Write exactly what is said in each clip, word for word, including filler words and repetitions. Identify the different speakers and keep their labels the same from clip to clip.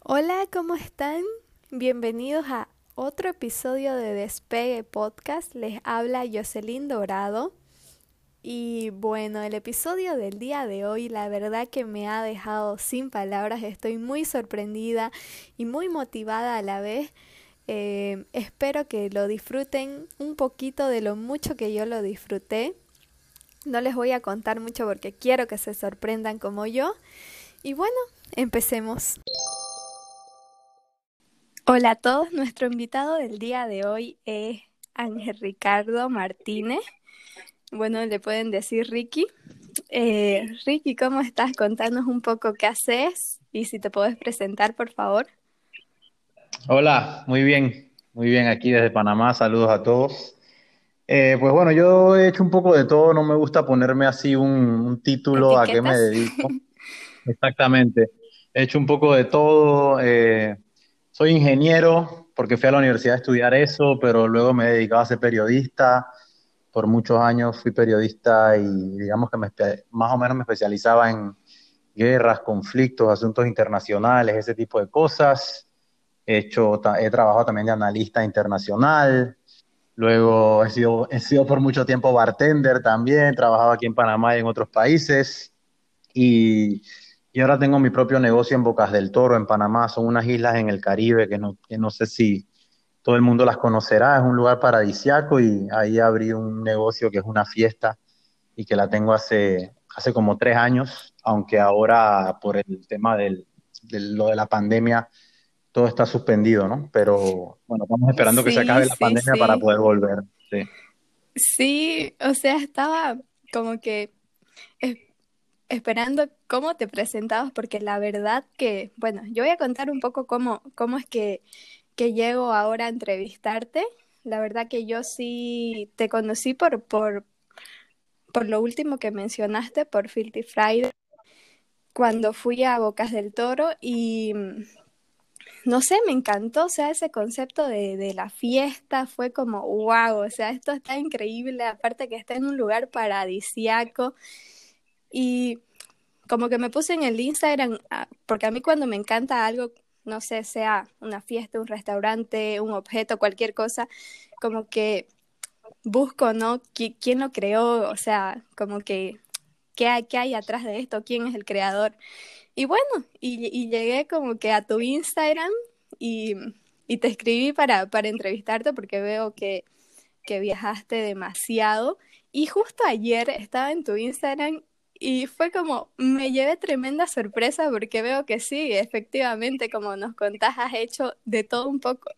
Speaker 1: Hola, ¿cómo están? Bienvenidos a otro episodio de Despegue Podcast. Les habla Jocelyn Dorado. Y bueno, el episodio del día de hoy, la verdad que me ha dejado sin palabras. Estoy muy sorprendida y muy motivada a la vez. Eh, espero que lo disfruten un poquito de lo mucho que yo lo disfruté. No les voy a contar mucho porque quiero que se sorprendan como yo. Y bueno, empecemos. Hola a todos, nuestro invitado del día de hoy es Ángel Ricardo Martínez. Bueno, le pueden decir Ricky. Eh, Ricky, ¿cómo estás? Contanos un poco qué haces y si te puedes presentar, por favor.
Speaker 2: Hola, muy bien, muy bien aquí desde Panamá, saludos a todos. Eh, pues bueno, yo he hecho un poco de todo, no me gusta ponerme así un, un título a qué me
Speaker 1: ¿Etiquetas?
Speaker 2: dedico. Exactamente, he hecho un poco de todo. Eh, soy ingeniero porque fui a la universidad a estudiar eso, pero luego me he dedicado a ser periodista. Por muchos años fui periodista y digamos que me espe- más o menos me especializaba en guerras, conflictos, asuntos internacionales, ese tipo de cosas. He hecho, ta- he trabajado también de analista internacional. Luego he sido, he sido por mucho tiempo bartender también. He trabajado aquí en Panamá y en otros países. Y, y ahora tengo mi propio negocio en Bocas del Toro, en Panamá. Son unas islas en el Caribe que no, que no sé si todo el mundo las conocerá. Es un lugar paradisiaco y ahí abrí un negocio que es una fiesta y que la tengo hace, hace como tres años, aunque ahora por el tema del, de lo de la pandemia todo está suspendido, ¿no? Pero bueno, estamos esperando que se
Speaker 1: Sí,
Speaker 2: acabe la
Speaker 1: sí,
Speaker 2: pandemia para
Speaker 1: sí.
Speaker 2: poder volver. Sí.
Speaker 1: Sí, o sea, estaba como que es- esperando cómo te presentabas, porque la verdad que, bueno, yo voy a contar un poco cómo, cómo es que, que llego ahora a entrevistarte. La verdad que yo sí te conocí por, por, por lo último que mencionaste, por Filthy Friday, cuando fui a Bocas del Toro y mm, no sé, me encantó, o sea, ese concepto de, de la fiesta fue como, wow, o sea, esto está increíble, aparte que está en un lugar paradisiaco y como que me puse en el Instagram, ah, porque a mí cuando me encanta algo, no sé, sea una fiesta, un restaurante, un objeto, cualquier cosa, como que busco, ¿no? ¿Qui- ¿Quién lo creó? O sea, como que, ¿qué hay, qué hay atrás de esto? ¿Quién es el creador? Y bueno, y, y llegué como que a tu Instagram y, y te escribí para, para entrevistarte porque veo que, que viajaste demasiado. Y justo ayer estaba en tu Instagram y fue como, me llevé tremenda sorpresa porque veo que sí, efectivamente, como nos contás, has hecho de todo un poco.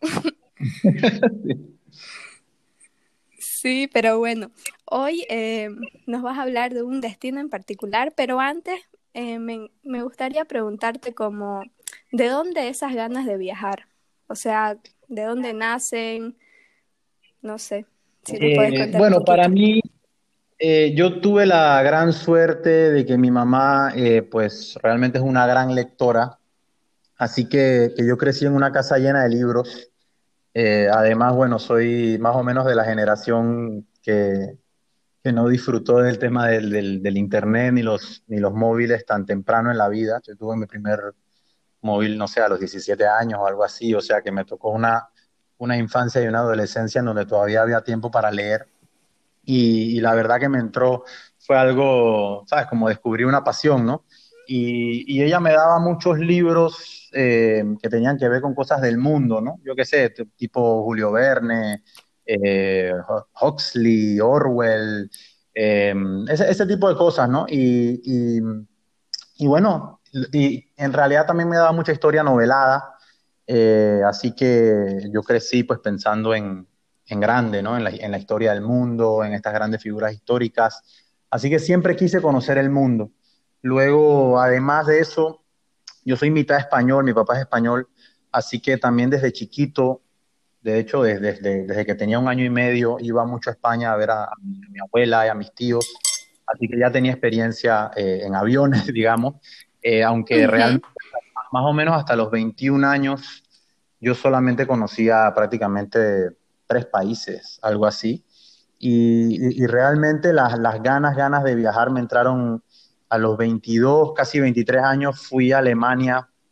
Speaker 1: Sí, pero bueno, hoy eh, nos vas a hablar de un destino en particular, pero antes eh, me, me gustaría preguntarte como, ¿de dónde esas ganas de viajar? O sea, ¿de dónde nacen? No sé, si me puedes
Speaker 2: Eh,
Speaker 1: contar un
Speaker 2: bueno, para
Speaker 1: poquito.
Speaker 2: mí, eh, yo tuve la gran suerte de que mi mamá, eh, pues realmente es una gran lectora, así que, que yo crecí en una casa llena de libros. Eh, además, bueno, soy más o menos de la generación que, que no disfrutó del tema del, del, del internet ni los, ni los móviles tan temprano en la vida. Yo tuve mi primer móvil, no sé, a los diecisiete años o algo así, o sea que me tocó una, una infancia y una adolescencia en donde todavía había tiempo para leer y, y la verdad que me entró, fue algo, ¿sabes? Como descubrí una pasión, ¿no? Y, y ella me daba muchos libros eh, que tenían que ver con cosas del mundo, ¿no? Yo qué sé, t- tipo Julio Verne, eh, Huxley, Orwell, eh, ese, ese tipo de cosas, ¿no? Y, y, y bueno, y en realidad también me daba mucha historia novelada, eh, así que yo crecí pues pensando en, en grande, ¿no? En la, en la historia del mundo, en estas grandes figuras históricas. Así que siempre quise conocer el mundo. Luego, además de eso, yo soy mitad español, mi papá es español, así que también desde chiquito, de hecho, desde, desde, desde que tenía un año y medio, iba mucho a España a ver a, a mi, a mi abuela y a mis tíos, así que ya tenía experiencia eh, en aviones, digamos, eh, aunque
Speaker 1: Ujú.
Speaker 2: realmente más o menos hasta los veintiún años yo solamente conocía prácticamente tres países, algo así, y, y- y realmente las, las ganas, ganas de viajar me entraron a los veintidós, casi veintitrés años, fui a Alemania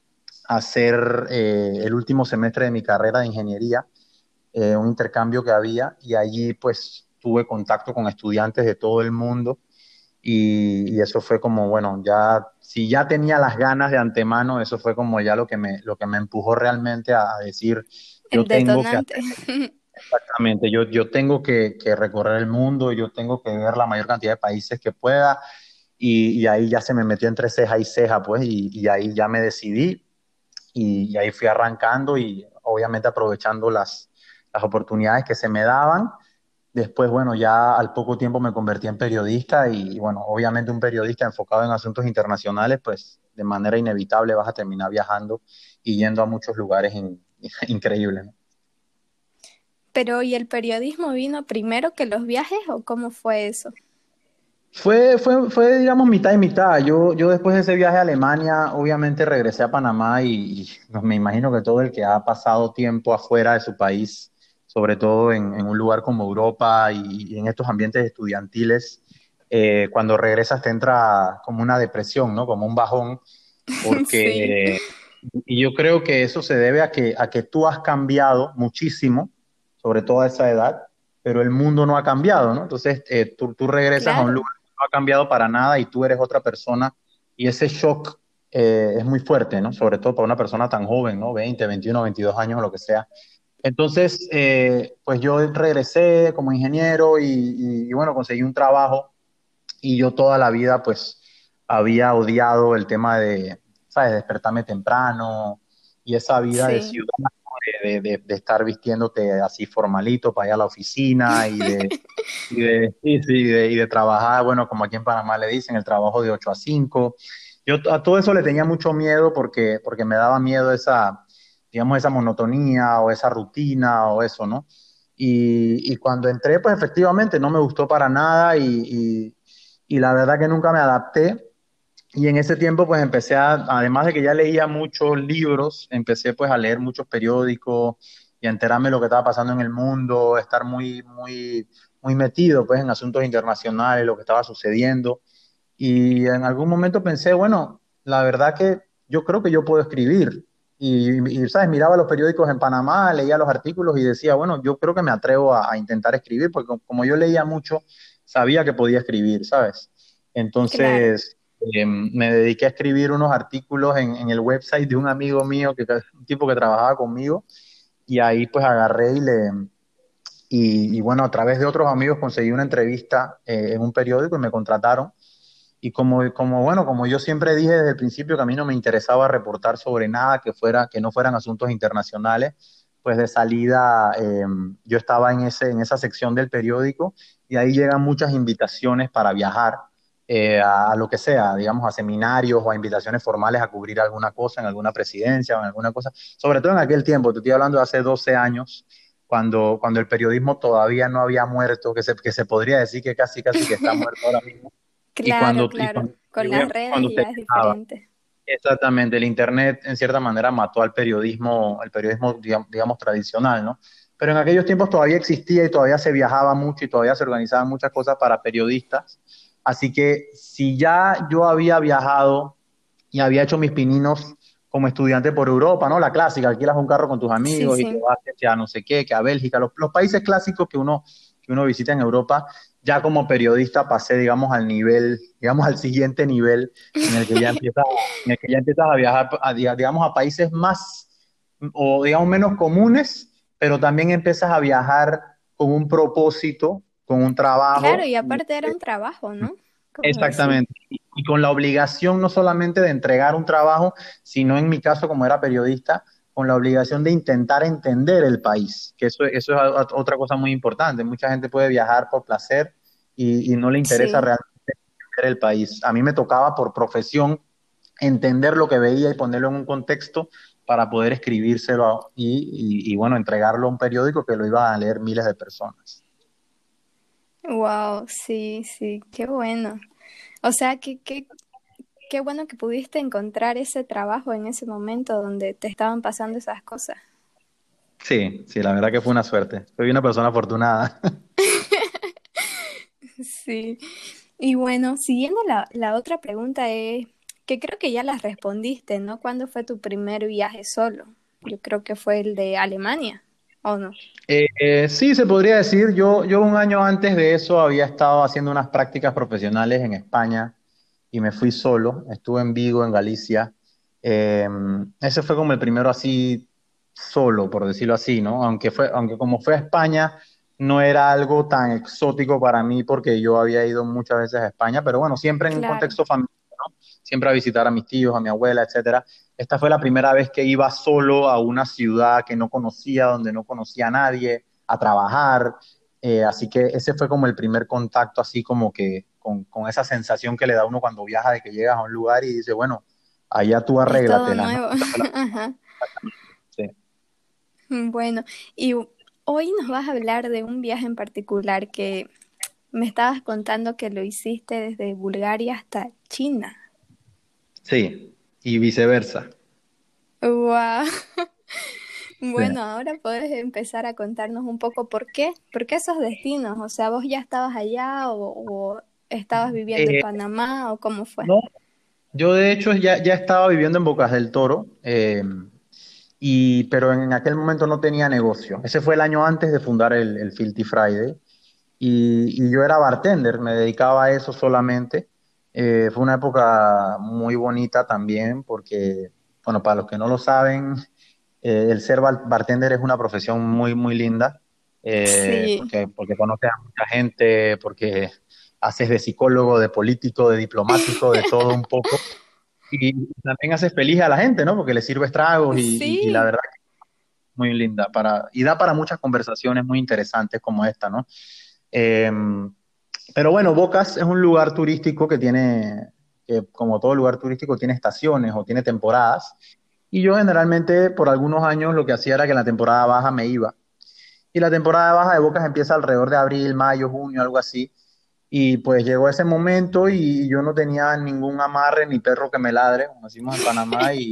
Speaker 2: a hacer eh, el último semestre de mi carrera de ingeniería, eh, un intercambio que había, y allí pues tuve contacto con estudiantes de todo el mundo y, y eso fue como, bueno, ya, si ya tenía las ganas de antemano, eso fue como ya lo que me, lo que me empujó realmente a, a decir, yo
Speaker 1: El
Speaker 2: tengo que
Speaker 1: detonante.
Speaker 2: hacer exactamente, yo, yo tengo que, que recorrer el mundo, yo tengo que ver la mayor cantidad de países que pueda, y, y ahí ya se me metió entre ceja y ceja, pues, y, y ahí ya me decidí, y, y ahí fui arrancando y obviamente aprovechando las, las oportunidades que se me daban. Después, bueno, ya al poco tiempo me convertí en periodista y, y, bueno, obviamente un periodista enfocado en asuntos internacionales, pues de manera inevitable vas a terminar viajando y yendo a muchos lugares in- increíbles, ¿no?
Speaker 1: Pero, ¿y el periodismo vino primero que los viajes o cómo fue eso?
Speaker 2: Fue, fue, fue, digamos, mitad y mitad. Yo, yo después de ese viaje a Alemania, obviamente regresé a Panamá y, y, pues, me imagino que todo el que ha pasado tiempo afuera de su país, sobre todo en, en un lugar como Europa y, y en estos ambientes estudiantiles, eh, cuando regresas te entra como una depresión, ¿no? Como un bajón,
Speaker 1: Sí,
Speaker 2: porque y yo creo que eso se debe a que, a que tú has cambiado muchísimo, sobre todo a esa edad, pero el mundo no ha cambiado, ¿no? Entonces eh, tú, tú regresas a un
Speaker 1: claro,
Speaker 2: lugar no ha cambiado para nada y tú eres otra persona y ese shock eh, es muy fuerte, ¿no? Sobre todo para una persona tan joven, ¿no? veinte, veintiuno, veintidós años o lo que sea. Entonces, eh, pues yo regresé como ingeniero y, y, y, bueno, conseguí un trabajo y yo toda la vida pues había odiado el tema de, ¿sabes? Despertarme temprano y esa vida de
Speaker 1: sí.
Speaker 2: ciudad, de, de, de estar vistiéndote así formalito para ir a la oficina y de y de, sí, sí, y de, y de trabajar, bueno, como aquí en Panamá le dicen, el trabajo de ocho a cinco. Yo a todo eso le tenía mucho miedo porque, porque me daba miedo esa, digamos, esa monotonía o esa rutina o eso, ¿no? Y, y cuando entré, pues efectivamente no me gustó para nada y, y, y la verdad que nunca me adapté. Y en ese tiempo, pues empecé a, además de que ya leía muchos libros, empecé pues a leer muchos periódicos y a enterarme de lo que estaba pasando en el mundo, estar muy, muy, muy metido pues en asuntos internacionales, lo que estaba sucediendo. Y en algún momento pensé, bueno, la verdad que yo creo que yo puedo escribir. Y, y, ¿sabes? Miraba los periódicos en Panamá, leía los artículos y decía, bueno, yo creo que me atrevo a, a intentar escribir, porque como yo leía mucho, sabía que podía escribir, ¿sabes?
Speaker 1: Claro.
Speaker 2: Entonces, eh, me dediqué a escribir unos artículos en, en el website de un amigo mío, que, un tipo que trabajaba conmigo, y ahí pues agarré y le, y, y bueno, a través de otros amigos conseguí una entrevista eh, en un periódico y me contrataron. Y como, como, bueno, como yo siempre dije desde el principio que a mí no me interesaba reportar sobre nada que fuera, que no fueran asuntos internacionales, pues de salida eh, yo estaba en, ese, en esa sección del periódico y ahí llegan muchas invitaciones para viajar eh, a, a lo que sea, digamos, a seminarios o a invitaciones formales a cubrir alguna cosa en alguna presidencia o en alguna cosa, sobre todo en aquel tiempo, te estoy hablando de hace doce años, cuando, cuando el periodismo todavía no había muerto, que se, que se podría decir que casi, casi que está muerto ahora mismo y
Speaker 1: Claro,
Speaker 2: cuando, y
Speaker 1: claro.
Speaker 2: cuando, y
Speaker 1: Con las
Speaker 2: obviamente
Speaker 1: redes
Speaker 2: cuando se
Speaker 1: ya es
Speaker 2: viajaba.
Speaker 1: diferente.
Speaker 2: Exactamente, el Internet en cierta manera mató al periodismo, el periodismo, digamos, digamos, tradicional, ¿no? Pero en aquellos tiempos todavía existía y todavía se viajaba mucho y todavía se organizaban muchas cosas para periodistas. Así que si ya yo había viajado y había hecho mis pininos como estudiante por Europa, ¿no? La clásica, alquilas un carro con tus
Speaker 1: Sí,
Speaker 2: amigos y te
Speaker 1: sí.
Speaker 2: vas a no sé qué, que a Bélgica, los, los países clásicos que uno, que uno visita en Europa, ya como periodista pasé, digamos, al nivel, digamos, al siguiente nivel en el que ya empiezas, en el que ya empiezas a viajar, a, digamos, a países más, o digamos, menos comunes, pero también empiezas a viajar con un propósito, con un
Speaker 1: Claro,
Speaker 2: trabajo.
Speaker 1: y aparte era un trabajo, ¿no? Como decís.
Speaker 2: Exactamente. Y y con la obligación no solamente de entregar un trabajo, sino en mi caso, como era periodista, con la obligación de intentar entender el país, que eso, eso es a- otra cosa muy importante. Mucha gente puede viajar por placer y, y no le interesa
Speaker 1: Sí.
Speaker 2: realmente entender el país. A mí me tocaba por profesión entender lo que veía y ponerlo en un contexto para poder escribírselo a- y, y, y, bueno, entregarlo a un periódico que lo iban a leer miles de personas.
Speaker 1: Wow, sí, sí, qué bueno. O sea, que, qué, qué bueno que pudiste encontrar ese trabajo en ese momento donde te estaban pasando esas cosas.
Speaker 2: Sí, sí, la verdad que fue una suerte. Soy una persona afortunada.
Speaker 1: Sí. Y bueno, siguiendo la, la otra pregunta es, que creo que ya las respondiste, ¿no? ¿Cuándo fue tu primer viaje solo? Yo creo que fue el de Alemania, ¿o no?
Speaker 2: Eh, eh, sí, se podría decir. Yo, yo un año antes de eso había estado haciendo unas prácticas profesionales en España y me fui solo. Estuve en Vigo, en Galicia. Eh, ese fue como el primero así solo, por decirlo así, ¿no? Aunque fue, aunque como fue a España, no era algo tan exótico para mí porque yo había ido muchas veces a España, pero bueno, siempre en un
Speaker 1: Claro.
Speaker 2: contexto familiar, ¿no? Siempre a visitar a mis tíos, a mi abuela, etcétera. Esta fue la primera vez que iba solo a una ciudad que no conocía, donde no conocía a nadie, a trabajar. Eh, así que ese fue como el primer contacto, así como que con, con esa sensación que le da a uno cuando viaja, de que llegas a un lugar y dice, bueno, allá tú
Speaker 1: Es todo
Speaker 2: arréglatelas, ¿no?
Speaker 1: nuevo.
Speaker 2: Esa fue la-
Speaker 1: Ajá.
Speaker 2: sí.
Speaker 1: Bueno, y hoy nos vas a hablar de un viaje en particular que me estabas contando que lo hiciste desde Bulgaria hasta China.
Speaker 2: Sí, y viceversa.
Speaker 1: Wow.
Speaker 2: Sí.
Speaker 1: Bueno, ahora puedes empezar a contarnos un poco por qué, por qué esos destinos. O sea, ¿vos ya estabas allá o, o estabas viviendo en
Speaker 2: Eh,
Speaker 1: Panamá o cómo fue?
Speaker 2: no, yo de hecho ya, ya estaba viviendo en Bocas del Toro, eh, y, pero en aquel momento no tenía negocio. Ese fue el año antes de fundar el, el Filthy Friday. Y, y yo era bartender, me dedicaba a eso solamente. Eh, fue una época muy bonita también porque, bueno, para los que no lo saben, eh, el ser bar- bartender es una profesión muy, muy linda, eh,
Speaker 1: Sí,
Speaker 2: porque, porque conoces a mucha gente, porque haces de psicólogo, de político, de diplomático, de todo un poco. Y también haces feliz a la gente, ¿no? Porque le sirves tragos y, y- y la
Speaker 1: sí.
Speaker 2: verdad que es muy linda para, y da para muchas conversaciones muy interesantes como esta, ¿no? Eh, pero bueno, Bocas es un lugar turístico que tiene, que como todo lugar turístico, tiene estaciones o tiene temporadas. Y yo generalmente por algunos años lo que hacía era que en la temporada baja me iba. Y la temporada baja de Bocas empieza alrededor de abril, mayo, junio, algo así. Y pues llegó ese momento y yo no tenía ningún amarre ni perro que me ladre, como decimos en Panamá, y,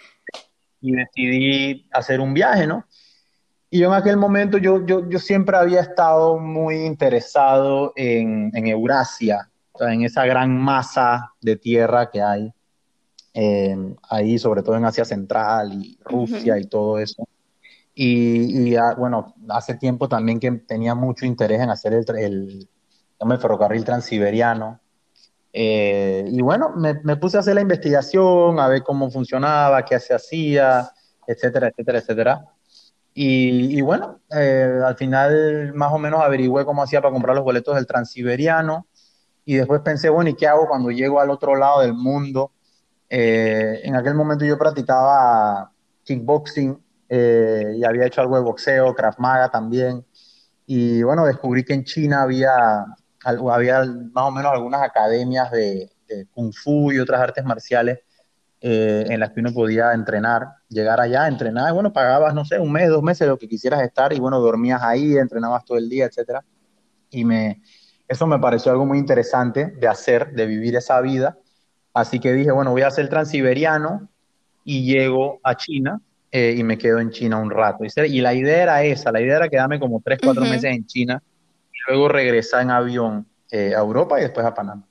Speaker 2: y decidí hacer un viaje, ¿no? Y yo en aquel momento, yo, yo, yo siempre había estado muy interesado en, en Eurasia, o sea, en esa gran masa de tierra que hay eh, ahí, sobre todo en Asia Central y Rusia
Speaker 1: Ujú.
Speaker 2: y todo eso. Y, y, ah, bueno, hace tiempo también que tenía mucho interés en hacer el, el, el ferrocarril transiberiano. Eh, y bueno, me, me puse a hacer la investigación, a ver cómo funcionaba, qué se hacía, etcétera, etcétera, etcétera. Y, y bueno, eh, al final más o menos averigüé cómo hacía para comprar los boletos del Transiberiano y después pensé, bueno, ¿y qué hago cuando llego al otro lado del mundo? Eh, en aquel momento yo practicaba kickboxing, eh, y había hecho algo de boxeo, Krav Maga también. Y bueno, descubrí que en China había, algo- había más o menos algunas academias de, de Kung Fu y otras artes marciales, eh, en las que uno podía entrenar, llegar allá, entrenar, y bueno, pagabas, no sé, un mes, dos meses, lo que quisieras estar, y bueno, dormías ahí, entrenabas todo el día, etcétera. Y me, eso me pareció algo muy interesante de hacer, de vivir esa vida. Así que dije, bueno, voy a hacer transiberiano y llego a China, eh, y me quedo en China un rato. Y, se- y la idea era esa, la idea era quedarme como tres, cuatro
Speaker 1: Ujú.
Speaker 2: meses en China y luego regresar en avión, eh, a Europa y después a Panamá.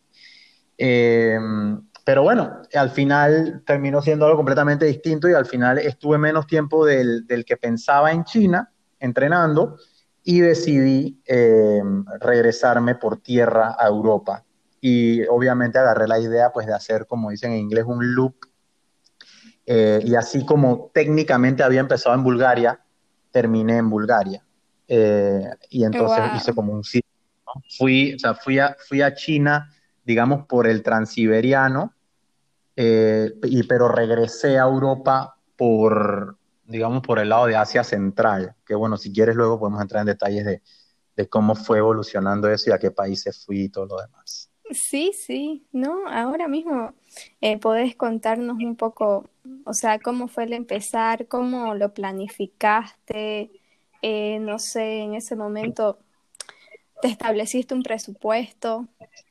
Speaker 2: Eh, pero bueno, al final terminó siendo algo completamente distinto y al final estuve menos tiempo del, del que pensaba en China entrenando y decidí eh, regresarme por tierra a Europa. Y obviamente agarré la idea pues de hacer, como dicen en inglés, un loop, eh, y así como técnicamente había empezado en Bulgaria, terminé en Bulgaria. Eh, y entonces hice
Speaker 1: Wow.
Speaker 2: como un círculo, ¿no? Fui, o sea, fui a, fui a China, digamos, por el transiberiano, eh, y, pero regresé a Europa por, digamos, por el lado de Asia Central, que bueno, si quieres luego podemos entrar en detalles de, de cómo fue evolucionando eso y a qué países fui y todo lo demás.
Speaker 1: Sí, sí, ¿no? Ahora mismo eh, podés contarnos un poco, o sea, cómo fue el empezar, cómo lo planificaste, eh, no sé, en ese momento te estableciste un presupuesto.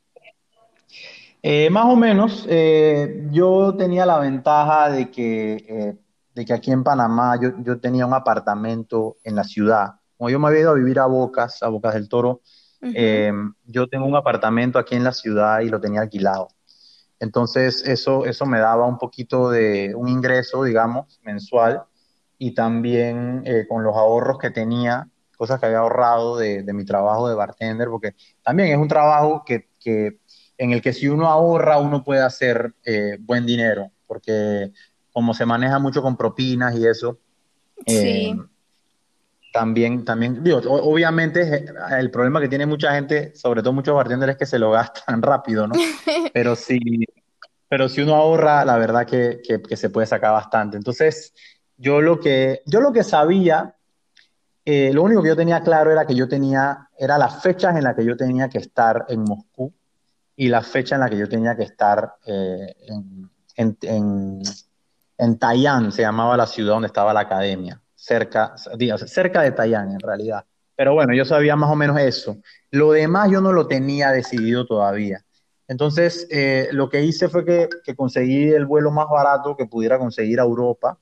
Speaker 2: Eh, más o menos, eh, yo tenía la ventaja de que, eh, de que aquí en Panamá yo, yo tenía un apartamento en la ciudad. Como yo me había ido a vivir a Bocas, a Bocas del Toro,
Speaker 1: Ujú.
Speaker 2: eh, yo tengo un apartamento aquí en la ciudad y lo tenía alquilado. Entonces, eso, eso me daba un poquito de un ingreso, digamos, mensual, y también eh, con los ahorros que tenía, cosas que había ahorrado de, de mi trabajo de bartender, porque también es un trabajo que, que en el que si uno ahorra, uno puede hacer eh, buen dinero, porque como se maneja mucho con propinas y eso, eh,
Speaker 1: Sí.
Speaker 2: también, también, digo, o- obviamente eh, el problema que tiene mucha gente, sobre todo muchos bartenders, es que se lo gastan rápido, ¿no? Pero si, pero si uno ahorra, la verdad que, que, que se puede sacar bastante. Entonces, yo lo que, yo lo que sabía, eh, lo único que yo tenía claro era que yo tenía, era las fechas en las que yo tenía que estar en Moscú y la fecha en la que yo tenía que estar eh, en, en, en, en Tayán, se llamaba la ciudad donde estaba la academia, cerca, digo, cerca de Tayán en realidad. Pero bueno, yo sabía más o menos eso. Lo demás yo no lo tenía decidido todavía. Entonces, eh, lo que hice fue que, que, conseguí el vuelo más barato que pudiera conseguir a Europa.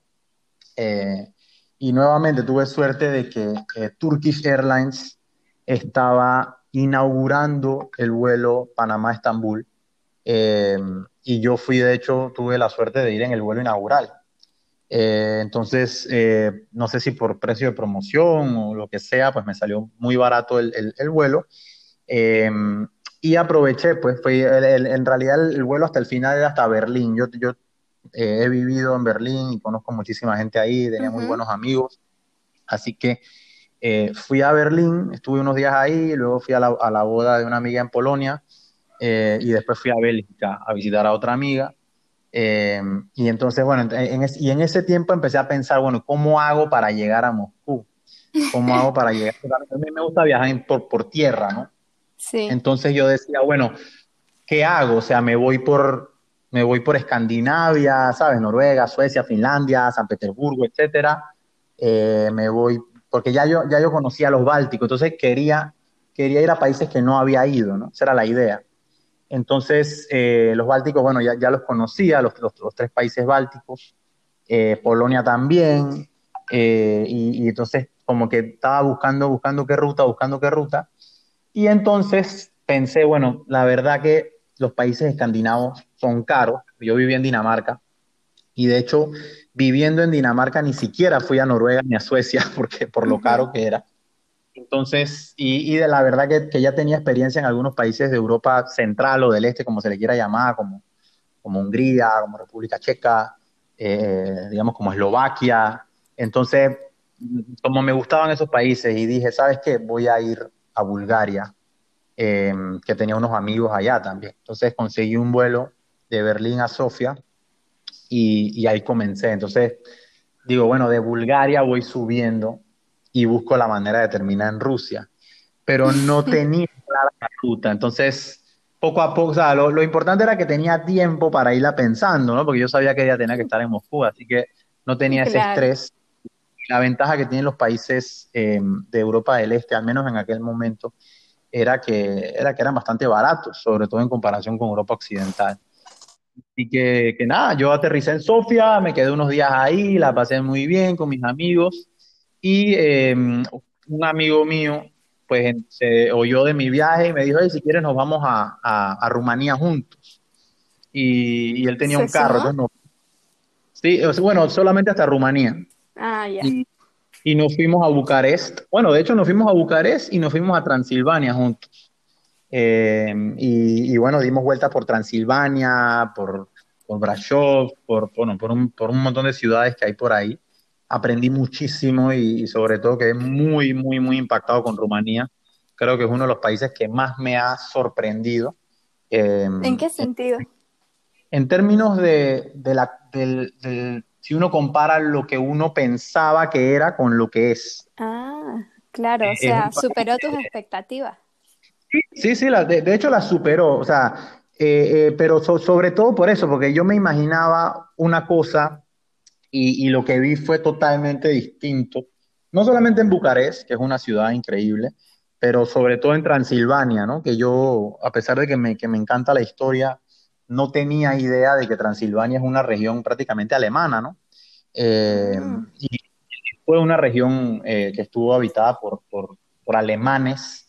Speaker 2: Eh, y nuevamente tuve suerte de que eh, Turkish Airlines estaba inaugurando el vuelo Panamá-Estambul. Eh, y yo fui, de hecho, tuve la suerte de ir en el vuelo inaugural. Eh, entonces, eh, no sé si por precio de promoción o lo que sea, pues me salió muy barato el, el, el vuelo. Eh, y aproveché, pues fue el, el, en realidad el, el, vuelo hasta el final era hasta Berlín. Yo, yo eh, he vivido en Berlín y conozco muchísima gente ahí, tenía muy
Speaker 1: Ujú.
Speaker 2: buenos amigos. Así que eh, fui a Berlín, estuve unos días ahí, luego fui a la, a la boda de una amiga en Polonia eh, y después fui a Bélgica a visitar a otra amiga. Eh, y entonces, bueno, en, en y en ese tiempo empecé a pensar, bueno, ¿cómo hago para llegar a Moscú? ¿Cómo hago para llegar? A mí me gusta viajar por, por tierra, ¿no?
Speaker 1: Sí.
Speaker 2: Entonces yo decía, bueno, ¿qué hago? O sea, me voy por, me voy por Escandinavia, ¿sabes? Noruega, Suecia, Finlandia, San Petersburgo, etcétera. Eh, me voy, porque ya yo, ya yo conocía los Bálticos, entonces quería, quería ir a países que no había ido, ¿no? Esa era la idea. Entonces, eh, los Bálticos, bueno, ya, ya los conocía, los, los, los tres países bálticos, eh, Polonia también, eh, y, y entonces como que estaba buscando, buscando qué ruta, buscando qué ruta, y entonces pensé, bueno, la verdad que los países escandinavos son caros. Yo viví en Dinamarca y de hecho, viviendo en Dinamarca ni siquiera fui a Noruega ni a Suecia porque por lo
Speaker 1: Ujú.
Speaker 2: caro que era. Entonces, y, y de la verdad que, que ya tenía experiencia en algunos países de Europa central o del este, como se le quiera llamar, como, como Hungría, como República Checa, eh, digamos como Eslovaquia. Entonces, como me gustaban esos países y dije, ¿sabes qué? Voy a ir a Bulgaria, eh, que tenía unos amigos allá también. Entonces conseguí un vuelo de Berlín a Sofía y, y ahí comencé. Entonces digo, bueno, de Bulgaria voy subiendo y busco la manera de terminar en Rusia, pero no tenía clara la ruta. Entonces, poco a poco, o sea, lo, lo importante era que tenía tiempo para irla pensando, ¿no? Porque yo sabía que ella tenía que estar en Moscú, así que no tenía ese
Speaker 1: Claro.
Speaker 2: estrés. La ventaja que tienen los países eh, de Europa del Este, al menos en aquel momento, era que, era que eran bastante baratos, sobre todo en comparación con Europa Occidental. Así que, que nada, yo aterricé en Sofía, me quedé unos días ahí, la pasé muy bien con mis amigos y eh, un amigo mío pues se oyó de mi viaje y me dijo, hey, si quieres nos vamos a, a, a Rumanía juntos. Y, y él tenía
Speaker 1: ¿Se
Speaker 2: un carro,
Speaker 1: sumó?
Speaker 2: entonces no, sí, o sea, bueno, solamente hasta Rumanía.
Speaker 1: Ah, ya.
Speaker 2: Y, y nos fuimos a Bucarest. Bueno, de hecho nos fuimos a Bucarest y nos fuimos a Transilvania juntos. Eh, y, y, bueno, dimos vueltas por Transilvania, por, por Brasov, por, bueno, por, un, por un montón de ciudades que hay por ahí. Aprendí muchísimo y, y sobre todo quedé muy, muy, muy impactado con Rumanía. Creo que es uno de los países que más me ha sorprendido. Eh,
Speaker 1: ¿En qué
Speaker 2: en,
Speaker 1: sentido?
Speaker 2: en términos de, de la, del, del, si uno compara lo que uno pensaba que era con lo que es.
Speaker 1: Ah, claro, o
Speaker 2: Es un
Speaker 1: sea, superó tus expectativas.
Speaker 2: Sí, sí, la- de, de hecho la superó, o sea, eh, eh, pero so- sobre todo por eso, porque yo me imaginaba una cosa y, y lo que vi fue totalmente distinto, no solamente en Bucarest, que es una ciudad increíble, pero sobre todo en Transilvania, ¿no? Que yo, a pesar de que me, que me encanta la historia, no tenía idea de que Transilvania es una región prácticamente alemana, ¿no? Eh,
Speaker 1: Mm.
Speaker 2: y fue una región eh, que estuvo habitada por, por, por alemanes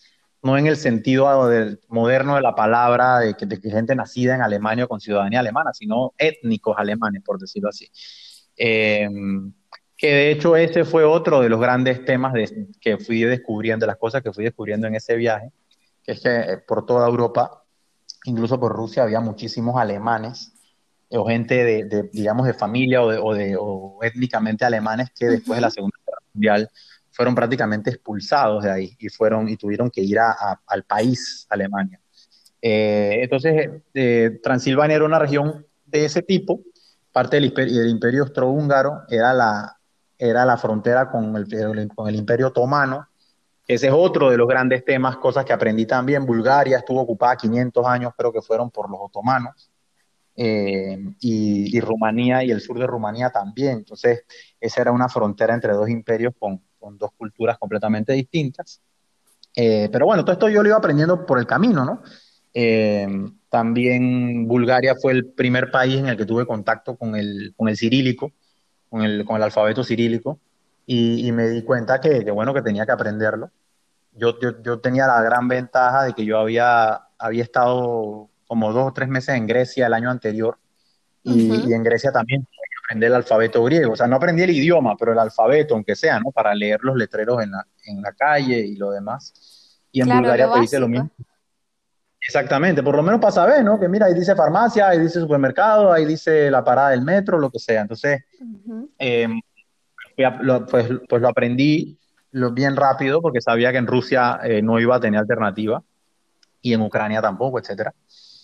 Speaker 2: no en el sentido del, moderno de la palabra, de que, de que gente nacida en Alemania o con ciudadanía alemana, sino étnicos alemanes, por decirlo así. Eh, que de hecho ese fue otro de los grandes temas de, que fui descubriendo, de las cosas que fui descubriendo en ese viaje, que es que eh, por toda Europa, incluso por Rusia, había muchísimos alemanes eh, o gente de, de, digamos, de familia o, de, o, de, o étnicamente alemanes que después de la
Speaker 1: Ujú.
Speaker 2: Segunda Guerra Mundial fueron prácticamente expulsados de ahí y, fueron, y tuvieron que ir a, a, al país, Alemania. Eh, entonces, eh, Transilvania era una región de ese tipo, parte del, imperio, del imperio austrohúngaro, era la, era la frontera con el, con el imperio otomano. Ese es otro de los grandes temas, cosas que aprendí también. Bulgaria estuvo ocupada quinientos años, creo que fueron por los otomanos, eh, y, y Rumanía y el sur de Rumanía también. Entonces, esa era una frontera entre dos imperios con, con dos culturas completamente distintas. Eh, pero bueno, todo esto yo lo iba aprendiendo por el camino, ¿no? Eh, también Bulgaria fue el primer país en el que tuve contacto con el, con el cirílico, con el, con el alfabeto cirílico, y, y me di cuenta que, que, bueno, que tenía que aprenderlo. Yo, yo, yo tenía la gran ventaja de que yo había, había estado como dos o tres meses en Grecia el año anterior, y, y
Speaker 1: Ujú.
Speaker 2: en Grecia también tuve que aprender el alfabeto griego. O sea, no aprendí el idioma, pero el alfabeto, aunque sea, ¿no? Para leer los letreros en la, en la calle y lo demás. Y en
Speaker 1: Claro,
Speaker 2: Bulgaria
Speaker 1: lo
Speaker 2: pues hice lo mismo.
Speaker 1: básico.
Speaker 2: Exactamente, por lo menos para saber, ¿no? Que mira, ahí dice farmacia, ahí dice supermercado, ahí dice la parada del metro, lo que sea. Entonces,
Speaker 1: Ujú.
Speaker 2: eh, lo, pues, pues lo aprendí lo, bien rápido porque sabía que en Rusia eh, no iba a tener alternativa y en Ucrania tampoco, etcétera.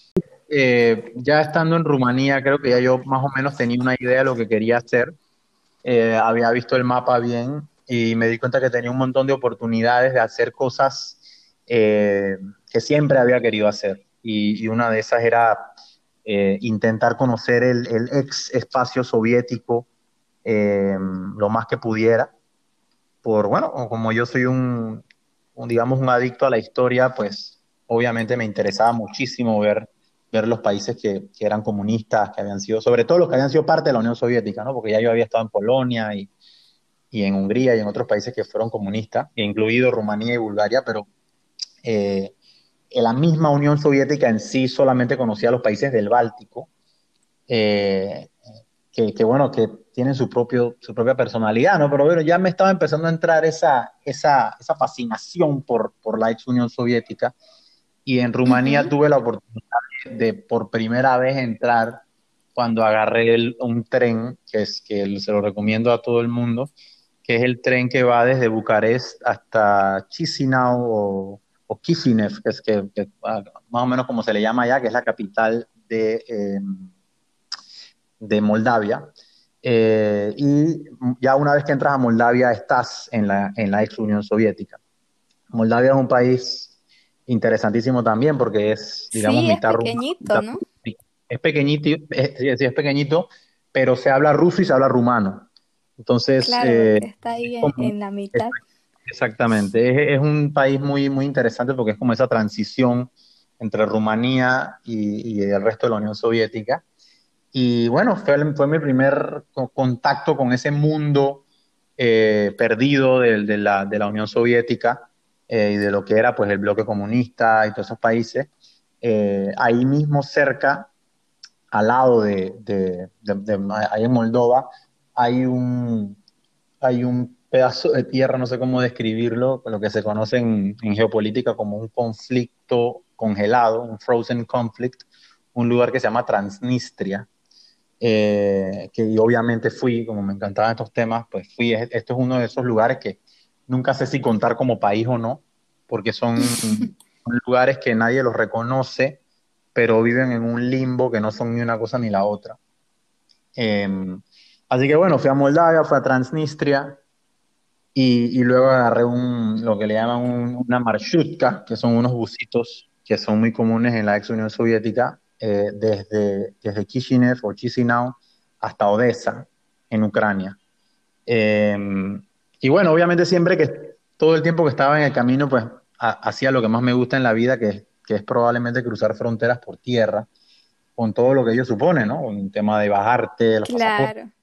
Speaker 2: Eh, ya estando en Rumanía, creo que ya yo más o menos tenía una idea de lo que quería hacer. Eh, había visto el mapa bien y me di cuenta que tenía un montón de oportunidades de hacer cosas eh, que siempre había querido hacer. Y, y una de esas era eh, intentar conocer el, el, ex espacio soviético eh, lo más que pudiera. Por, bueno, como yo soy un, un, digamos, un adicto a la historia, pues obviamente me interesaba muchísimo ver, ver los países que, que eran comunistas, que habían sido, sobre todo los que habían sido parte de la Unión Soviética, ¿no? Porque ya yo había estado en Polonia y, y en Hungría y en otros países que fueron comunistas, incluido Rumanía y Bulgaria, pero eh, en la misma Unión Soviética en sí solamente conocía a los países del Báltico, eh, que, que, bueno, que tienen su, propio, su propia personalidad, ¿no? Pero bueno, ya me estaba empezando a entrar esa, esa, esa fascinación por, por la ex Unión Soviética y en Rumanía
Speaker 1: Ujú.
Speaker 2: tuve la oportunidad de por primera vez entrar cuando agarré el, un tren, que es que se lo recomiendo a todo el mundo, que es el tren que va desde Bucarest hasta Chisinau o, o Kishinev, que es que, que, ah, más o menos como se le llama allá, que es la capital de, eh, de Moldavia. Eh, y ya una vez que entras a Moldavia estás en la, en la ex Unión Soviética. Moldavia es un país interesantísimo también porque es, digamos,
Speaker 1: Sí, es
Speaker 2: mitad rumano,
Speaker 1: pequeñito,
Speaker 2: mitad
Speaker 1: ¿no?
Speaker 2: es pequeñito, es, sí, sí, es pequeñito, pero se habla ruso y se habla rumano. Entonces,
Speaker 1: Claro,
Speaker 2: eh,
Speaker 1: porque está
Speaker 2: es
Speaker 1: ahí en,
Speaker 2: como,
Speaker 1: en la
Speaker 2: es-
Speaker 1: mitad.
Speaker 2: exactamente, es, es un país muy, muy interesante porque es como esa transición entre Rumanía y, y el resto de la Unión Soviética. Y bueno, fue, el- fue mi primer co- contacto con ese mundo eh, perdido de, de la, de la Unión Soviética eh, y de lo que era pues el bloque comunista y todos esos países. Eh, ahí mismo cerca, al lado de, de, de- de- ahí en Moldova, hay un, hay un pedazo de tierra, no sé cómo describirlo, lo que se conoce en, en geopolítica como un conflicto congelado, un frozen conflict, un lugar que se llama Transnistria, eh, que obviamente fui, como me encantaban estos temas, pues fui, esto es uno de esos lugares que nunca sé si contar como país o no, porque son, son lugares que nadie los reconoce, pero viven en un limbo que no son ni una cosa ni la otra. Eh, Así que bueno, fui a Moldavia, fui a Transnistria y, y luego agarré un, lo que le llaman un- una marshutka, que son unos busitos que son muy comunes en la ex Unión Soviética, eh, desde, desde Kishinev o Chisinau hasta Odessa, en Ucrania. Eh, y bueno, obviamente siempre que todo el tiempo que estaba en el camino, pues ha- hacía lo que más me gusta en la vida, que, que es probablemente cruzar fronteras por tierra, con todo lo que ello supone, ¿no? Un tema de bajarte, los pasaportes,
Speaker 1: Claro.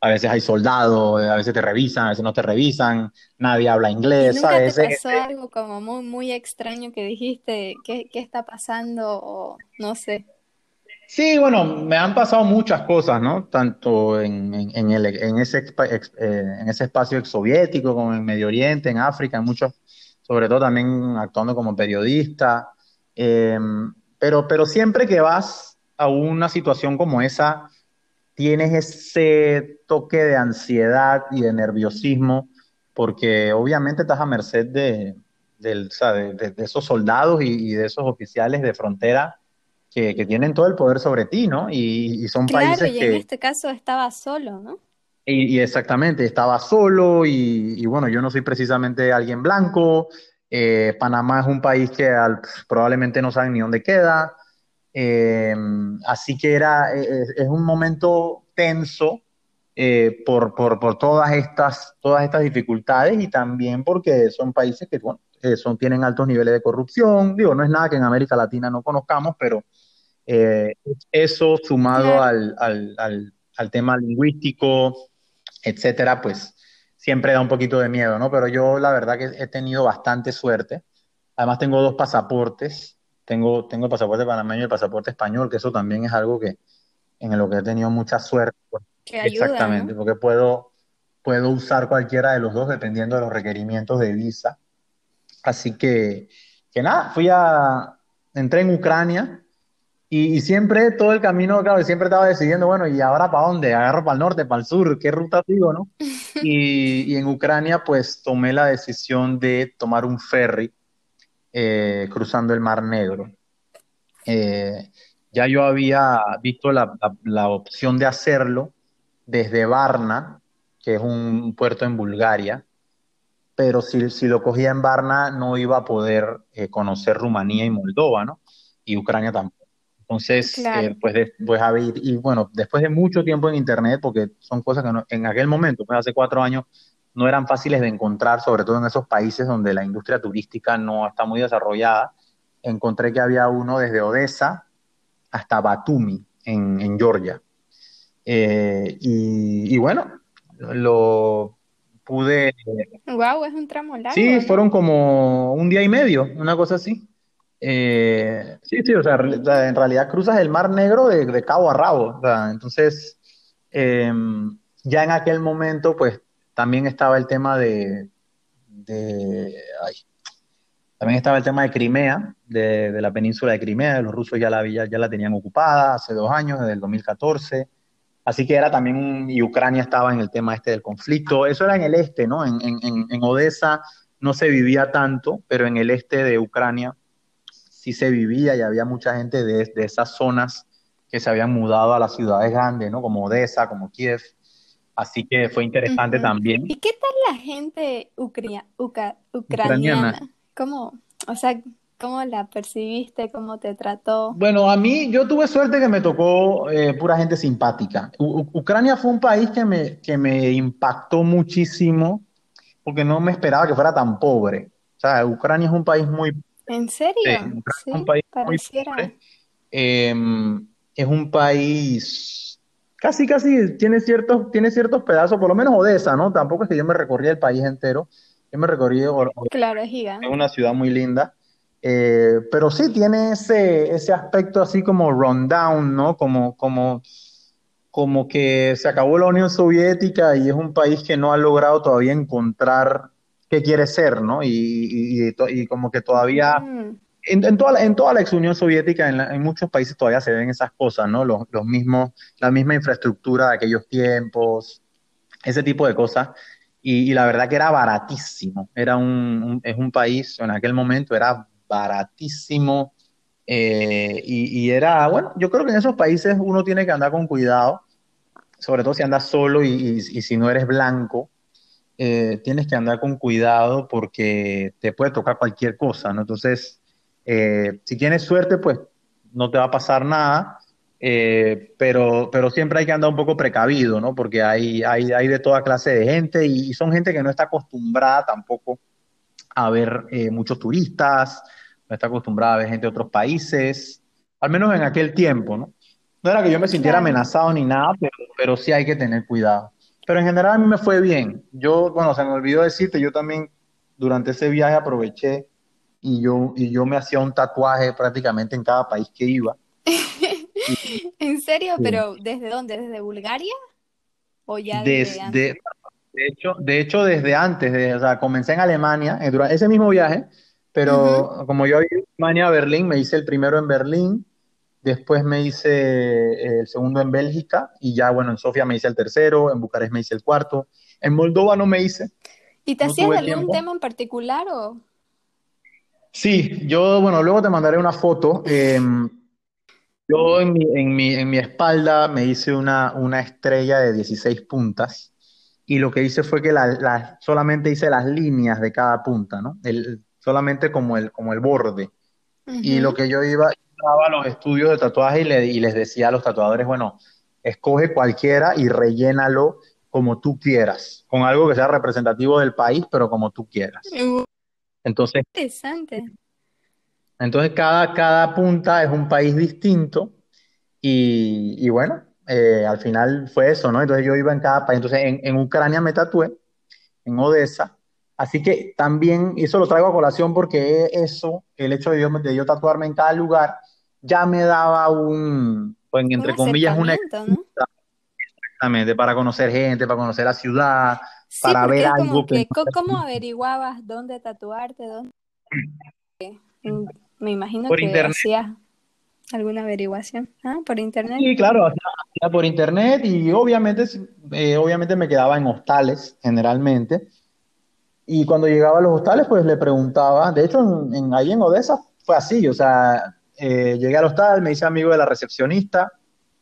Speaker 2: A veces hay soldados, a veces te revisan, a veces no te revisan, nadie habla
Speaker 1: ¿Y
Speaker 2: inglés,
Speaker 1: nunca te
Speaker 2: ¿sabes? Ese-
Speaker 1: pasó algo como muy, muy extraño que dijiste, ¿qué, qué está pasando? O no sé.
Speaker 2: Sí, bueno, me han pasado muchas cosas, ¿no? Tanto en, en, en el, en ese, expa- ex- eh, en ese espacio exsoviético, como en Medio Oriente, en África, en muchos, sobre todo también actuando como periodista. Eh, pero, pero siempre que vas a una situación como esa, tienes ese toque de ansiedad y de nerviosismo, porque obviamente estás a merced de, del, o sea, de, de- de esos soldados y, y de esos oficiales de frontera que, que tienen todo el poder sobre ti, ¿no? Y, y son
Speaker 1: Claro,
Speaker 2: países
Speaker 1: y en
Speaker 2: que,
Speaker 1: este caso estaba solo, ¿no?
Speaker 2: y, y exactamente, estaba solo y, y bueno, yo no soy precisamente alguien blanco. Eh, Panamá es un país que al- probablemente no saben ni dónde queda. Eh, Así que era, es, es un momento tenso eh, por, por, por todas estas, todas estas dificultades y también porque son países que, bueno, eh, son, tienen altos niveles de corrupción. Digo, no es nada que en América Latina no conozcamos, pero eh, eso sumado
Speaker 1: Claro.
Speaker 2: al, al, al, al tema lingüístico, etcétera, pues siempre da un poquito de miedo, ¿no? Pero yo la verdad que he tenido bastante suerte. Además tengo dos pasaportes. Tengo, tengo el pasaporte panameño y el pasaporte español, que eso también es algo que en lo que he tenido mucha suerte. Pues,
Speaker 1: Que ayuda,
Speaker 2: exactamente,
Speaker 1: ¿no?
Speaker 2: porque puedo, puedo usar cualquiera de los dos dependiendo de los requerimientos de visa. Así que, que nada, fui a, entré en Ucrania y, y siempre, todo el camino, claro, siempre estaba decidiendo, bueno, ¿y ahora para dónde? ¿Agarro para el norte, para el sur? ¿Qué ruta sigo, no? Y, y en Ucrania, pues tomé la decisión de tomar un ferry eh, cruzando el Mar Negro. Eh, ya yo había visto la, la- la opción de hacerlo desde Varna, que es un puerto en Bulgaria, pero si, si lo cogía en Varna no iba a poder eh, conocer Rumanía y Moldova, ¿no? Y Ucrania tampoco. Entonces, eh,
Speaker 1: Claro.
Speaker 2: pues, de- pues a ver, y bueno, después de mucho tiempo en Internet, porque son cosas que no- en aquel momento, pues hace cuatro años, no eran fáciles de encontrar, sobre todo en esos países donde la industria turística no está muy desarrollada, encontré que había uno desde Odessa hasta Batumi, en, en Georgia. Eh, y, y bueno, lo pude.
Speaker 1: Wow, es un tramo
Speaker 2: Sí,
Speaker 1: largo, ¿no?
Speaker 2: fueron como un día y medio, una cosa así. Eh, sí, sí, o sea, re- o sea, en realidad cruzas el Mar Negro de, de cabo a rabo. O sea, entonces, eh, ya en aquel momento, pues también estaba el tema de, de- ay, también estaba el tema de Crimea, de, de la península de Crimea. Los rusos ya la, ya, ya la tenían ocupada hace dos años, desde el dos mil catorce. Así que era también, un- y Ucrania estaba en el tema este del conflicto. Eso era en el este, ¿no? En, en, en en Odessa no se vivía tanto, pero en el este de Ucrania sí se vivía y había mucha gente de, de esas zonas que se habían mudado a las ciudades grandes, ¿no? Como Odessa, como Kiev. Así que fue interesante
Speaker 1: Ujú.
Speaker 2: también.
Speaker 1: ¿Y qué tal la gente ucria- uca-
Speaker 2: Ucraniana.
Speaker 1: ucraniana? ¿Cómo, o sea, cómo la percibiste? ¿Cómo te trató?
Speaker 2: Bueno, a mí yo tuve suerte que me tocó eh, pura gente simpática. U- U- Ucrania fue un país que me, que me impactó muchísimo porque no me esperaba que fuera tan pobre. O sea, Ucrania es un país muy,
Speaker 1: ¿En
Speaker 2: sí,
Speaker 1: serio?
Speaker 2: Ucrania es un
Speaker 1: Sí,
Speaker 2: país muy
Speaker 1: pareciera.
Speaker 2: pobre. Eh, es un país casi, casi tiene ciertos, tiene ciertos pedazos, por lo menos Odessa, ¿no? Tampoco es que yo me recorrí el país entero. Yo me recorrí, O- O-
Speaker 1: Claro, es
Speaker 2: es una
Speaker 1: gigante.
Speaker 2: ciudad muy linda. Eh, pero sí tiene ese, ese aspecto así como rundown, ¿no? Como, como, como que se acabó la Unión Soviética y es un país que no ha logrado todavía encontrar qué quiere ser, ¿no? Y, y, y to- y como que todavía
Speaker 1: Mm,
Speaker 2: en, en toda la, en toda la ex Unión Soviética, en, la- en muchos países todavía se ven esas cosas, ¿no? Los, los mismos, la misma infraestructura de aquellos tiempos, ese tipo de cosas. Y, y la verdad que era baratísimo. Era un, un- es un país, en aquel momento era baratísimo. Eh, y, y era, bueno, yo creo que en esos países uno tiene que andar con cuidado, sobre todo si andas solo y, y- y si no eres blanco, eh, tienes que andar con cuidado porque te puede tocar cualquier cosa, ¿no? Entonces, eh, si tienes suerte, pues no te va a pasar nada, eh, pero, pero siempre hay que andar un poco precavido, ¿no? Porque hay, hay, hay de toda clase de gente y, y son gente que no está acostumbrada tampoco a ver eh, muchos turistas, no está acostumbrada a ver gente de otros países, al menos en aquel tiempo, ¿no? No era que yo me sintiera
Speaker 1: claro.
Speaker 2: amenazado ni nada, pero, pero sí hay que tener cuidado. Pero en general a mí me fue bien. Yo, bueno, se me olvidó decirte, yo también durante ese viaje aproveché y yo, y yo me hacía un tatuaje prácticamente en cada país que iba. Y,
Speaker 1: ¿En serio?
Speaker 2: sí.
Speaker 1: ¿Pero desde dónde? ¿Desde Bulgaria o ya desde antes?
Speaker 2: Desde, de hecho, de hecho, desde antes, de, o sea, comencé en Alemania, eh, durante ese mismo viaje,
Speaker 1: Ujú.
Speaker 2: pero como yo había ido de Alemania a Berlín, me hice el primero en Berlín, después me hice eh, el segundo en Bélgica, y ya, bueno, en Sofía me hice el tercero, en Bucarest me hice el cuarto, en Moldova no me hice,
Speaker 1: ¿Y te
Speaker 2: no
Speaker 1: hacías de
Speaker 2: tuve
Speaker 1: algún
Speaker 2: tiempo.
Speaker 1: tema en particular o?
Speaker 2: Sí, yo, bueno, luego te mandaré una foto. eh, yo en mi, en mi, en mi espalda me hice una, una estrella de dieciséis puntas y lo que hice fue que la, la- solamente hice las líneas de cada punta, ¿no? El, solamente como el, como el borde. Y lo
Speaker 1: Ujú.
Speaker 2: que yo iba, iba a los estudios de tatuaje y, le- y les decía a los tatuadores, bueno, escoge cualquiera y rellénalo como tú quieras, con algo que sea representativo del país, pero como tú quieras.
Speaker 1: Uh,
Speaker 2: Entonces,
Speaker 1: Interesante.
Speaker 2: entonces cada, cada punta es un país distinto. Y, y bueno, eh, al final fue eso, ¿no? Entonces yo iba en cada país. Entonces en, en Ucrania me tatué, en Odessa. Así que también, eso lo traigo a colación porque eso, el hecho de yo, de yo tatuarme en cada lugar, ya me daba un, pues,
Speaker 1: Un
Speaker 2: entre comillas, una
Speaker 1: acercamiento, ¿no?
Speaker 2: excusa exactamente para conocer gente, para conocer la ciudad,
Speaker 1: Sí,
Speaker 2: para
Speaker 1: porque
Speaker 2: ver
Speaker 1: es como
Speaker 2: algo que
Speaker 1: que,
Speaker 2: no...
Speaker 1: co- ¿cómo averiguabas dónde tatuarte? ¿Dónde? Mm, Me imagino
Speaker 2: Por
Speaker 1: que
Speaker 2: internet.
Speaker 1: hacías alguna averiguación. Ah, por internet.
Speaker 2: Sí, claro, hacía, hacía por internet y obviamente, eh, obviamente me quedaba en hostales generalmente. Y cuando llegaba a los hostales, pues le preguntaba, de hecho, en, en- ahí en Odessa fue así, o sea, eh, llegué al hostal, me hice amigo de la recepcionista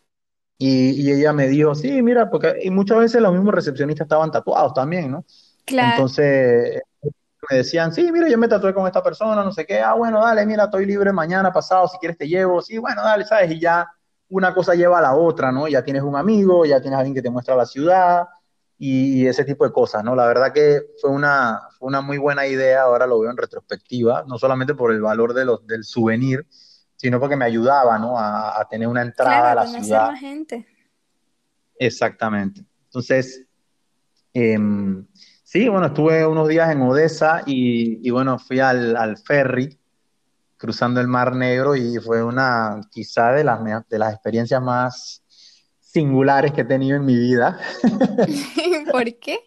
Speaker 2: y, y ella me dijo, sí, mira, porque y muchas veces los mismos recepcionistas estaban tatuados también, ¿no?
Speaker 1: Claro.
Speaker 2: Entonces me decían, sí, mira, yo me tatué con esta persona, no sé qué, ah, bueno, dale, mira, estoy libre mañana, pasado, si quieres te llevo, sí, bueno, dale, ¿sabes? Y ya una cosa lleva a la otra, ¿no? Ya tienes un amigo, ya tienes alguien que te muestra la ciudad y, y ese tipo de cosas, ¿no? La verdad que fue una, fue una muy buena idea, ahora lo veo en retrospectiva, no solamente por el valor de los, del souvenir, sino porque me ayudaba, ¿no? A, a tener una
Speaker 1: Claro,
Speaker 2: entrada a
Speaker 1: a
Speaker 2: la
Speaker 1: conocer
Speaker 2: ciudad.
Speaker 1: más gente.
Speaker 2: Exactamente. Entonces, em, sí, bueno, estuve unos días en Odessa y, y bueno, fui al, al ferry cruzando el Mar Negro y fue una quizá de las, me- de las experiencias más singulares que he tenido en mi vida,
Speaker 1: ¿Por qué?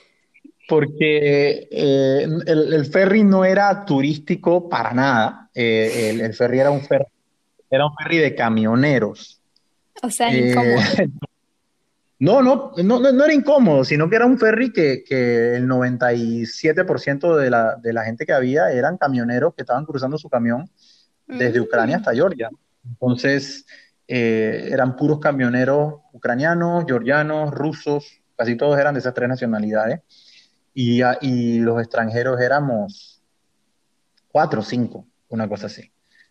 Speaker 2: porque eh, el, el ferry no era turístico para nada. Eh, el, el ferry era un ferry, era un ferry de camioneros.
Speaker 1: O sea,
Speaker 2: Eh,
Speaker 1: incómodo.
Speaker 2: no, no, no, no no era incómodo, sino que era un ferry que, que el noventa y siete por ciento de la, de la gente que había eran camioneros que estaban cruzando su camión desde Ucrania
Speaker 1: Mm,
Speaker 2: hasta Georgia. Entonces, eh, eran puros camioneros ucranianos, georgianos, rusos, casi todos eran de esas tres nacionalidades. Y, a- y los extranjeros éramos cuatro o cinco, una cosa así.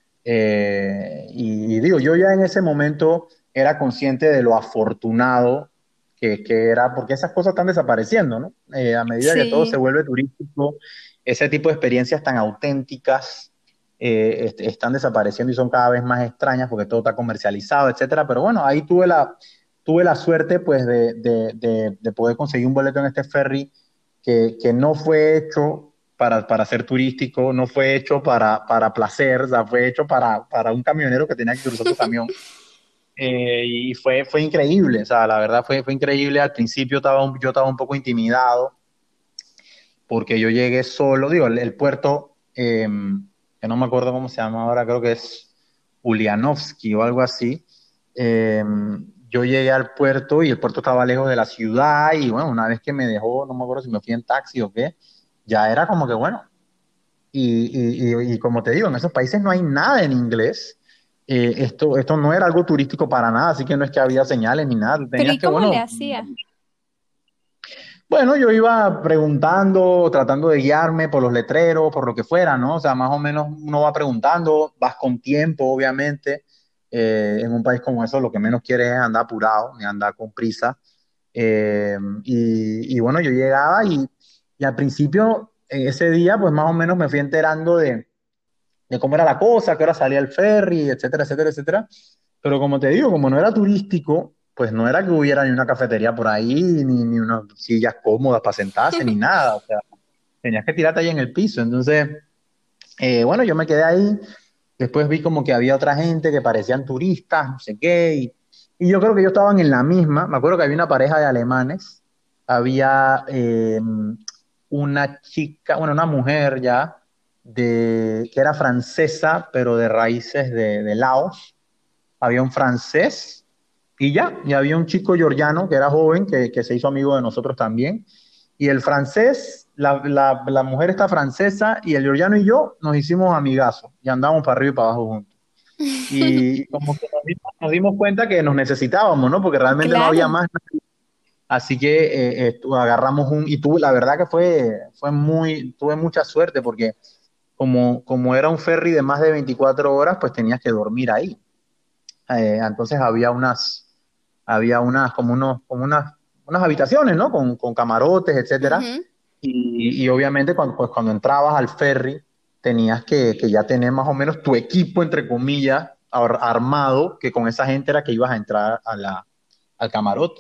Speaker 2: Eh, y, y digo, yo ya en ese momento era consciente de lo afortunado que, que era, porque esas cosas están desapareciendo, ¿no? Eh, a medida que todo se
Speaker 1: sí,
Speaker 2: vuelve turístico, ese tipo de experiencias tan auténticas eh, est- están desapareciendo y son cada vez más extrañas porque todo está comercializado, etcétera. Pero bueno, ahí tuve la, tuve la suerte pues de, de, de, de poder conseguir un boleto en este ferry que, que no fue hecho para, para ser turístico, no fue hecho para, para placer, o sea, fue hecho para, para un camionero que tenía que cruzar su camión. Eh, y fue, fue increíble, o sea, la verdad fue, fue increíble. Al principio estaba un- yo estaba un poco intimidado porque yo llegué solo, digo, el, el puerto, eh, que no me acuerdo cómo se llama ahora, creo que es Ulianovsky o algo así. Eh, yo llegué al puerto y el puerto estaba lejos de la ciudad y bueno, una vez que me dejó, no me acuerdo si me fui en taxi o qué, ya era como que bueno, y, y, y, y como te digo, en esos países no hay nada en inglés. Eh, esto, esto no era algo turístico para nada, así que no es que había señales ni nada.
Speaker 1: pero
Speaker 2: Tenías
Speaker 1: ¿y
Speaker 2: que,
Speaker 1: cómo le
Speaker 2: bueno,
Speaker 1: hacía?
Speaker 2: bueno, yo iba preguntando, tratando de guiarme por los letreros, por lo que fuera, ¿no? O sea, más o menos uno va preguntando, vas con tiempo, obviamente. Eh, en un país como eso, lo que menos quieres es andar apurado, ni andar con prisa. Eh, y, y bueno, yo llegaba y, y al principio, en ese día, pues más o menos me fui enterando de, de cómo era la cosa, a qué hora salía el ferry, etcétera, etcétera, etcétera. Pero como te digo, como no era turístico, pues no era que hubiera ni una cafetería por ahí, ni, ni unas sillas cómodas para sentarse, ni nada. O sea, tenías que tirarte ahí en el piso. Entonces, eh, bueno, yo me quedé ahí. Después vi como que había otra gente que parecían turistas, no sé qué. Y, y yo creo que ellos estaban en la misma. Me acuerdo que había una pareja de alemanes. Había eh, una chica, bueno, una mujer ya, de, que era francesa, pero de raíces de, de Laos. Había un francés y ya, y había un chico georgiano que era joven, que, que se hizo amigo de nosotros también. Y el francés, la, la, la mujer esta francesa y el georgiano y yo nos hicimos amigazos y andábamos para arriba y para abajo juntos. Y como que nos dimos, nos dimos cuenta que nos necesitábamos, ¿no? Porque realmente no había
Speaker 1: Claro,
Speaker 2: más. Así que eh, eh, tu- agarramos un, y tuve, la verdad que fue, fue muy, tuve mucha suerte porque como, como era un ferry de más de veinticuatro horas, pues tenías que dormir ahí. Eh, entonces había unas, había unas, como unos, como unas, unas habitaciones, ¿no? Con, con camarotes, etcétera.
Speaker 1: ujú.
Speaker 2: Y, y obviamente cuando, pues, cuando entrabas al ferry, tenías que, que ya tener más o menos tu equipo, entre comillas, ar- armado, que con esa gente era que ibas a entrar a la, al camarote.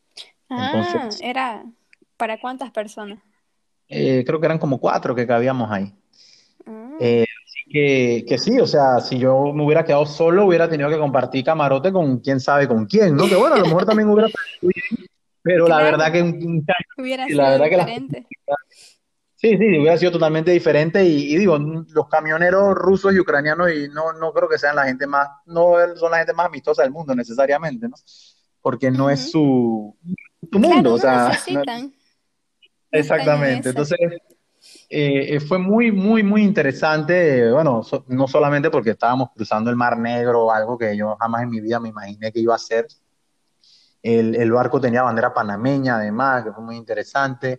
Speaker 1: Ah,
Speaker 2: Entonces,
Speaker 1: era ¿para cuántas personas?
Speaker 2: eh, creo que eran como cuatro que cabíamos ahí.
Speaker 1: Ah,
Speaker 2: Eh, así que, que sí, o sea, si yo me hubiera quedado solo, hubiera tenido que compartir camarote con quién sabe con quién, ¿no? Que bueno, a lo mejor también hubiera salido bien, pero la verdad
Speaker 1: claro,
Speaker 2: que un, un muchacho,
Speaker 1: hubiera
Speaker 2: y la
Speaker 1: sido
Speaker 2: verdad que las
Speaker 1: diferente.
Speaker 2: sí, sí, hubiera sido totalmente diferente y, y digo, los camioneros rusos y ucranianos y no, no creo que sean la gente más, no son la gente más amistosa del mundo necesariamente, ¿no? Porque no es
Speaker 1: Ujú.
Speaker 2: su, su
Speaker 1: Claro,
Speaker 2: mundo, o
Speaker 1: no
Speaker 2: sea, no-
Speaker 1: necesitan, no están en
Speaker 2: exactamente.
Speaker 1: esa.
Speaker 2: Entonces, eh, eh, fue muy, muy, muy interesante, eh, bueno, so- no solamente porque estábamos cruzando el Mar Negro, algo que yo jamás en mi vida me imaginé que iba a hacer. El, el barco tenía bandera panameña, además, que fue muy interesante.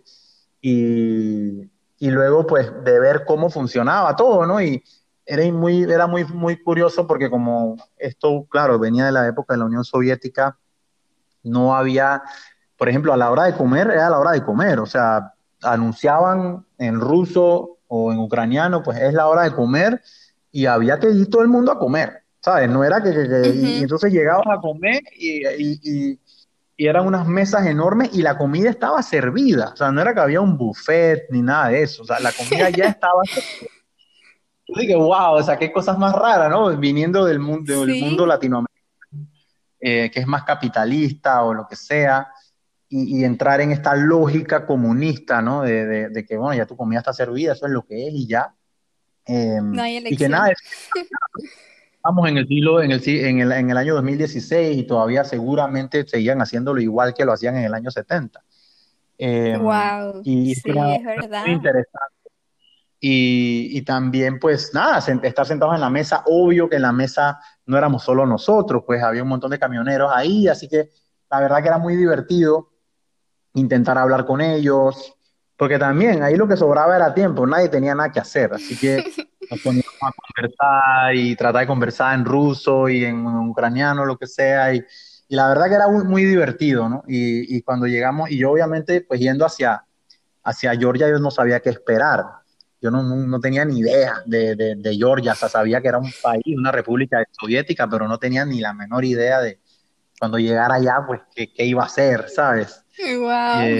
Speaker 2: Y, y luego, pues, de ver cómo funcionaba todo, ¿no? Y era muy, era muy, muy curioso porque como esto, claro, venía de la época de la Unión Soviética, no había, por ejemplo, a la hora de comer, era a la hora de comer, o sea, anunciaban en ruso o en ucraniano, pues es la hora de comer y había que ir todo el mundo a comer, ¿sabes? No era que, que- que- y, y
Speaker 1: Ujú.
Speaker 2: entonces llegabas a comer y, y, y, y eran unas mesas enormes y la comida estaba servida, o sea, no era que había un buffet ni nada de eso, o sea, la comida ya estaba servida. Yo dije, wow, o sea, qué cosas más raras, ¿no? Viniendo del mundo, del mundo
Speaker 1: Sí,
Speaker 2: latinoamericano, eh, que es más capitalista o lo que sea, y, y entrar en esta lógica comunista, ¿no? De, de, de que, bueno, ya tu comida está servida, eso es lo que es y ya. Eh,
Speaker 1: no hay
Speaker 2: y que nada,
Speaker 1: elección.
Speaker 2: estamos en el siglo, en el, si- en el, en el año dos mil dieciséis y todavía seguramente seguían haciéndolo igual que lo hacían en el año setenta. Eh,
Speaker 1: Wow,
Speaker 2: y eso era
Speaker 1: sí, es
Speaker 2: muy
Speaker 1: verdad.
Speaker 2: interesante. Y, y también, pues nada, sen- estar sentados en la mesa, obvio que en la mesa no éramos solo nosotros, pues había un montón de camioneros ahí, así que la verdad que era muy divertido intentar hablar con ellos, porque también ahí lo que sobraba era tiempo, nadie tenía nada que hacer, así que nos poníamos a conversar y tratar de conversar en ruso y en ucraniano, lo que sea, y, y la verdad que era muy, muy divertido, ¿no? Y, y cuando llegamos, y yo obviamente pues yendo hacia, hacia Georgia, yo no sabía qué esperar. Yo no, no, no tenía ni idea de, de, de Georgia, o sea, sabía que era un país, una república soviética, pero no tenía ni la menor idea de cuando llegara allá, pues, qué, qué iba a hacer, ¿sabes?
Speaker 1: Wow.
Speaker 2: Eh,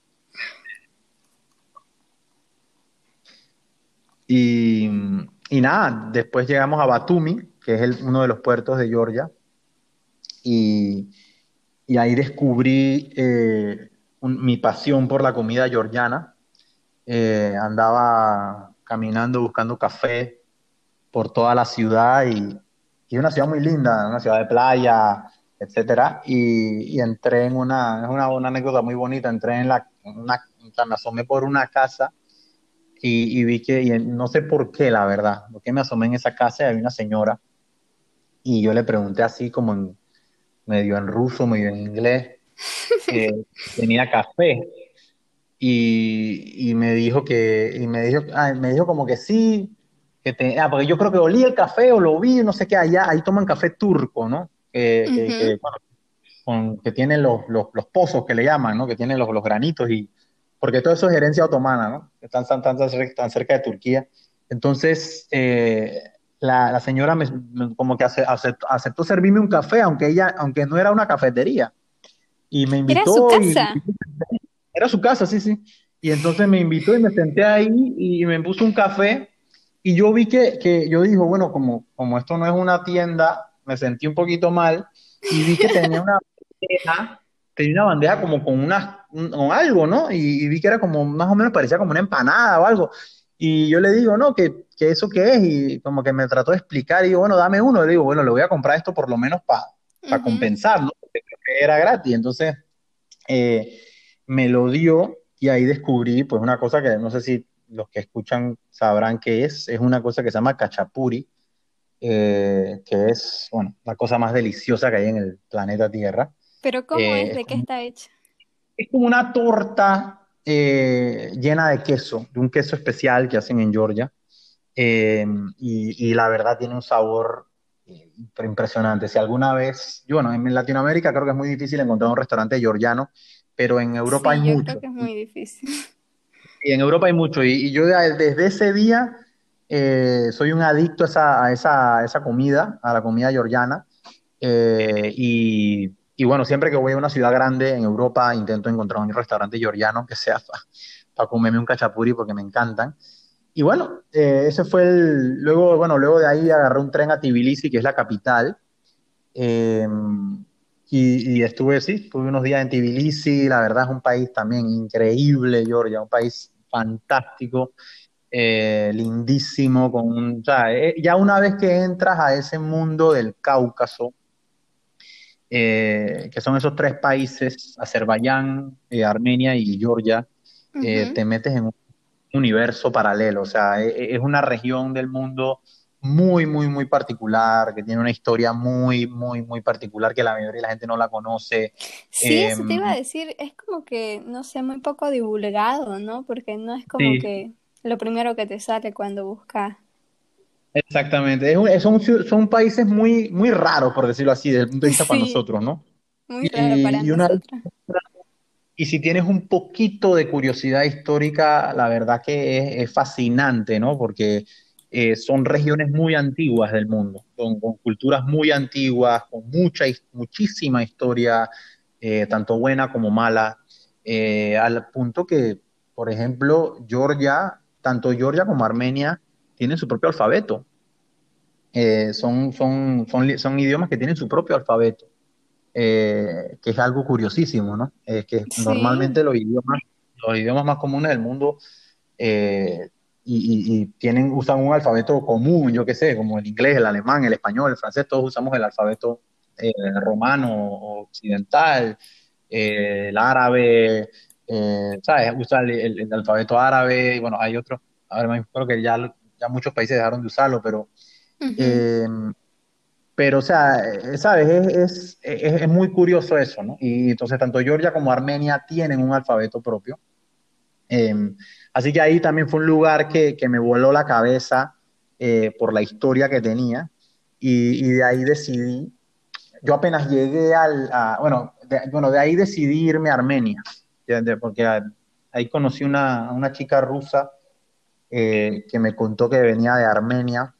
Speaker 2: y, y nada, después llegamos a Batumi, que es el- uno de los puertos de Georgia, y, y ahí descubrí eh, un- mi pasión por la comida georgiana. Eh, andaba caminando buscando café por toda la ciudad y, y es una ciudad muy linda, una ciudad de playa, etcétera. Y, y entré en una, es una, una anécdota muy bonita, entré en la, en una, o sea, me asomé por una casa y, y vi que, y no sé por qué, la verdad, porque me asomé en esa casa y había una señora y yo le pregunté así como en, medio en ruso, medio en inglés, eh, tenía café y, y me dijo que, y me dijo, ah, me dijo como que sí, que te, ah, porque yo creo que olí el café o lo vi, no sé qué, allá, ahí toman café turco, ¿no? Que, que,
Speaker 1: Ujú.
Speaker 2: que, bueno, con, que tienen los, los, los pozos que le llaman, ¿no? Que tienen los, los granitos y, porque todo eso es herencia otomana, ¿no? Están tan, tan, tan, cer- tan cerca de Turquía. Entonces, eh, la, la señora me, me- como que ace- aceptó, aceptó servirme un café, aunque ella, aunque no era una cafetería. y me
Speaker 1: Era su
Speaker 2: invitó y
Speaker 1: casa.
Speaker 2: era su casa, sí, sí. Y entonces me invitó y me senté ahí y me puso un café y yo vi que, que yo dijo, bueno, como, como esto no es una tienda, me sentí un poquito mal y vi que tenía una bandeja, tenía una bandeja como con una, un- con algo, ¿no? Y, y vi que era como, más o menos parecía como una empanada o algo. Y yo le digo, no, que, que eso qué es, y como que me trató de explicar, y digo, bueno, dame uno. Le digo, bueno, le voy a comprar esto por lo menos para
Speaker 1: Ujú.
Speaker 2: compensar, ¿no? Porque creo que era gratis. Entonces, eh, me lo dio y ahí descubrí pues una cosa que no sé si los que escuchan sabrán qué es, es una cosa que se llama cachapuri, eh, que es, bueno, la cosa más deliciosa que hay en el planeta Tierra.
Speaker 1: Pero ¿cómo
Speaker 2: Eh,
Speaker 1: es?
Speaker 2: es
Speaker 1: ¿De qué
Speaker 2: como,
Speaker 1: está hecho?
Speaker 2: es como una torta eh, llena de queso, de un queso especial que hacen en Georgia. Eh, y, y la verdad tiene un sabor eh, impresionante. Si alguna vez, yo, bueno, en Latinoamérica creo que es muy difícil encontrar un restaurante georgiano, pero en Europa hay
Speaker 1: Sí, yo creo
Speaker 2: mucho.
Speaker 1: que es muy difícil.
Speaker 2: Y en Europa hay mucho. Y, y yo de- desde ese día eh, soy un adicto a esa, a esa, a esa comida, a la comida georgiana. Eh, y, y bueno, siempre que voy a una ciudad grande en Europa intento encontrar un restaurante georgiano que sea para comerme un cachapuri porque me encantan. Y bueno, eh, ese fue el. Luego, bueno, luego de ahí agarré un tren a Tbilisi, que es la capital. eh, y, y estuve, sí, estuve unos días en Tbilisi. La verdad es un país también increíble, Georgia, un país fantástico, eh, lindísimo. Con un, o sea, eh, ya una vez que entras a ese mundo del Cáucaso, eh, que son esos tres países, Azerbaiyán, eh, Armenia y Georgia, eh,
Speaker 1: Ujú.
Speaker 2: te metes en un universo paralelo. O sea, e- e- es una región del mundo muy, muy, muy particular, que tiene una historia muy, muy, muy particular que la mayoría de la gente no la conoce.
Speaker 1: Sí,
Speaker 2: Eh,
Speaker 1: eso te iba a decir, es como que, no sé, muy poco divulgado, ¿no? Porque no es como
Speaker 2: sí,
Speaker 1: que lo primero que te sale cuando buscas.
Speaker 2: exactamente. Es un- es- son, son países muy, muy raros, por decirlo así, desde el punto de vista para
Speaker 1: Sí,
Speaker 2: nosotros, ¿no?
Speaker 1: muy raro para
Speaker 2: Y, y una
Speaker 1: nosotros.
Speaker 2: Y si tienes un poquito de curiosidad histórica, la verdad que es, es fascinante, ¿no? Porque eh, son regiones muy antiguas del mundo, con, con culturas muy antiguas, con mucha, his- muchísima historia, eh, tanto buena como mala, eh, al punto que, por ejemplo, Georgia, tanto Georgia como Armenia tienen su propio alfabeto. Eh, son, son, son, li- son idiomas que tienen su propio alfabeto, eh, que es algo curiosísimo, ¿no? Eh, que
Speaker 1: Sí,
Speaker 2: normalmente los idiomas, los idiomas más comunes del mundo eh, y, y- y tienen, usan un alfabeto común, yo qué sé, como el inglés, el alemán, el español, el francés, todos usamos el alfabeto eh, romano o occidental, eh, el árabe, eh, ¿sabes? Usa el, el- el alfabeto árabe, y bueno, hay otros, ahora mismo creo que ya, ya muchos países dejaron de usarlo, pero
Speaker 1: ujú.
Speaker 2: eh, pero, o sea, eh, ¿sabes? Es, es, es- es muy curioso eso, ¿no? Y entonces tanto Georgia como Armenia tienen un alfabeto propio. Eh, Así que ahí también fue un lugar que, que me voló la cabeza eh, por la historia que tenía. Y, y de ahí decidí, yo apenas llegué al, a- bueno, de, bueno, de ahí decidí irme a Armenia, ya de- porque a- ahí conocí una, una chica rusa eh, que me contó que venía de Armenia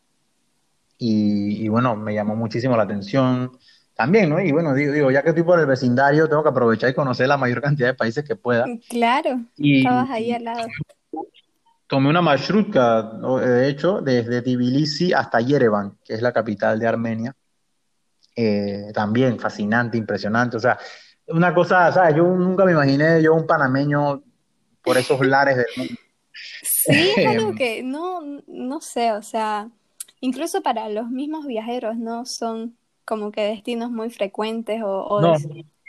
Speaker 2: y, y bueno, me llamó muchísimo la atención también, ¿no? Y bueno, digo, digo, ya que estoy por el vecindario, tengo que aprovechar y conocer la mayor cantidad de países que pueda.
Speaker 1: Claro,
Speaker 2: Y
Speaker 1: estabas ahí al lado.
Speaker 2: tomé una marshrutka, o- de hecho, desde Tbilisi hasta Yerevan, que es la capital de Armenia. Eh, también fascinante, impresionante. O sea, una cosa, ¿sabes? Yo nunca me imaginé yo un panameño por esos lares del mundo.
Speaker 1: Sí, es algo que no, no sé, o sea, incluso para los mismos viajeros no son como que destinos muy frecuentes o, o
Speaker 2: No,
Speaker 1: des-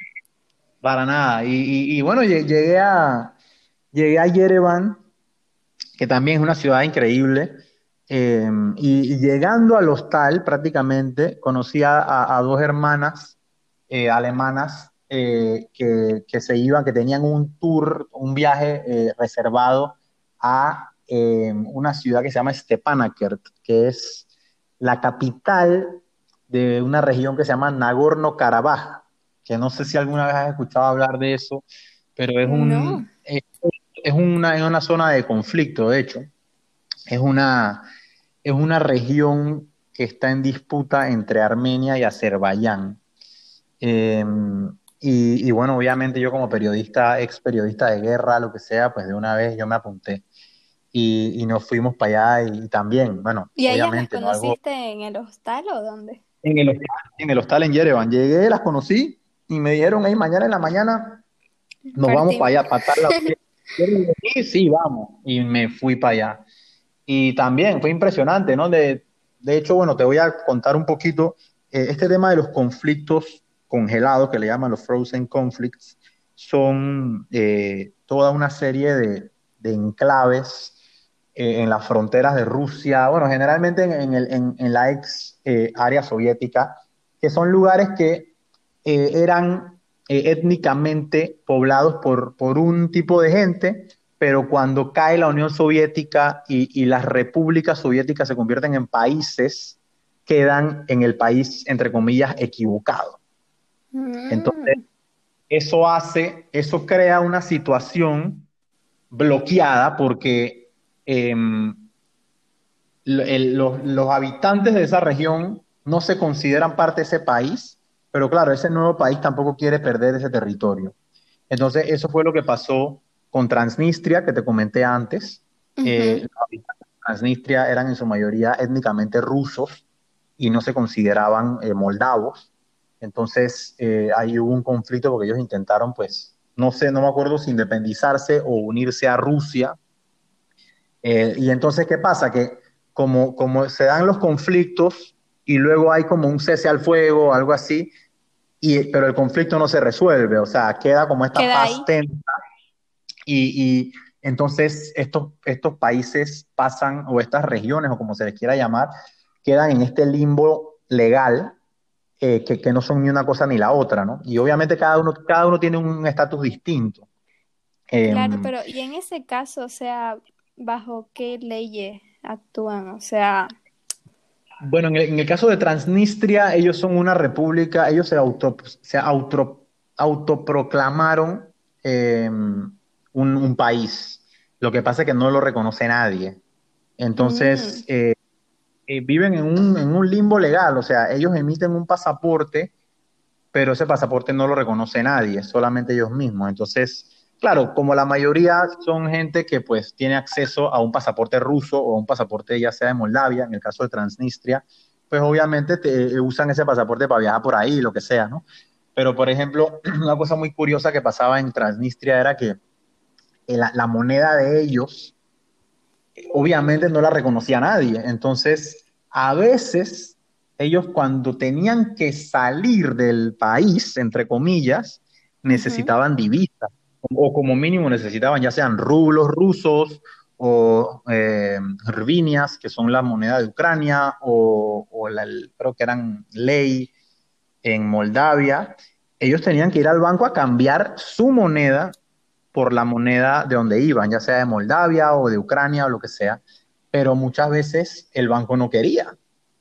Speaker 2: para nada. Y, y- y bueno, lle- llegué a, llegué a Yerevan, que también es una ciudad increíble. Eh, y, y llegando al hostal, prácticamente, conocí a, a- a dos hermanas eh, alemanas eh, que, que se iban, que tenían un tour, un viaje eh, reservado a eh, una ciudad que se llama Stepanakert, que es la capital de una región que se llama Nagorno-Karabaj, que no sé si alguna vez has escuchado hablar de eso, pero es
Speaker 1: no.
Speaker 2: un, es es una, es una zona de conflicto, de hecho. Es una, es una región que está en disputa entre Armenia y Azerbaiyán. Eh, Y, y bueno, obviamente yo como periodista, ex periodista de guerra, lo que sea, pues de una vez yo me apunté y, y nos fuimos para allá y también, bueno,
Speaker 1: ¿Y a ellas las
Speaker 2: obviamente, ¿no? Algo
Speaker 1: conociste en el hostal o dónde?
Speaker 2: en el hostal, en el hostal en Yerevan. Llegué, las conocí y me dijeron, hey, mañana en la mañana nos vamos para
Speaker 1: Partimos.
Speaker 2: allá, para tal. Sí, sí, vamos. Y me fui para allá. Y también fue impresionante, ¿no? De, de hecho, bueno, te voy a contar un poquito, eh, este tema de los conflictos congelados, que le llaman los frozen conflicts, son eh, toda una serie de, de enclaves eh, en las fronteras de Rusia, bueno, generalmente en, en el- en- en la ex eh, área soviética, que son lugares que eh, eran eh, étnicamente poblados por, por un tipo de gente, pero cuando cae la Unión Soviética y, y las repúblicas soviéticas se convierten en países, quedan en el país, entre comillas, equivocado. Entonces,
Speaker 1: Mm,
Speaker 2: eso hace, eso crea una situación bloqueada porque eh, el- los, los habitantes de esa región no se consideran parte de ese país, pero claro, ese nuevo país tampoco quiere perder ese territorio. Entonces, eso fue lo que pasó con Transnistria, que te comenté antes. Eh,
Speaker 1: ujú.
Speaker 2: los habitantes de Transnistria eran en su mayoría étnicamente rusos y no se consideraban eh, moldavos. Entonces, eh, ahí hubo un conflicto porque ellos intentaron, pues, no sé, no me acuerdo si independizarse o unirse a Rusia. Eh, y entonces, ¿qué pasa? Que como, como se dan los conflictos y luego hay como un cese al fuego o algo así, y, pero el conflicto no se resuelve, o sea, queda como esta
Speaker 1: Queda
Speaker 2: paz
Speaker 1: ahí.
Speaker 2: tensa y, y entonces estos, estos países pasan, o estas regiones, o como se les quiera llamar, quedan en este limbo legal eh, que, que no son ni una cosa ni la otra, ¿no? Y obviamente cada uno, cada uno tiene un estatus distinto. Eh,
Speaker 1: Claro, pero y en ese caso, o sea, ¿bajo qué leyes actúan? O sea,
Speaker 2: bueno, en el, en el caso de Transnistria, ellos son una república, ellos se, auto, se auto, autoproclamaron eh, un, un país. Lo que pasa es que no lo reconoce nadie.
Speaker 1: mm,
Speaker 2: Entonces, eh, eh, viven en un, en un limbo legal, o sea, ellos emiten un pasaporte, pero ese pasaporte no lo reconoce nadie, solamente ellos mismos. Entonces, claro, como la mayoría son gente que pues tiene acceso a un pasaporte ruso o a un pasaporte ya sea de Moldavia, en el caso de Transnistria, pues obviamente te, eh, usan ese pasaporte para viajar por ahí, lo que sea, ¿no? Pero, por ejemplo, una cosa muy curiosa que pasaba en Transnistria era que eh, la, la moneda de ellos obviamente no la reconocía nadie. Entonces, a veces ellos cuando tenían que salir del país, entre comillas,
Speaker 1: ujú.
Speaker 2: necesitaban divisas, o como mínimo necesitaban ya sean rublos rusos o eh, hryvnias, que son la moneda de Ucrania, o, o la, creo que eran ley en Moldavia. Ellos tenían que ir al banco a cambiar su moneda por la moneda de donde iban, ya sea de Moldavia o de Ucrania o lo que sea, pero muchas veces el banco no quería.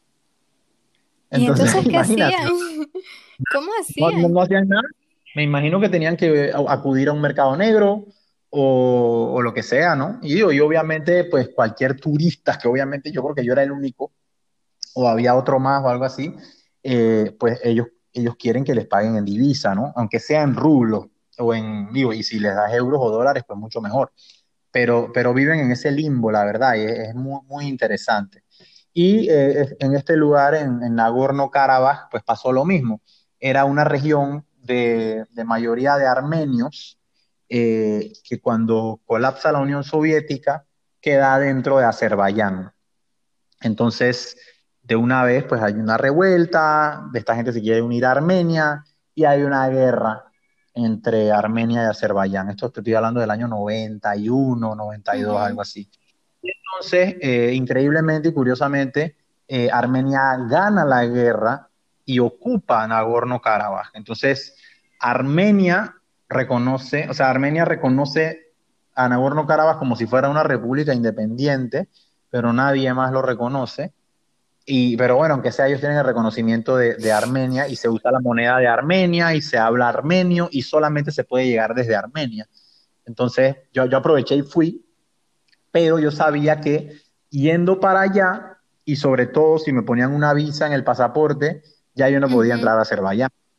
Speaker 1: ¿Y
Speaker 2: Entonces,
Speaker 1: entonces qué
Speaker 2: imagínate,
Speaker 1: hacían? ¿Cómo
Speaker 2: no, no,
Speaker 1: hacían?
Speaker 2: no hacían nada. Me imagino que tenían que acudir a un mercado negro o, o lo que sea, ¿no? Y, y obviamente, pues cualquier turista, que obviamente yo creo que yo era el único, o había otro más o algo así, eh, pues ellos, ellos quieren que les paguen en divisa, ¿no? Aunque sea en rublos o en, digo, y si les das euros o dólares, pues mucho mejor. Pero, pero viven en ese limbo, la verdad, y es, es muy, muy interesante. Y eh, en este lugar, en, en Nagorno-Karabaj, pues pasó lo mismo. Era una región de, de mayoría de armenios eh, que cuando colapsa la Unión Soviética queda dentro de Azerbaiyán. Entonces, de una vez, pues hay una revuelta, de esta gente se quiere unir a Armenia y hay una guerra entre Armenia y Azerbaiyán. Esto te estoy hablando del año noventa y uno, noventa y dos,
Speaker 1: Ujú.
Speaker 2: algo así. Entonces, eh, increíblemente y curiosamente, eh, Armenia gana la guerra y ocupa Nagorno-Karabaj. Entonces, Armenia reconoce, o sea, Armenia reconoce a Nagorno-Karabaj como si fuera una república independiente, pero nadie más lo reconoce. Y, pero bueno, aunque sea, ellos tienen el reconocimiento de, de Armenia y se usa la moneda de Armenia y se habla armenio y solamente se puede llegar desde Armenia. Entonces, yo, yo aproveché y fui, pero yo sabía que yendo para allá, y sobre todo si me ponían una visa en el pasaporte, ya yo no podía
Speaker 1: Ujú.
Speaker 2: entrar a Azerbaiyán.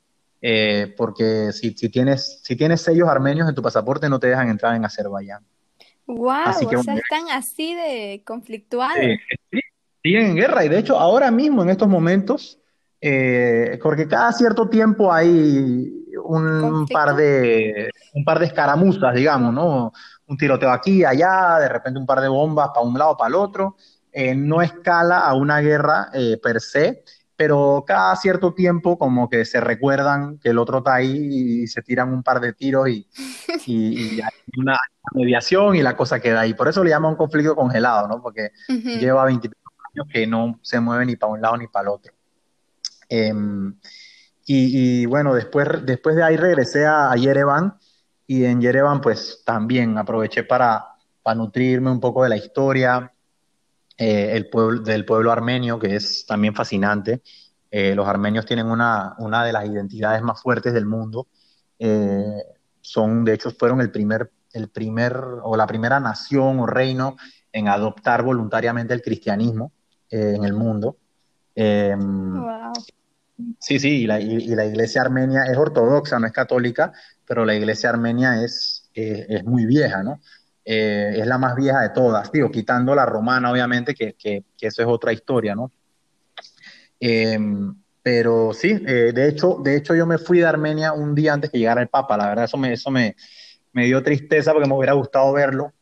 Speaker 2: eh, porque si, si tienes, si tienes sellos armenios en tu pasaporte no te dejan entrar en Azerbaiyán.
Speaker 1: Wow,
Speaker 2: Así que
Speaker 1: o sea,
Speaker 2: bueno,
Speaker 1: están así de
Speaker 2: eh,
Speaker 1: conflictuados.
Speaker 2: sí, siguen en guerra y de hecho ahora mismo en estos momentos, eh, porque cada cierto tiempo hay un par
Speaker 1: ¿Conflicto?
Speaker 2: de, un par de escaramuzas, digamos, ¿no? Un tiroteo aquí, allá, de repente un par de bombas para un lado, para el otro. Eh, no escala a una guerra eh, per se, pero cada cierto tiempo como que se recuerdan que el otro está ahí y se tiran un par de tiros y, y, y hay una mediación y la cosa queda ahí. Por eso le llama un conflicto congelado, ¿no? Porque
Speaker 1: Ujú.
Speaker 2: lleva veinte años que no se mueve ni para un lado ni para el otro. Eh, y, y, bueno, después, después de ahí regresé a, a Yerevan y en Yerevan pues también aproveché para, para nutrirme un poco de la historia eh, el pueblo, del pueblo armenio, que es también fascinante. Eh, los armenios tienen una, una de las identidades más fuertes del mundo. Eh, son, de hecho, fueron el primer, el primer o la primera nación o reino en adoptar voluntariamente el cristianismo eh, en el mundo. Eh,
Speaker 1: Wow.
Speaker 2: sí, sí, y la, y, y la iglesia armenia es ortodoxa, no es católica, pero la iglesia armenia es, eh, es muy vieja, ¿no? Eh, es la más vieja de todas, digo, quitando la romana, obviamente, que, que, que eso es otra historia, ¿no? Eh, pero sí, eh, de hecho, de hecho yo me fui de Armenia un día antes que llegara el Papa, la verdad eso me, eso me, me dio tristeza porque me hubiera gustado verlo.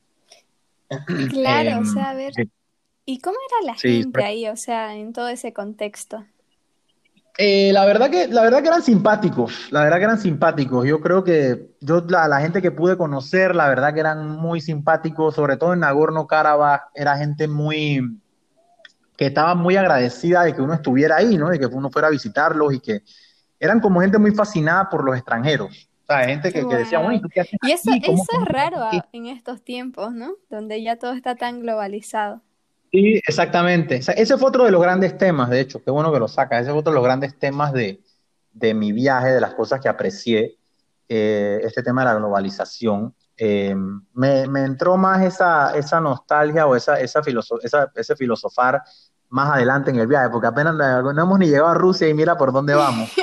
Speaker 2: Eh,
Speaker 1: Claro, o sea, a ver, ¿y cómo era la
Speaker 2: sí,
Speaker 1: gente ahí, o sea, en todo ese contexto?
Speaker 2: Eh, la verdad que, la verdad que eran simpáticos, la verdad que eran simpáticos. Yo creo que yo, la, la gente que pude conocer, la verdad que eran muy simpáticos, sobre todo en Nagorno-Karabaj, era gente muy, que estaba muy agradecida de que uno estuviera ahí, ¿no? De que uno fuera a visitarlos y que eran como gente muy fascinada por los extranjeros. O sea, gente que, que decía, bueno, ¿y
Speaker 1: Wow.
Speaker 2: tú qué haces
Speaker 1: Y eso,
Speaker 2: aquí? ¿Cómo,
Speaker 1: eso
Speaker 2: cómo
Speaker 1: es
Speaker 2: llegaste
Speaker 1: raro
Speaker 2: aquí?
Speaker 1: a- en estos tiempos, ¿no? Donde ya todo está tan globalizado.
Speaker 2: Sí, exactamente. O sea, ese fue otro de los grandes temas, de hecho, qué bueno que lo sacas. Ese fue otro de los grandes temas de, de mi viaje, de las cosas que aprecié, eh, este tema de la globalización. Eh, me, me entró más esa, esa nostalgia o esa, esa, filoso- esa- ese filosofar más adelante en el viaje, porque apenas no, no hemos ni llegado a Rusia y mira por dónde vamos.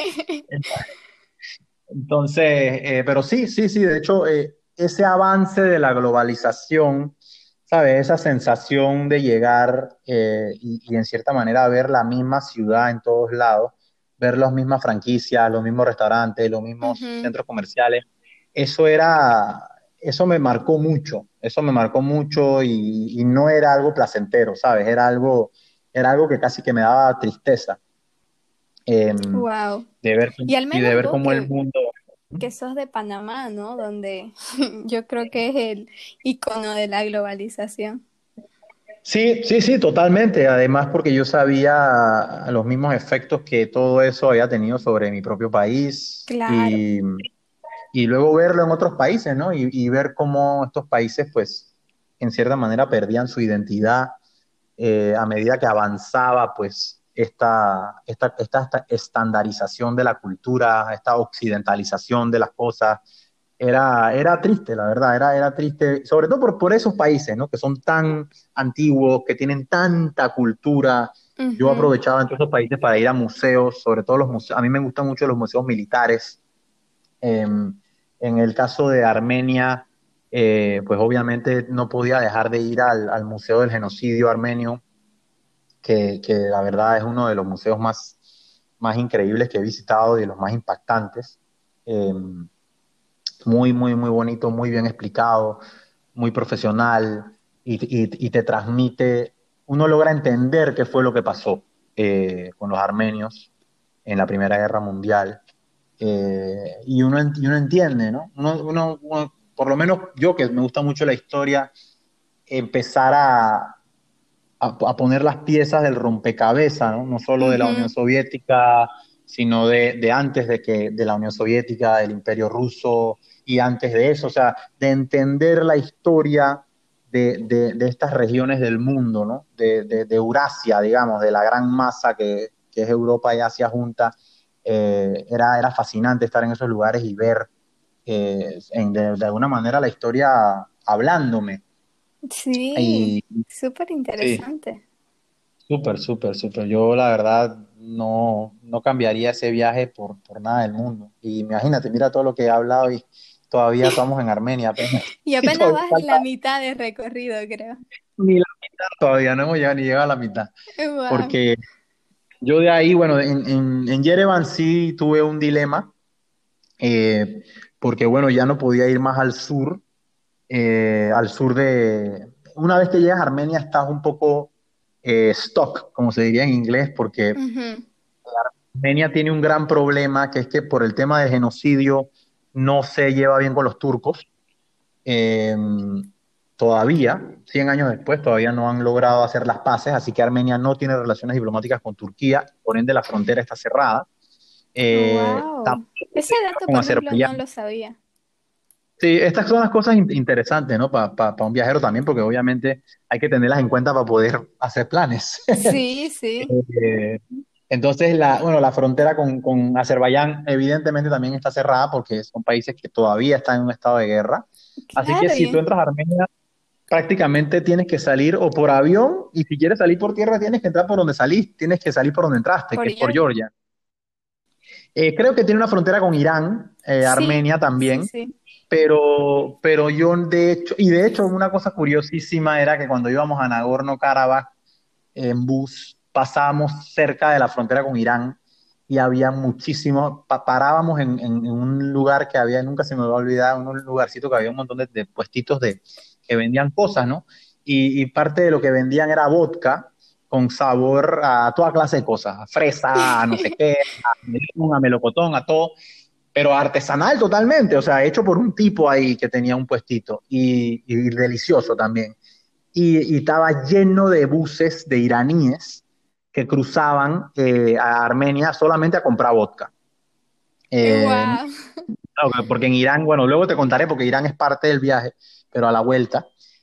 Speaker 2: Entonces, eh, pero sí, sí, sí, de hecho, eh, ese avance de la globalización, ¿sabes? Esa sensación de llegar eh, y, y en cierta manera ver la misma ciudad en todos lados, ver las mismas franquicias, los mismos restaurantes, los mismos
Speaker 1: Ujú.
Speaker 2: centros comerciales, eso era, eso me marcó mucho, eso me marcó mucho y, y no era algo placentero, ¿sabes? Era algo, era algo que casi que me daba tristeza eh,
Speaker 1: Wow.
Speaker 2: de ver,
Speaker 1: Y al
Speaker 2: y
Speaker 1: menos
Speaker 2: de ver
Speaker 1: vos
Speaker 2: cómo el
Speaker 1: que,
Speaker 2: mundo.
Speaker 1: que sos de Panamá, ¿no? Donde yo creo que es el icono de la globalización.
Speaker 2: Sí, sí, sí, totalmente. Además, porque yo sabía los mismos efectos que todo eso había tenido sobre mi propio país
Speaker 1: Claro.
Speaker 2: y, y luego verlo en otros países, ¿no? Y, y ver cómo estos países, pues, en cierta manera perdían su identidad eh, a medida que avanzaba, pues, esta, esta, esta, esta estandarización de la cultura, esta occidentalización de las cosas era, era triste, la verdad, era, era triste, sobre todo por, por esos países, ¿no? Que son tan antiguos, que tienen tanta cultura. Yo
Speaker 1: Ujú.
Speaker 2: aprovechaba en todos esos países para ir a museos, sobre todo los museos, a mí me gustan mucho los museos militares. Eh, en el caso de Armenia, eh, pues obviamente no podía dejar de ir al, al Museo del Genocidio Armenio, que, que la verdad es uno de los museos más, más increíbles que he visitado y de los más impactantes. Eh, muy, muy, muy bonito, muy bien explicado, muy profesional y, y, y te transmite, uno logra entender qué fue lo que pasó eh, con los armenios en la Primera Guerra Mundial eh, y, uno, y uno entiende, ¿no? Uno, uno, uno, por lo menos yo que me gusta mucho la historia, empezar a, a, a poner las piezas del rompecabezas, ¿no? No solo de la Unión
Speaker 1: Ujú.
Speaker 2: Soviética, sino de, de antes de, que, de la Unión Soviética, del Imperio Ruso y antes de eso, o sea, de entender la historia de, de, de estas regiones del mundo, ¿no? De, de, de, Eurasia, digamos, de la gran masa que, que es Europa y Asia junta. Eh, era, era fascinante estar en esos lugares y ver eh, en, de, de alguna manera la historia hablándome.
Speaker 1: Sí,
Speaker 2: Y
Speaker 1: súper
Speaker 2: sí,
Speaker 1: interesante.
Speaker 2: Súper, súper, súper. Yo la verdad no, no cambiaría ese viaje por, por nada del mundo. Y imagínate, mira todo lo que he hablado y todavía estamos en Armenia apenas.
Speaker 1: Y
Speaker 2: Y
Speaker 1: apenas
Speaker 2: todavía
Speaker 1: vas
Speaker 2: falta
Speaker 1: la mitad de recorrido, creo.
Speaker 2: ni la mitad todavía, no hemos llegado ni llegado a la mitad.
Speaker 1: Wow.
Speaker 2: Porque yo de ahí, bueno, en, en, en Yerevan sí tuve un dilema, eh, porque bueno, ya no podía ir más al sur, eh, al sur de... Una vez que llegas a Armenia estás un poco eh, stuck, como se diría en inglés, porque
Speaker 1: Ujú.
Speaker 2: Armenia tiene un gran problema, que es que por el tema del genocidio no se lleva bien con los turcos. Eh, Todavía, cien años después, todavía no han logrado hacer las paces, así que Armenia no tiene relaciones diplomáticas con Turquía, por ende la frontera está cerrada. Eh,
Speaker 1: Wow.
Speaker 2: tampoco
Speaker 1: Ese dato,
Speaker 2: con
Speaker 1: por ejemplo, no
Speaker 2: Azerbaiyán.
Speaker 1: lo sabía.
Speaker 2: Sí, estas son las cosas in- interesantes, ¿no? Para un viajero también, porque obviamente hay que tenerlas en cuenta para poder hacer planes.
Speaker 1: Sí, sí,
Speaker 2: Eh, entonces, la, bueno, la frontera con, con Azerbaiyán evidentemente también está cerrada porque son países que todavía están en un estado de guerra. Así que
Speaker 1: claro,
Speaker 2: si tú
Speaker 1: y
Speaker 2: entras a Armenia, prácticamente tienes que salir o por avión y si quieres salir por tierra tienes que entrar por donde salís, tienes que salir por donde entraste,
Speaker 1: por
Speaker 2: que es por
Speaker 1: Georgia.
Speaker 2: Georgia. Eh, creo que tiene una frontera con Irán, eh,
Speaker 1: Sí,
Speaker 2: Armenia
Speaker 1: sí,
Speaker 2: también.
Speaker 1: sí.
Speaker 2: Pero, pero yo de hecho, y de hecho una cosa curiosísima era que cuando íbamos a Nagorno-Karabaj en bus, pasábamos cerca de la frontera con Irán y había muchísimos, pa- parábamos en, en- en un lugar que había, nunca se me va a olvidar, un lugarcito que había un montón de, de puestitos de, que vendían cosas, ¿no? Y, y parte de lo que vendían era vodka con sabor a toda clase de cosas, a fresa, a no sé qué, a melón, a melocotón, a todo pero artesanal totalmente, o sea, hecho por un tipo ahí que tenía un puestito y, y delicioso también. Y, y, estaba lleno de buses de iraníes que cruzaban eh, a Armenia solamente a comprar vodka. Eh,
Speaker 1: Wow.
Speaker 2: claro, porque en Irán, bueno, luego te contaré porque Irán es parte del viaje, pero a la vuelta,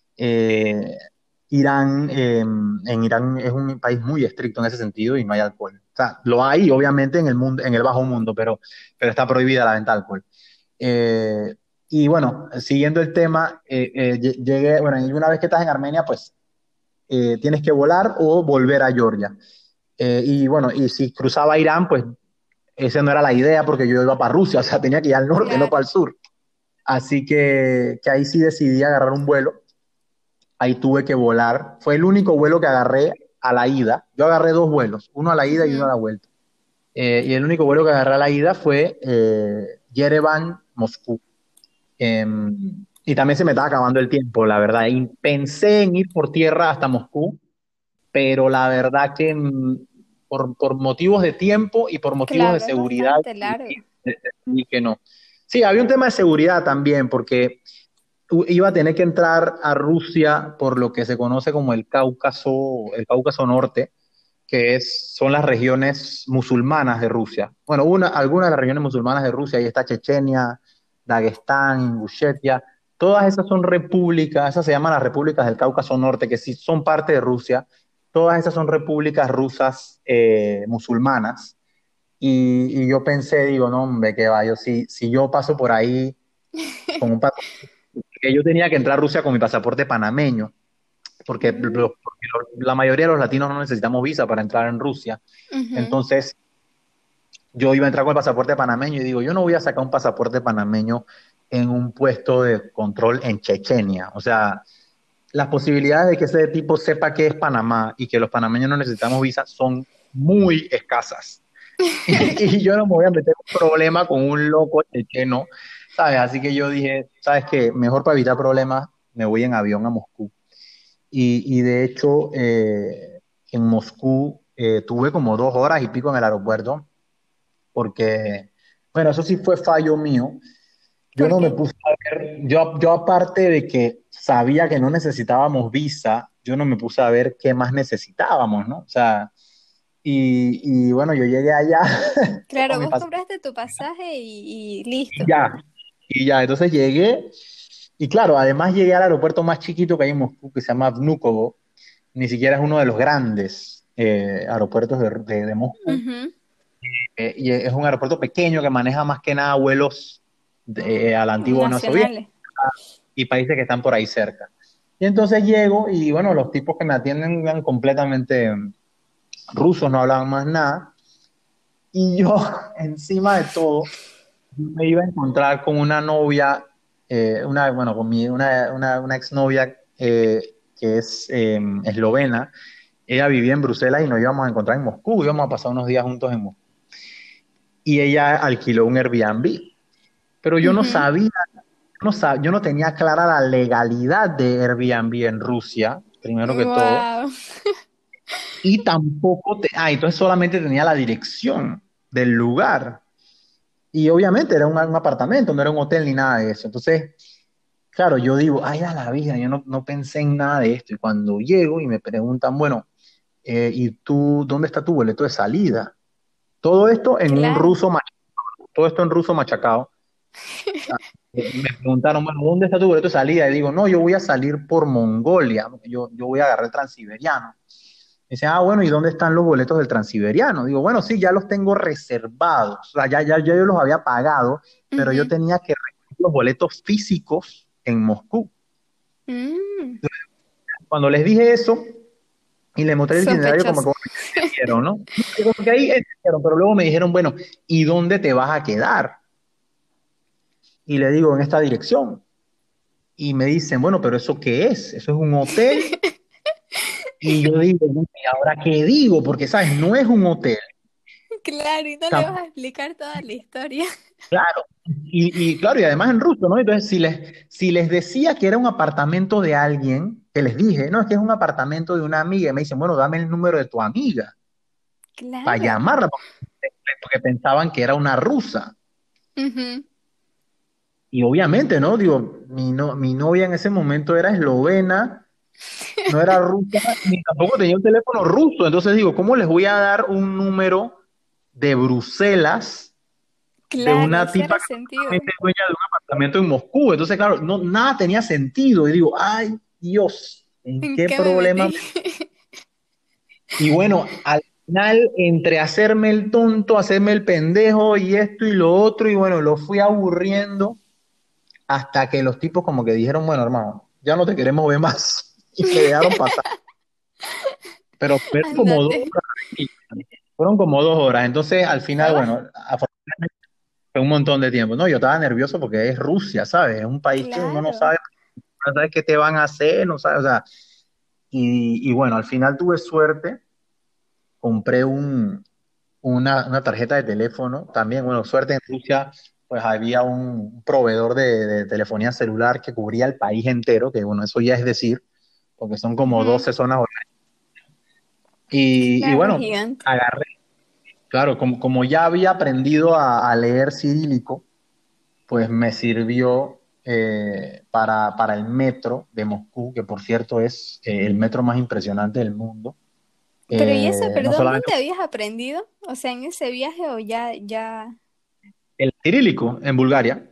Speaker 2: eh, Irán, eh, en Irán es un país muy estricto en ese sentido y no hay alcohol. O sea, lo hay obviamente en el mundo, en el bajo mundo, pero, pero está prohibida la venta de alcohol. Eh, y bueno, siguiendo el tema, eh, eh, llegué, bueno, y una vez que estás en Armenia, pues eh, tienes que volar o volver a Georgia. Eh, y bueno, y si cruzaba Irán, pues esa no era la idea porque yo iba para Rusia, o sea, tenía que ir al norte, no para
Speaker 1: Claro.
Speaker 2: el sur. Así que, que ahí sí decidí agarrar un vuelo, ahí tuve que volar. Fue el único vuelo que agarré a la ida. Yo agarré dos vuelos, uno a la ida y uno a
Speaker 1: Ujú.
Speaker 2: la vuelta. Eh, y el único vuelo que agarré a la ida fue eh, Yerevan-Moscú. Eh, y también se me estaba acabando el tiempo, la verdad. Y pensé en ir por tierra hasta Moscú, pero la verdad que mm, por, por motivos de tiempo y por motivos de
Speaker 1: Claro, es
Speaker 2: seguridad,
Speaker 1: bastante
Speaker 2: y,
Speaker 1: largo.
Speaker 2: y que no. Sí, había un tema de seguridad también, porque u- iba a tener que entrar a Rusia por lo que se conoce como el Cáucaso, el Cáucaso Norte, que es, son las regiones musulmanas de Rusia. Bueno, una, algunas de las regiones musulmanas de Rusia, ahí está Chechenia, Dagestán, Ingushetia, todas esas son repúblicas, esas se llaman las repúblicas del Cáucaso Norte, que sí son parte de Rusia, todas esas son repúblicas rusas eh, musulmanas. Y, y yo pensé, digo, no, hombre, que va, yo si, si yo paso por ahí con un pasaporte, que yo tenía que entrar a Rusia con mi pasaporte panameño, porque,
Speaker 1: Mm,
Speaker 2: lo- porque lo- la mayoría de los latinos no necesitamos visa para entrar en Rusia.
Speaker 1: ujú.
Speaker 2: Entonces, yo iba a entrar con el pasaporte panameño y digo, yo no voy a sacar un pasaporte panameño en un puesto de control en Chechenia. O sea, las posibilidades de que ese tipo sepa que es Panamá y que los panameños no necesitamos visa son muy escasas. Y, y yo no me voy a meter en un problema con un loco checheno, ¿sabes? Así que yo dije, ¿sabes qué? Mejor para evitar problemas, me voy en avión a Moscú. Y, y de hecho, eh, en Moscú eh, tuve como dos horas y pico en el aeropuerto porque, bueno, eso sí fue fallo mío. Yo
Speaker 1: ¿Por
Speaker 2: no me
Speaker 1: qué?
Speaker 2: puse a ver, yo, yo aparte de que sabía que no necesitábamos visa, yo no me puse a ver qué más necesitábamos, ¿no? O sea, y, y bueno, yo llegué allá con
Speaker 1: Claro,
Speaker 2: mi
Speaker 1: vos
Speaker 2: pasaporte
Speaker 1: compraste tu pasaje y, y
Speaker 2: y
Speaker 1: listo.
Speaker 2: ya, y ya, entonces llegué, y claro, además llegué al aeropuerto más chiquito que hay en Moscú, que se llama Vnukovo, ni siquiera es uno de los grandes eh, aeropuertos de, de, de Moscú,
Speaker 1: Ujú.
Speaker 2: eh, y es un aeropuerto pequeño que maneja más que nada vuelos de, a la antigua Unión Soviética
Speaker 1: Nacionales.
Speaker 2: y países que están por ahí cerca. Y entonces llego y bueno, los tipos que me atienden eran completamente rusos no hablaban más nada, y yo, encima de todo, me iba a encontrar con una novia, eh, una, bueno, con mi, una, una, una exnovia eh, que es eh, eslovena. Ella vivía en Bruselas y nos íbamos a encontrar en Moscú, íbamos a pasar unos días juntos en Moscú. Y ella alquiló un Airbnb, pero yo no
Speaker 1: Ujú.
Speaker 2: sabía, no sab- yo no tenía clara la legalidad de Airbnb en Rusia, primero que todo,
Speaker 1: Wow.
Speaker 2: y tampoco, te, ah, entonces solamente tenía la dirección del lugar. Y obviamente era un, un apartamento, no era un hotel ni nada de eso. Entonces, claro, yo digo, ay, a la vida, yo no, no pensé en nada de esto. Y cuando llego y me preguntan, bueno, eh, ¿y tú, dónde está tu boleto de salida? Todo esto en un
Speaker 1: Claro.
Speaker 2: ruso machacado, todo esto en ruso machacado. Ah, eh, Me preguntaron, bueno, ¿dónde está tu boleto de salida? Y digo, no, yo voy a salir por Mongolia, yo, yo voy a agarrar el transiberiano. Dice, ah, bueno, ¿y dónde están los boletos del transiberiano? Digo, bueno, sí, ya los tengo reservados, o sea, ya, ya, ya yo los había pagado, pero yo
Speaker 1: Ujú.
Speaker 2: tenía que recoger los boletos físicos en Moscú.
Speaker 1: Mm,
Speaker 2: Cuando les dije eso y les mostré el itinerario, como
Speaker 1: sospechoso.
Speaker 2: que bueno, ya entendieron, ¿no? Como que ahí entendieron, pero luego me dijeron, bueno, ¿y dónde te vas a quedar? Y le digo, en esta dirección. Y me dicen, bueno, pero ¿eso qué es? ¿Eso es un hotel? Y yo digo, "Bueno, ¿y ahora qué digo? Porque, ¿sabes? No es un hotel.
Speaker 1: Claro, y no le vas a explicar toda la historia.
Speaker 2: Claro, y, y claro, y además en ruso, ¿no? Entonces, si les, si les decía que era un apartamento de alguien, que les dije, no, es que es un apartamento de una amiga, y me dicen, bueno, dame el número de tu amiga para
Speaker 1: Claro.
Speaker 2: llamarla, porque, porque pensaban que era una rusa.
Speaker 1: Ujú.
Speaker 2: Y obviamente, ¿no? Digo, mi, no, mi novia en ese momento era eslovena, no era rusa, ni tampoco tenía un teléfono ruso. Entonces digo, ¿cómo les voy a dar un número de Bruselas de
Speaker 1: Claro,
Speaker 2: una tipa
Speaker 1: cero
Speaker 2: que
Speaker 1: sentido.
Speaker 2: supuestamente es dueña de un apartamento en Moscú? Entonces, claro, no, nada tenía sentido. Y digo, ay, Dios, ¿en
Speaker 1: ¿En
Speaker 2: qué
Speaker 1: qué me
Speaker 2: problema?
Speaker 1: metí?
Speaker 2: Y bueno, al final, entre hacerme el tonto, hacerme el pendejo y esto y lo otro, y bueno, lo fui aburriendo hasta que los tipos como que dijeron, bueno, hermano, ya no te queremos ver más. Y me dejaron pasar. Pero fueron como dos
Speaker 1: Ándate.
Speaker 2: horas. Fueron como dos horas. Entonces, al final,
Speaker 1: Oh,
Speaker 2: bueno, afortunadamente fue un montón de tiempo. No, yo estaba nervioso porque es Rusia, ¿sabes? Es un país que uno no
Speaker 1: claro.
Speaker 2: sabe, no sabe qué te van a hacer, no sabe, o sea, y, y bueno, al final tuve suerte, compré un, una, una tarjeta de teléfono, también, bueno, suerte en Rusia, pues había un proveedor de, de telefonía celular que cubría el país entero, que bueno, eso ya es decir, porque son como
Speaker 1: Ujú.
Speaker 2: doce zonas horarias. Y, y
Speaker 1: Claro, es
Speaker 2: bueno,
Speaker 1: gigante.
Speaker 2: agarré, claro, como, como ya había aprendido a, a leer cirílico, pues me sirvió eh, para, para el metro de Moscú, que por cierto es eh, el metro más impresionante del mundo.
Speaker 1: Pero ¿y eso,
Speaker 2: Eh, no
Speaker 1: perdón,
Speaker 2: solamente
Speaker 1: dónde habías aprendido? O sea, en ese viaje o ya, ya.
Speaker 2: el cirílico en Bulgaria,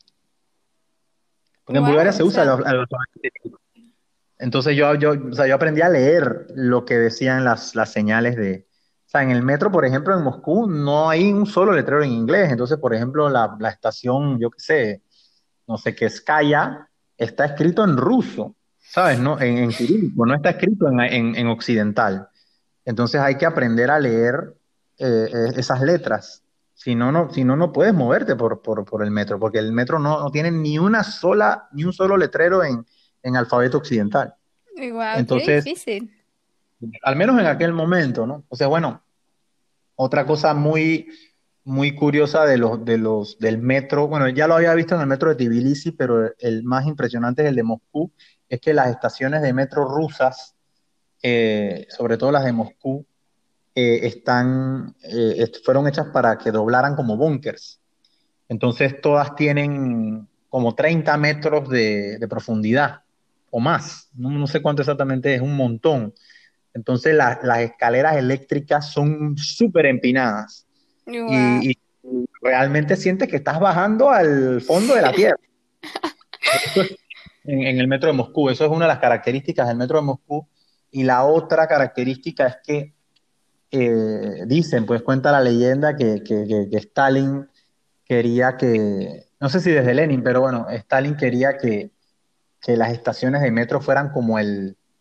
Speaker 2: porque en Bulgaria
Speaker 1: Wow, o
Speaker 2: se usa el,
Speaker 1: sea,
Speaker 2: el alfabeto cirílico. Entonces yo, yo, o sea, yo aprendí a leer lo que decían las, las señales de... O sea, en el metro, por ejemplo, en Moscú no hay un solo letrero en inglés. Entonces, por ejemplo, la, la estación, yo qué sé, no sé qué, Skaya, está escrito en ruso, ¿sabes? No, en, en cirílico, no está escrito en, en, en occidental. Entonces hay que aprender a leer eh, eh, esas letras. Si no, no, si no, no puedes moverte por, por, por el metro, porque el metro no, no tiene ni una sola, ni un solo letrero en, en alfabeto occidental.
Speaker 1: wow, qué
Speaker 2: Entonces,
Speaker 1: difícil.
Speaker 2: al menos en aquel momento, ¿no? O sea, bueno, otra cosa muy, muy curiosa de los, de los, del metro, bueno, ya lo había visto en el metro de Tbilisi, pero el más impresionante es el de Moscú, es que las estaciones de metro rusas, eh, sobre todo las de Moscú, eh, están, eh, est- fueron hechas para que doblaran como búnkers. Entonces todas tienen como treinta metros de, de profundidad o más. No, no sé cuánto exactamente es, un montón. Entonces la- las escaleras eléctricas son súper empinadas
Speaker 1: Wow.
Speaker 2: y, y realmente sientes que estás bajando al fondo de la tierra. Eso es en, en el metro de Moscú. Eso es una de las características del metro de Moscú. Y la otra característica es que eh, dicen, pues cuenta la leyenda que, que, que- que Stalin quería que, no sé si desde Lenin, pero bueno, Stalin quería que, que las estaciones de metro fueran como el,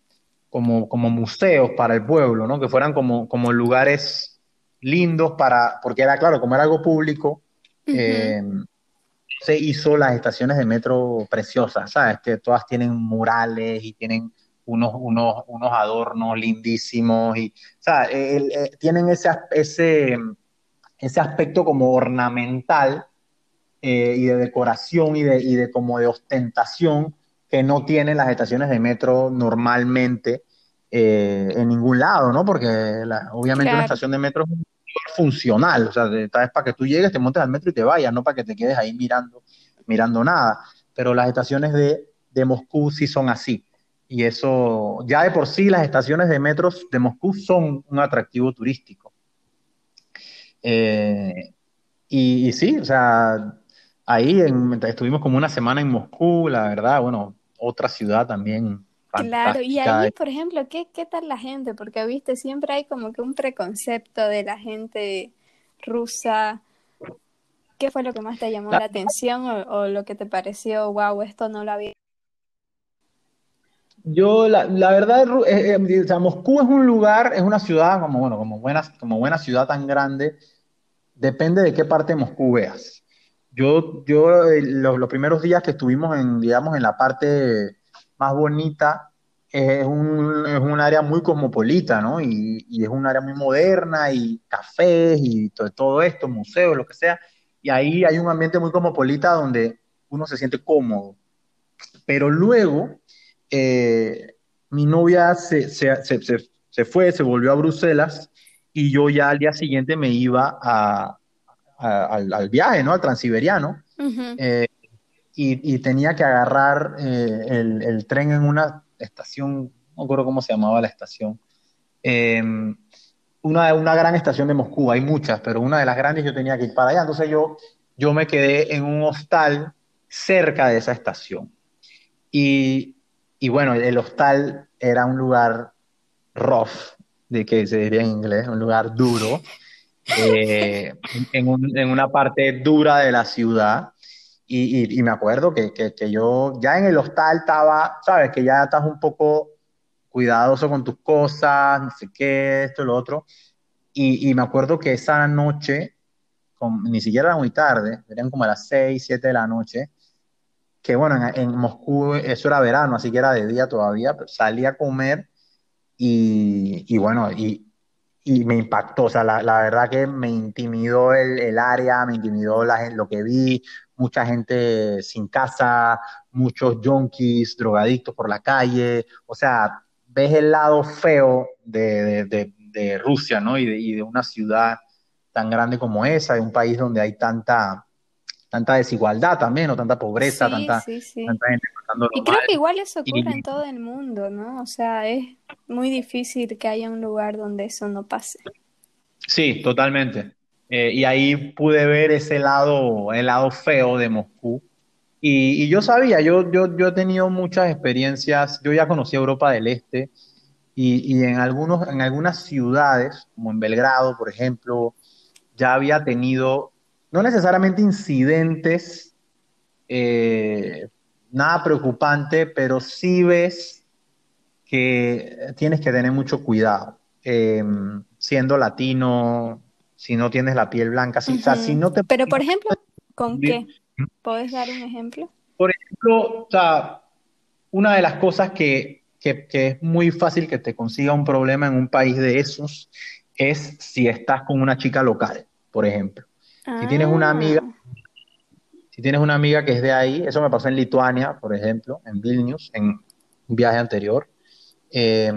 Speaker 2: como, como museos para el pueblo, ¿no? Que fueran como, como lugares lindos para, porque era claro, como era algo público,
Speaker 1: Ujú.
Speaker 2: eh, se hizo las estaciones de metro preciosas, ¿sabes? Que todas tienen murales y tienen unos, unos, unos adornos lindísimos y, o sea, el- el- tienen ese, as- ese, ese aspecto como ornamental eh, y de decoración y de, y de como de ostentación que no tienen las estaciones de metro normalmente eh, en ningún lado, ¿no? Porque la- obviamente una
Speaker 1: Claro.
Speaker 2: estación de metro es un lugar funcional, o sea, de- es para que tú llegues, te montes al metro y te vayas, no para que te quedes ahí mirando, mirando nada. Pero las estaciones de, de Moscú sí son así. Y eso, ya de por sí las estaciones de metros de Moscú son un atractivo turístico. Eh, y, y sí, o sea, ahí en- estuvimos como una semana en Moscú, la verdad, bueno, otra ciudad también
Speaker 1: Claro, y ahí,
Speaker 2: fantástica.
Speaker 1: por ejemplo, ¿qué, qué tal la gente? Porque, viste, siempre hay como que un preconcepto de la gente rusa. ¿Qué fue lo que más te llamó
Speaker 2: La-
Speaker 1: la atención o, o lo que te pareció, wow, esto no lo había?
Speaker 2: yo, la, la verdad, Ru- eh, eh, o sea, Moscú es un lugar, es una ciudad como, bueno, como buena, como buena ciudad tan grande, depende de qué parte de Moscú veas. Yo, yo eh, los, los primeros días que estuvimos en, digamos, en la parte más bonita, eh, es un, es un área muy cosmopolita, ¿no? Y, y es un área muy moderna y cafés y todo, todo esto, museos, lo que sea. Y ahí hay un ambiente muy cosmopolita donde uno se siente cómodo. Pero luego, eh, mi novia se, se, se, se, se fue, se volvió a Bruselas y yo ya al día siguiente me iba a, a- al, al viaje, ¿no? Al transiberiano,
Speaker 1: Ujú.
Speaker 2: eh, y, y tenía que agarrar eh, el, el tren en una estación, no me acuerdo cómo se llamaba la estación, eh, una, una gran estación de Moscú, hay muchas, pero una de las grandes yo tenía que ir para allá, entonces yo, yo me quedé en un hostal cerca de esa estación. Y, y bueno, el hostal era un lugar rough, de que se diría en inglés, un lugar duro, eh, en, un- en una parte dura de la ciudad. Y, y- y me acuerdo que, que- que yo ya en el hostal estaba, sabes, que ya estás un poco cuidadoso con tus cosas, no sé qué, esto, lo otro. Y, y me acuerdo que esa noche, con- ni siquiera era muy tarde, eran como a las seis, siete de la noche, que bueno, en, en Moscú eso era verano, así que era de día todavía, pero salí a comer y, y bueno, y, y me impactó, o sea, la, la verdad que me intimidó el, el área, me intimidó la, gen- lo que vi, mucha gente sin casa, muchos junkies, drogadictos por la calle, o sea, ves el lado feo de, de, de- de Rusia, ¿no? Y de, y de una ciudad tan grande como esa, de un país donde hay tanta, tanta desigualdad también, o tanta pobreza,
Speaker 1: Sí,
Speaker 2: tanta,
Speaker 1: sí, sí.
Speaker 2: tanta gente pasándolo
Speaker 1: Y creo que
Speaker 2: mal.
Speaker 1: igual eso ocurre en
Speaker 2: Y
Speaker 1: todo el mundo, ¿no? O sea, es muy difícil que haya un lugar donde eso no pase.
Speaker 2: sí, totalmente. Eh, y ahí pude ver ese lado, el lado feo de Moscú. Y, y yo sabía, yo, yo, yo he tenido muchas experiencias, yo ya conocí Europa del Este y, y en algunos, en algunas ciudades, como en Belgrado, por ejemplo, ya había tenido, no necesariamente incidentes, eh, nada preocupante, pero sí ves que tienes que tener mucho cuidado. Eh, siendo latino, si no tienes la piel blanca, si, o sea, si
Speaker 1: Ujú.
Speaker 2: no te...
Speaker 1: Pero, por ejemplo, ¿con qué? ¿Podés dar un ejemplo?
Speaker 2: Por ejemplo, o sea, una de las cosas que, que, que es muy fácil que te consiga un problema en un país de esos es si estás con una chica local, por ejemplo. Si tienes una amiga,
Speaker 1: Ah,
Speaker 2: si tienes una amiga que es de ahí, eso me pasó en Lituania, por ejemplo, en Vilnius, en un viaje anterior. Eh,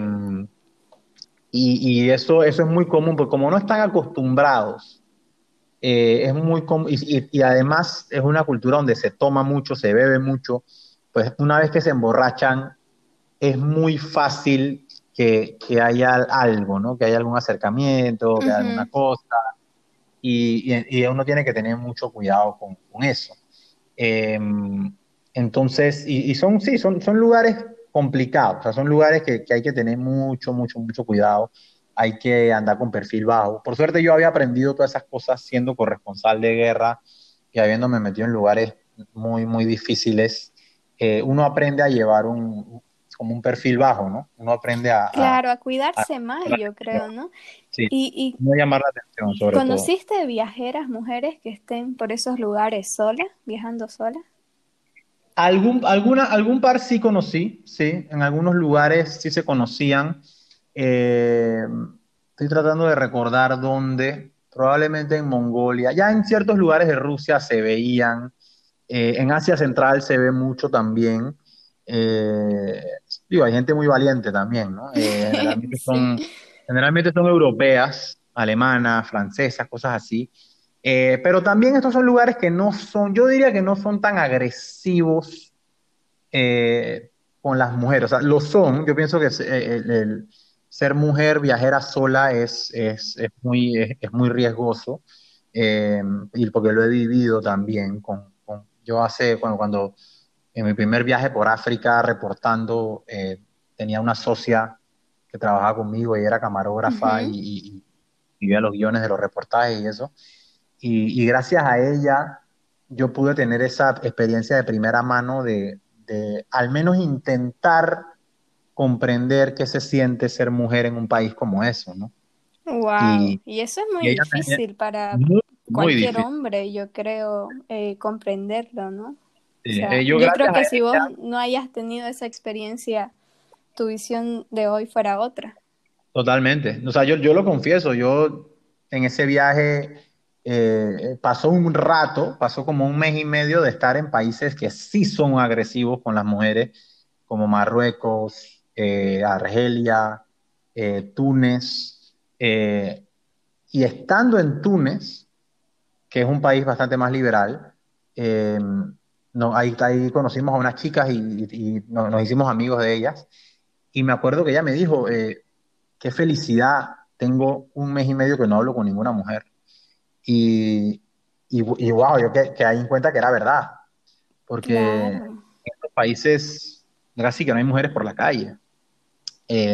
Speaker 2: y, y eso, eso es muy común, porque como no están acostumbrados, eh, es muy com- y, y- y además es una cultura donde se toma mucho, se bebe mucho, pues una vez que se emborrachan, es muy fácil que, que haya algo, ¿no? Que haya algún acercamiento, que haya alguna
Speaker 1: ujú.
Speaker 2: cosa, y, y- y uno tiene que tener mucho cuidado con, con eso. Eh, entonces, y, y son, sí, son, son lugares complicados, o sea, son lugares que, que hay que tener mucho, mucho, mucho cuidado, hay que andar con perfil bajo. Por suerte yo había aprendido todas esas cosas siendo corresponsal de guerra y habiéndome metido en lugares muy, muy difíciles. Eh, uno aprende a llevar un, como un perfil bajo, ¿no? Uno aprende a, a,
Speaker 1: Claro, a
Speaker 2: a
Speaker 1: cuidarse más,
Speaker 2: llamar la
Speaker 1: yo
Speaker 2: atención.
Speaker 1: creo, ¿no?
Speaker 2: Sí,
Speaker 1: ¿Y,
Speaker 2: no llamar la atención
Speaker 1: y
Speaker 2: sobre todo.
Speaker 1: conociste viajeras mujeres que estén por esos lugares solas, viajando solas?
Speaker 2: Algún, alguna, algún par sí conocí, sí, en algunos lugares sí se conocían. Eh, Estoy tratando de recordar dónde, probablemente en Mongolia, ya en ciertos lugares de Rusia se veían. Eh, en Asia Central se ve mucho también. Eh, Digo, hay gente muy valiente también, ¿no? Eh, generalmente
Speaker 1: Sí.
Speaker 2: son, generalmente son europeas, alemanas, francesas, cosas así. Eh, pero también estos son lugares que no son, yo diría que no son tan agresivos eh, con las mujeres. O sea, lo son. Yo pienso que es- eh, el, el ser mujer viajera sola es, es, es muy, es, es muy riesgoso. Eh, y porque lo he vivido también. Con, con- yo hace, cuando, cuando en mi primer viaje por África reportando, eh, tenía una socia que trabajaba conmigo y era camarógrafa y,
Speaker 1: Ujú.
Speaker 2: y, y vivía los guiones de los reportajes y eso. Y, y gracias a ella yo pude tener esa experiencia de primera mano de, de al menos intentar comprender qué se siente ser mujer en un país como eso, ¿no?
Speaker 1: Wow,
Speaker 2: Y,
Speaker 1: y eso es
Speaker 2: y
Speaker 1: muy
Speaker 2: ella me...
Speaker 1: difícil para
Speaker 2: Muy, muy
Speaker 1: cualquier
Speaker 2: difícil.
Speaker 1: hombre, yo creo, eh, comprenderlo, ¿no? O
Speaker 2: Sí,
Speaker 1: sea,
Speaker 2: eh, yo
Speaker 1: yo
Speaker 2: gracias
Speaker 1: creo
Speaker 2: a
Speaker 1: que si vos
Speaker 2: ella,
Speaker 1: no hayas tenido esa experiencia, tu visión de hoy fuera otra.
Speaker 2: totalmente. O sea, yo, yo lo confieso, yo en ese viaje eh, pasó un rato, pasó como un mes y medio de estar en países que sí son agresivos con las mujeres, como Marruecos, eh, Argelia, eh, Túnez. Eh, y estando en Túnez, que es un país bastante más liberal, eh, no, ahí, ahí conocimos a unas chicas y, y- y nos, nos hicimos amigos de ellas. Y me acuerdo que ella me dijo, eh, qué felicidad, tengo un mes y medio que no hablo con ninguna mujer. Y, y, y wow, yo que, que ahí en cuenta que era verdad, porque en
Speaker 1: Claro.
Speaker 2: estos países casi que no hay mujeres por la calle. Eh,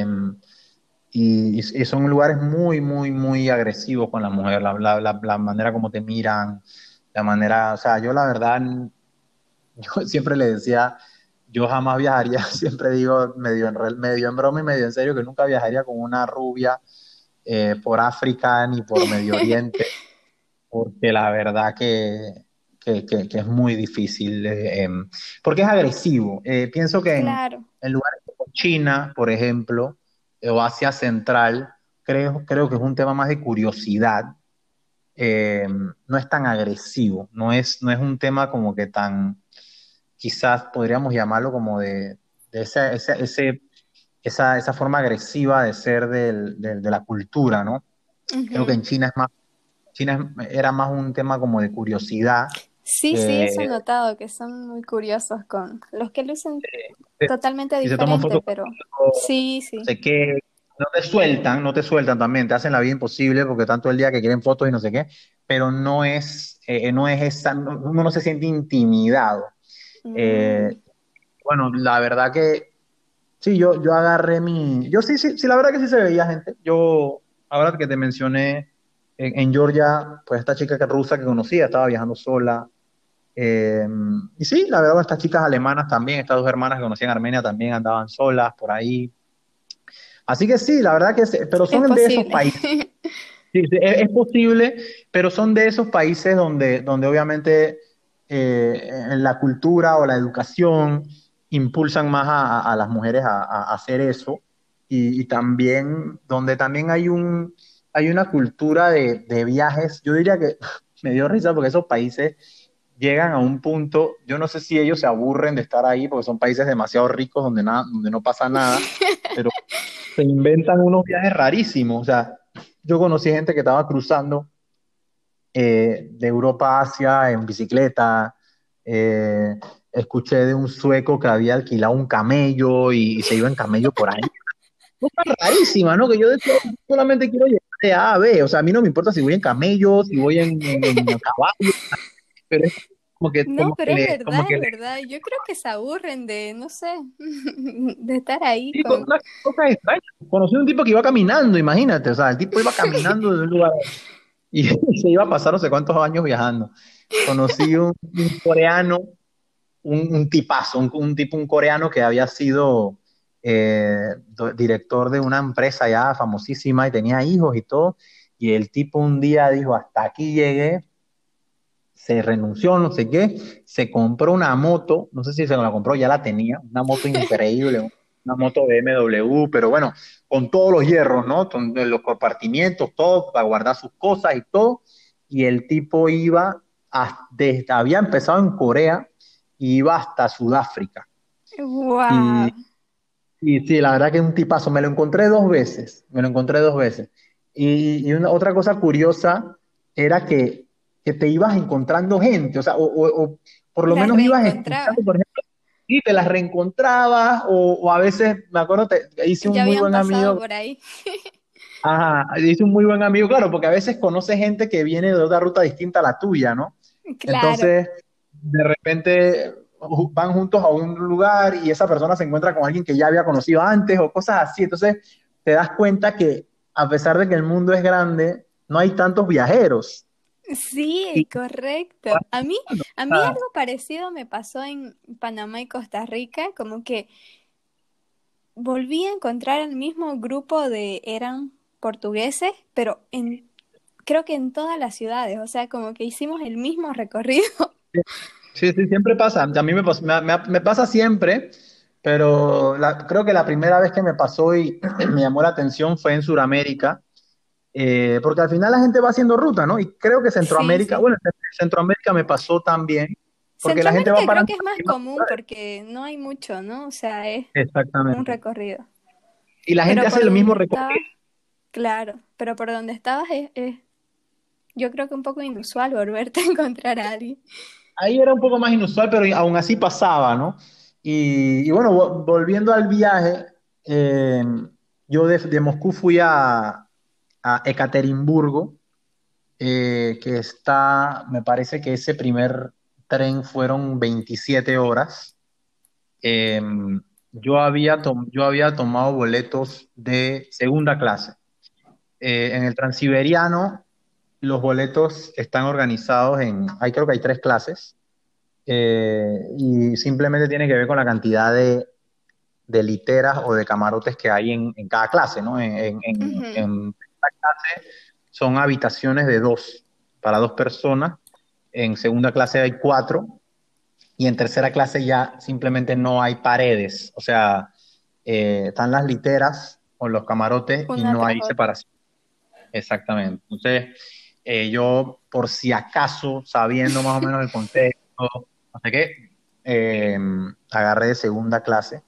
Speaker 2: y, y son lugares muy, muy, muy agresivos con la mujer, la, la, la, la manera como te miran, la manera, o sea, yo la verdad, yo siempre le decía, yo jamás viajaría, siempre digo medio en, re- medio en broma y medio en serio, que nunca viajaría con una rubia eh, por África ni por Medio Oriente, porque la verdad que, que, que- que es muy difícil, eh, em, porque es agresivo. Eh, pienso que en,
Speaker 1: Claro.
Speaker 2: en lugares como China, por ejemplo, eh, o Asia Central, creo, creo que es un tema más de curiosidad. Eh, no es tan agresivo, no es, no es un tema como que tan, quizás podríamos llamarlo como de, de ese, ese, ese- esa, esa forma agresiva de ser del- del- de la cultura, ¿no? Creo que
Speaker 1: Ujú.
Speaker 2: en China es más, China es- era más un tema como de curiosidad.
Speaker 1: Sí, sí, eso he
Speaker 2: Eh,
Speaker 1: notado, que son muy curiosos con los que lucen
Speaker 2: eh,
Speaker 1: totalmente
Speaker 2: si se toman
Speaker 1: diferente,
Speaker 2: fotos
Speaker 1: pero
Speaker 2: contigo,
Speaker 1: sí,
Speaker 2: no
Speaker 1: sí.
Speaker 2: sé qué, no te sueltan, no te sueltan también, te hacen la vida imposible porque tanto el día que quieren fotos y no sé qué, pero no es, eh, no es esa, no- uno no se siente intimidado. Eh,
Speaker 1: Mm.
Speaker 2: bueno, la verdad que sí, yo, yo agarré mi. Yo sí, sí, sí, la verdad que sí se veía gente. Yo, ahora que te mencioné, en, en Georgia, pues esta chica que rusa que conocía estaba viajando sola. Eh, y sí, la verdad, estas chicas alemanas también, estas dos hermanas que conocí en Armenia también andaban solas por ahí. Así que sí, la verdad que sí, pero
Speaker 1: Es
Speaker 2: son de esos
Speaker 1: posible.
Speaker 2: países. Sí, sí, es, es posible, pero son de esos países donde, donde obviamente eh, en la cultura o la educación impulsan más a, a- a las mujeres a, a- a hacer eso y, y también donde también hay un, hay una cultura de, de viajes. Yo diría que me dio risa porque esos países llegan a un punto, yo no sé si ellos se aburren de estar ahí porque son países demasiado ricos donde, nada, donde no pasa nada, pero se inventan unos viajes rarísimos. O sea, yo conocí gente que estaba cruzando eh, de Europa a Asia en bicicleta. eh, Escuché de un sueco que había alquilado un camello y, y se iba en camello por ahí. Cosa rarísima, ¿no? Que yo decía, solamente quiero llegar de A a B. O sea, a mí no me importa si voy en camello, si voy en, en, en caballo, pero es como que,
Speaker 1: No,
Speaker 2: como que
Speaker 1: pero es
Speaker 2: le, como
Speaker 1: verdad,
Speaker 2: que
Speaker 1: es
Speaker 2: le,
Speaker 1: verdad. Yo creo que se aburren de, no sé, de estar ahí
Speaker 2: sí, con
Speaker 1: con...
Speaker 2: unas cosas extrañas. Conocí un tipo que iba caminando, imagínate. O sea, el tipo iba caminando de un lugar y se iba a pasar no sé cuántos años viajando. Conocí un, un coreano, un, un tipazo, un, un tipo, un coreano que había sido eh, do- director de una empresa ya famosísima y tenía hijos y todo, y el tipo un día dijo, hasta aquí llegué, se renunció, no sé qué, se compró una moto, no sé si se la compró, ya la tenía, una moto increíble, una moto B M W, pero bueno, con todos los hierros, ¿no? Con los compartimientos, todo, para guardar sus cosas y todo, y el tipo iba, a- desde, había empezado en Corea, y iba hasta Sudáfrica,
Speaker 1: Wow.
Speaker 2: y, y sí, la verdad que es un tipazo, me lo encontré dos veces, me lo encontré dos veces, y, y una, otra cosa curiosa era que, que te ibas encontrando gente, o sea, o, o- o por lo
Speaker 1: Las
Speaker 2: menos ibas
Speaker 1: reencontraba.
Speaker 2: escuchando, por ejemplo, y te las reencontrabas, o, o a veces, me acuerdo, te, hice un
Speaker 1: Ya
Speaker 2: muy
Speaker 1: habían
Speaker 2: buen
Speaker 1: pasado
Speaker 2: amigo,
Speaker 1: por ahí.
Speaker 2: ajá, hice un muy buen amigo, claro, porque a veces conoces gente que viene de otra ruta distinta a la tuya, ¿no?
Speaker 1: Claro.
Speaker 2: Entonces, de repente ju- van juntos a un lugar y esa persona se encuentra con alguien que ya había conocido antes o cosas así. Entonces, te das cuenta que a pesar de que el mundo es grande, no hay tantos viajeros. Y,
Speaker 1: Sí, correcto. A mí, a mí
Speaker 2: ah,
Speaker 1: algo parecido me pasó en Panamá y Costa Rica, como que volví a encontrar el mismo grupo de, eran portugueses, pero en, creo que en todas las ciudades, o sea, como que hicimos el mismo recorrido.
Speaker 2: sí, sí, siempre pasa. A mí me, pas- me, me- me pasa siempre, pero la- creo que la primera vez que me pasó y me llamó la atención fue en Sudamérica. Eh, porque al final la gente va haciendo ruta, ¿no? Y creo que
Speaker 1: Sí,
Speaker 2: Centroamérica,
Speaker 1: sí.
Speaker 2: bueno, en Centroamérica me pasó también, porque la gente
Speaker 1: Centroamérica
Speaker 2: va
Speaker 1: creo
Speaker 2: parando
Speaker 1: que es
Speaker 2: en las
Speaker 1: más
Speaker 2: mismas
Speaker 1: común
Speaker 2: ciudades.
Speaker 1: porque no hay mucho, ¿no? O sea, es un
Speaker 2: Exactamente.
Speaker 1: recorrido.
Speaker 2: Y la gente
Speaker 1: Pero
Speaker 2: hace
Speaker 1: por
Speaker 2: el mismo
Speaker 1: donde
Speaker 2: recorrido.
Speaker 1: estabas, claro, pero por donde estabas es, es, yo creo que un poco inusual volverte a encontrar a alguien.
Speaker 2: Ahí era un poco más inusual, pero aún así pasaba, ¿no? Y, y bueno, vo- volviendo al viaje, eh, yo de, de Moscú fui a, a Ekaterimburgo, eh, que está, me parece que ese primer tren fueron veintisiete horas. Eh, yo había, tom- yo había tomado boletos de segunda clase. Eh, en el Transiberiano, los boletos están organizados en, hay, creo que hay tres clases, eh, y simplemente tiene que ver con la cantidad de, de literas o de camarotes que hay en, en cada clase, ¿no? En, en, en,
Speaker 1: Ujú.
Speaker 2: en esta clase son habitaciones de dos, para dos personas. En segunda clase hay cuatro, y en tercera clase ya simplemente no hay paredes, o sea, eh, están las literas o los camarotes y
Speaker 1: Una
Speaker 2: no
Speaker 1: tras
Speaker 2: hay
Speaker 1: otra.
Speaker 2: separación. Exactamente. Entonces, eh, yo, por si acaso, sabiendo más o menos el contexto, no sé qué, eh, agarré de segunda clase.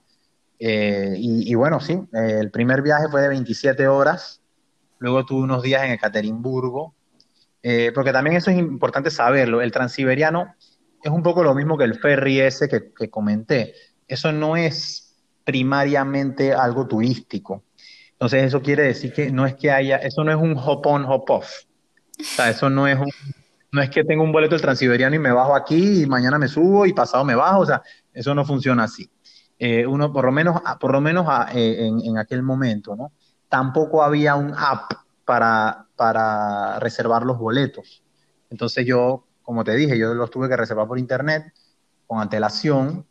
Speaker 2: Eh, y, y bueno, sí, eh, el primer viaje fue de veintisiete horas, luego tuve unos días en Ekaterimburgo, eh, porque también eso es importante saberlo. El transiberiano es un poco lo mismo que el ferry ese que, que comenté. Eso no es primariamente algo turístico. Entonces eso quiere decir que no es que haya, eso no es un hop on, hop off. O sea, eso no es un, no es que tengo un boleto del transiberiano y me bajo aquí y mañana me subo y pasado me bajo. O sea, eso no funciona así. Eh, uno, por lo menos, por lo menos ah, eh, en, en aquel momento, ¿no? Tampoco había un app para, para reservar los boletos. Entonces yo, como te dije, yo los tuve que reservar por internet con antelación,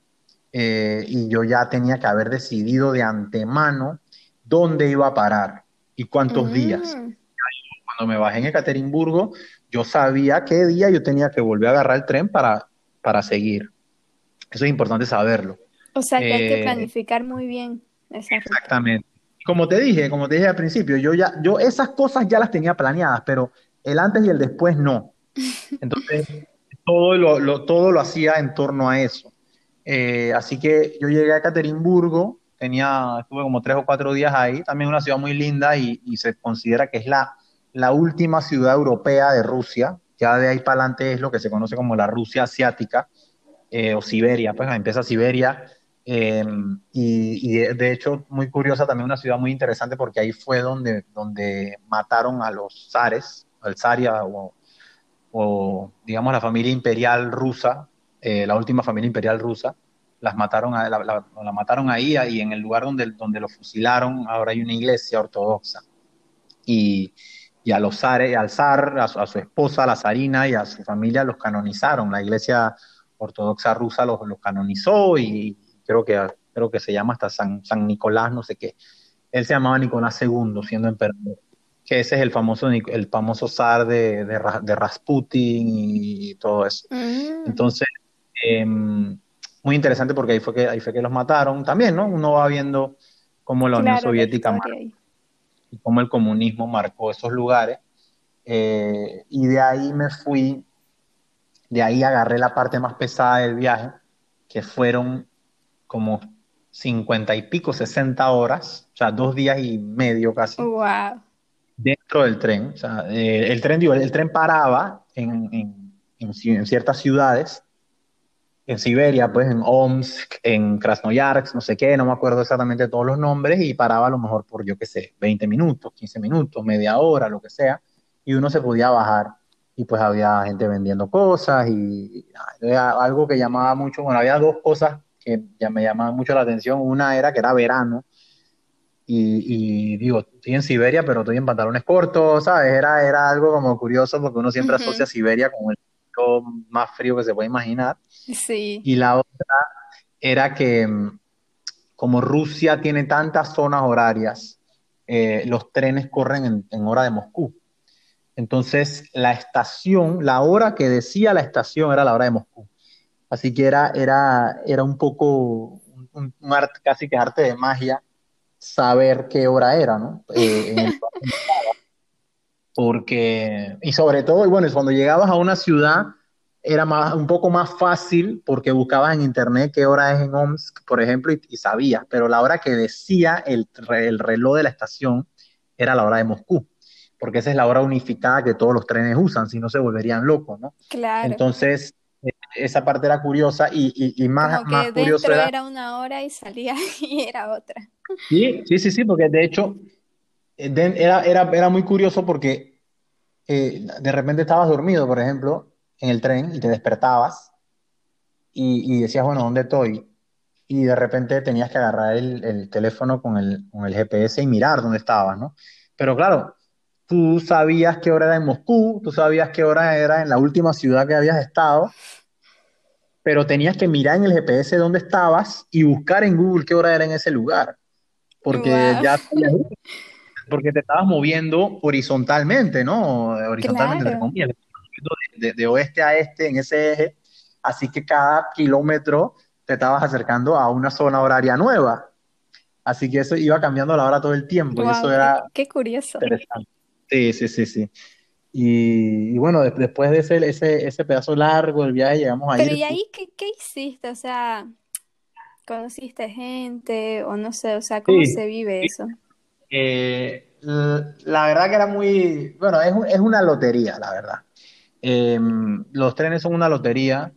Speaker 2: eh, y yo ya tenía que haber decidido de antemano dónde iba a parar y cuántos días.
Speaker 1: Mm.
Speaker 2: Cuando me bajé en Ekaterimburgo, yo sabía qué día yo tenía que volver a agarrar el tren para, para seguir. Eso es importante saberlo.
Speaker 1: O sea que hay que
Speaker 2: Eh,
Speaker 1: planificar muy bien esa ruta.
Speaker 2: exactamente. Como te dije, como te dije al principio, yo ya, yo esas cosas ya las tenía planeadas, pero el antes y el después no. Entonces, todo lo, lo- todo lo hacía en torno a eso. Eh, así que yo llegué a Ekaterimburgo, tenía, estuve como tres o cuatro días ahí, también una ciudad muy linda y, y se considera que es la, la última ciudad europea de Rusia. Ya de ahí para adelante es lo que se conoce como la Rusia asiática, eh, o Siberia, pues empieza Siberia. eh, y, y de, de hecho, muy curiosa, también una ciudad muy interesante porque ahí fue donde, donde mataron a los zares, al zaria o, o digamos la familia imperial rusa, eh, la última familia imperial rusa, las mataron, a- la, la- la mataron ahí, y en el lugar donde, donde lo fusilaron ahora hay una iglesia ortodoxa. Y, y a los zares, al zar, a su, a su esposa, la zarina y a su familia los canonizaron. La iglesia ortodoxa rusa los, los canonizó y creo que creo que se llama hasta San, San Nicolás, no sé qué. Él se llamaba Nicolás segundo, siendo emperador, que ese es el famoso, el famoso zar de, de, de Rasputin y todo eso.
Speaker 1: Mm,
Speaker 2: Entonces, eh, muy interesante porque ahí fue, que, ahí fue que los mataron. También, ¿no? Uno va viendo cómo la Unión
Speaker 1: claro, la
Speaker 2: Soviética
Speaker 1: historia
Speaker 2: marcó
Speaker 1: ahí.
Speaker 2: y cómo el comunismo marcó esos lugares. Eh, y de ahí me fui, de ahí agarré la parte más pesada del viaje, que fueron como cincuenta y pico, sesenta horas, o sea, dos días y medio casi,
Speaker 1: Wow.
Speaker 2: dentro del tren. O sea, eh, el tren, digo, el, tren paraba en, en, en, en ciertas ciudades, en Siberia, pues en Omsk, en Krasnoyarsk, no sé qué, no me acuerdo exactamente todos los nombres, y paraba a lo mejor por, yo qué sé, veinte minutos, quince minutos, media hora, lo que sea, y uno se podía bajar, y pues había gente vendiendo cosas, y, y nada, era algo que llamaba mucho, bueno, había dos cosas que ya me llamaban mucho la atención. Una era que era verano, y, y digo, estoy en Siberia, pero estoy en pantalones cortos, ¿sabes? Era, era algo como curioso porque uno siempre asocia
Speaker 1: Ujú.
Speaker 2: Siberia con el frío más frío que se puede imaginar.
Speaker 1: Sí.
Speaker 2: Y la otra era que mm, como Rusia tiene tantas zonas horarias, eh, los trenes corren en, en hora de Moscú. Entonces, la estación, la hora que decía la estación era la hora de Moscú. Así que era, era, era un poco, un, un arte, casi que arte de magia, saber qué hora era, ¿no? Eh, en el, porque, y sobre todo, y bueno, y cuando llegabas a una ciudad, era más, un poco más fácil porque buscabas en internet qué hora es en Omsk, por ejemplo, y, y sabías, pero la hora que decía el, el reloj de la estación era la hora de Moscú, porque esa es la hora unificada que todos los trenes usan, si no se volverían locos, ¿no?
Speaker 1: Claro.
Speaker 2: Entonces, eh, esa parte era curiosa y, y, y más,
Speaker 1: Como
Speaker 2: más
Speaker 1: que
Speaker 2: curioso
Speaker 1: dentro
Speaker 2: era,
Speaker 1: era una hora y salía y era otra.
Speaker 2: sí, sí, sí, sí, porque de hecho eh, de- era, era, era muy curioso porque eh, de repente estabas dormido, por ejemplo, en el tren y te despertabas y, y decías, bueno, ¿dónde estoy? Y de repente tenías que agarrar el, el teléfono con el, con el G P S y mirar dónde estabas, ¿no? Pero claro, tú sabías qué hora era en Moscú, tú sabías qué hora era en la última ciudad que habías estado, pero tenías que mirar en el G P S dónde estabas y buscar en Google qué hora era en ese lugar, porque
Speaker 1: Wow.
Speaker 2: ya porque te estabas moviendo horizontalmente, ¿no? Horizontalmente, entre
Speaker 1: Claro.
Speaker 2: comillas, de, de oeste a este en ese eje, así que cada kilómetro te estabas acercando a una zona horaria nueva, así que eso iba cambiando la hora todo el tiempo y eso
Speaker 1: Wow.
Speaker 2: era
Speaker 1: Qué curioso.
Speaker 2: interesante. Sí, sí, sí, sí. Y, y bueno, de- después de ese, ese, ese pedazo largo del viaje llegamos a
Speaker 1: Pero ¿y
Speaker 2: Irkutsk.
Speaker 1: ahí qué, qué hiciste? O sea, ¿conociste gente o no sé? O sea, ¿cómo
Speaker 2: Sí,
Speaker 1: se vive
Speaker 2: sí.
Speaker 1: eso?
Speaker 2: Eh, l- la verdad que era muy, bueno, es, un- es una lotería, la verdad. Eh, los trenes son una lotería.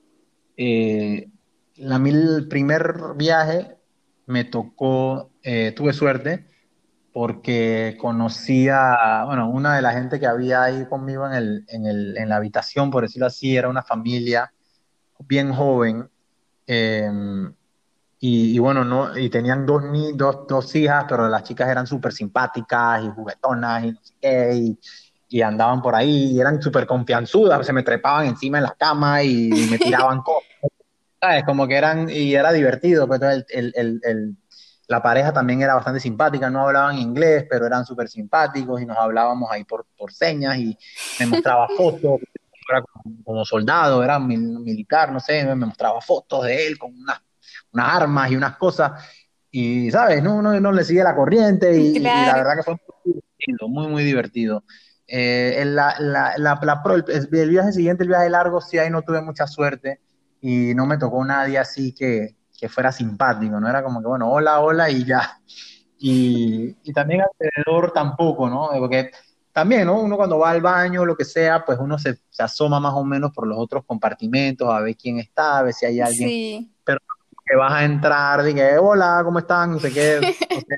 Speaker 2: Eh, la, mi- el primer viaje me tocó, eh, tuve suerte porque conocí a, bueno, una de la gente que había ahí conmigo en el, en el, en la habitación, por decirlo así, era una familia bien joven. eh, y, y bueno, no, y tenían dos, ni, dos, dos hijas, pero las chicas eran súper simpáticas y juguetonas y no sé qué, y, y andaban por ahí y eran súper confianzudas, se me trepaban encima en la cama y, y me tiraban cosas, ¿sabes? Como que eran, y era divertido, pero el, el, el, el- la pareja también era bastante simpática, no hablaban inglés, pero eran súper simpáticos y nos hablábamos ahí por, por señas y me mostraba fotos, era como, como soldado, era mil- militar, no sé, me mostraba fotos de él con unas, unas armas y unas cosas y, ¿sabes? No, no, no le sigue la corriente y, y la
Speaker 1: Claro.
Speaker 2: verdad que fue muy divertido, muy, muy divertido. Eh, en la, la, la, la pro- el, el viaje siguiente, el viaje largo, sí, ahí no tuve mucha suerte y no me tocó nadie así que, que fuera simpático, ¿no? Era como que, bueno, hola, hola y ya. Y, y también alrededor tampoco, ¿no? Porque también, ¿no? Uno cuando va al baño, lo que sea, pues uno se, se asoma más o menos por los otros compartimentos a ver quién está, a ver si hay alguien,
Speaker 1: Sí.
Speaker 2: pero que vas a entrar, dije, hola, ¿cómo están? No sé qué, no sé.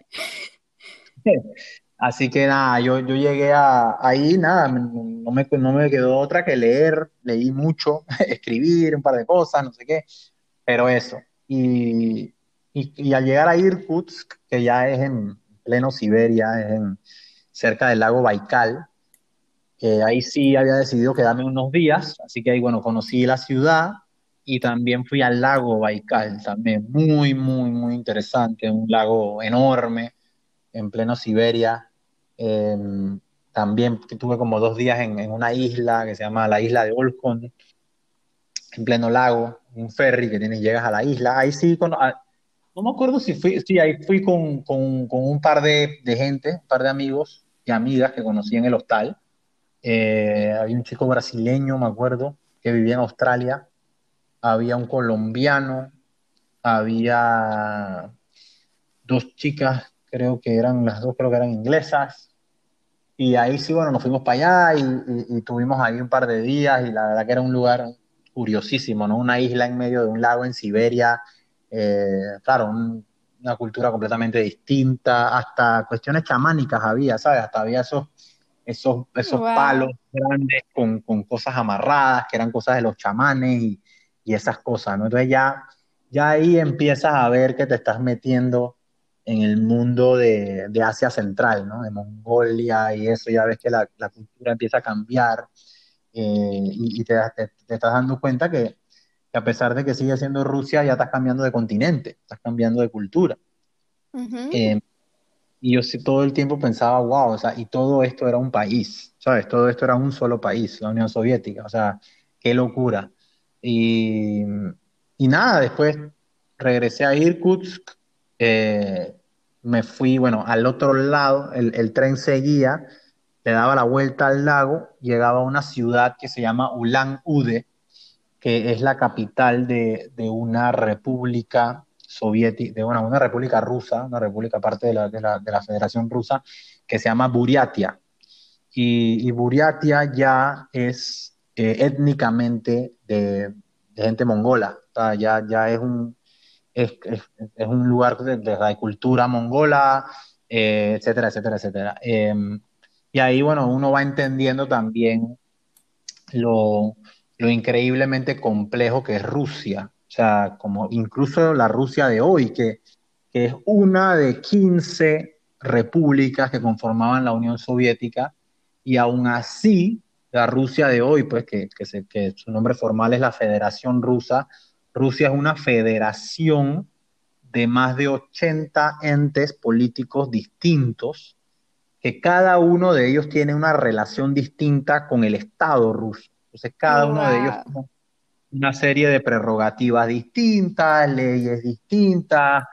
Speaker 2: Así que nada, yo, yo llegué a, ahí, nada, me- no me, no me quedó otra que leer, leí mucho, escribir un par de cosas, no sé qué, pero eso. Y, y, y al llegar a Irkutsk, que ya es en pleno Siberia, es en, cerca del lago Baikal, eh, ahí sí había decidido quedarme unos días, así que ahí, bueno, conocí la ciudad, y también fui al lago Baikal, también muy, muy, muy interesante, un lago enorme en pleno Siberia. Eh, También que tuve como dos días en, en una isla que se llama la isla de Olkhon, en pleno lago, un ferry que tienes, llegas a la isla. Ahí sí, con, ah, no me acuerdo si fui, sí, ahí fui con, con, con un par de, de gente, un par de amigos y amigas que conocí en el hostal. Eh, había un chico brasileño, me acuerdo, que vivía en Australia. Había un colombiano, había dos chicas, creo que eran, las dos creo que eran inglesas. Y ahí sí, bueno, nos fuimos para allá y, y- y tuvimos ahí un par de días y la verdad que era un lugar curiosísimo, ¿no? Una isla en medio de un lago en Siberia, eh, claro, un- una cultura completamente distinta, hasta cuestiones chamánicas había, ¿sabes? Hasta había esos, esos, esos palos
Speaker 1: Wow.
Speaker 2: grandes con, con cosas amarradas, que eran cosas de los chamanes y, y esas cosas, ¿no? Entonces ya, ya ahí empiezas a ver que te estás metiendo en el mundo de, de Asia Central, ¿no? De Mongolia y eso, ya ves que la, la cultura empieza a cambiar eh, y, y te, te- te estás dando cuenta que, que a pesar de que sigue siendo Rusia, ya estás cambiando de continente, estás cambiando de cultura.
Speaker 1: Ujú.
Speaker 2: Eh, y yo sí todo el tiempo pensaba, wow, o sea, y todo esto era un país, ¿sabes? Todo esto era un solo país, la Unión Soviética, o sea, qué locura. Y, y nada, después regresé a Irkutsk, eh, me fui, bueno, al otro lado, el, el tren seguía, le daba la vuelta al lago, llegaba a una ciudad que se llama Ulan Ude, que es la capital de, de una república soviética, de una, una república rusa, una república parte de la, de la, de la Federación Rusa, que se llama Buriatia. Y, y Buriatia ya es eh, étnicamente de, de gente mongola, o sea, ya, ya es un, es, es, es un lugar de, de la cultura mongola, eh, etcétera, etcétera, etcétera. Eh, y ahí, bueno, uno va entendiendo también lo, lo increíblemente complejo que es Rusia. O sea, como incluso la Rusia de hoy, que, que es una de quince repúblicas que conformaban la Unión Soviética, y aún así, la Rusia de hoy, pues que, que, se- que su nombre formal es la Federación Rusa, Rusia es una federación de más de ochenta entes políticos distintos que cada uno de ellos tiene una relación distinta con el Estado ruso. Entonces, cada uno de ellos
Speaker 1: Wow.
Speaker 2: tiene una serie de prerrogativas distintas, leyes distintas,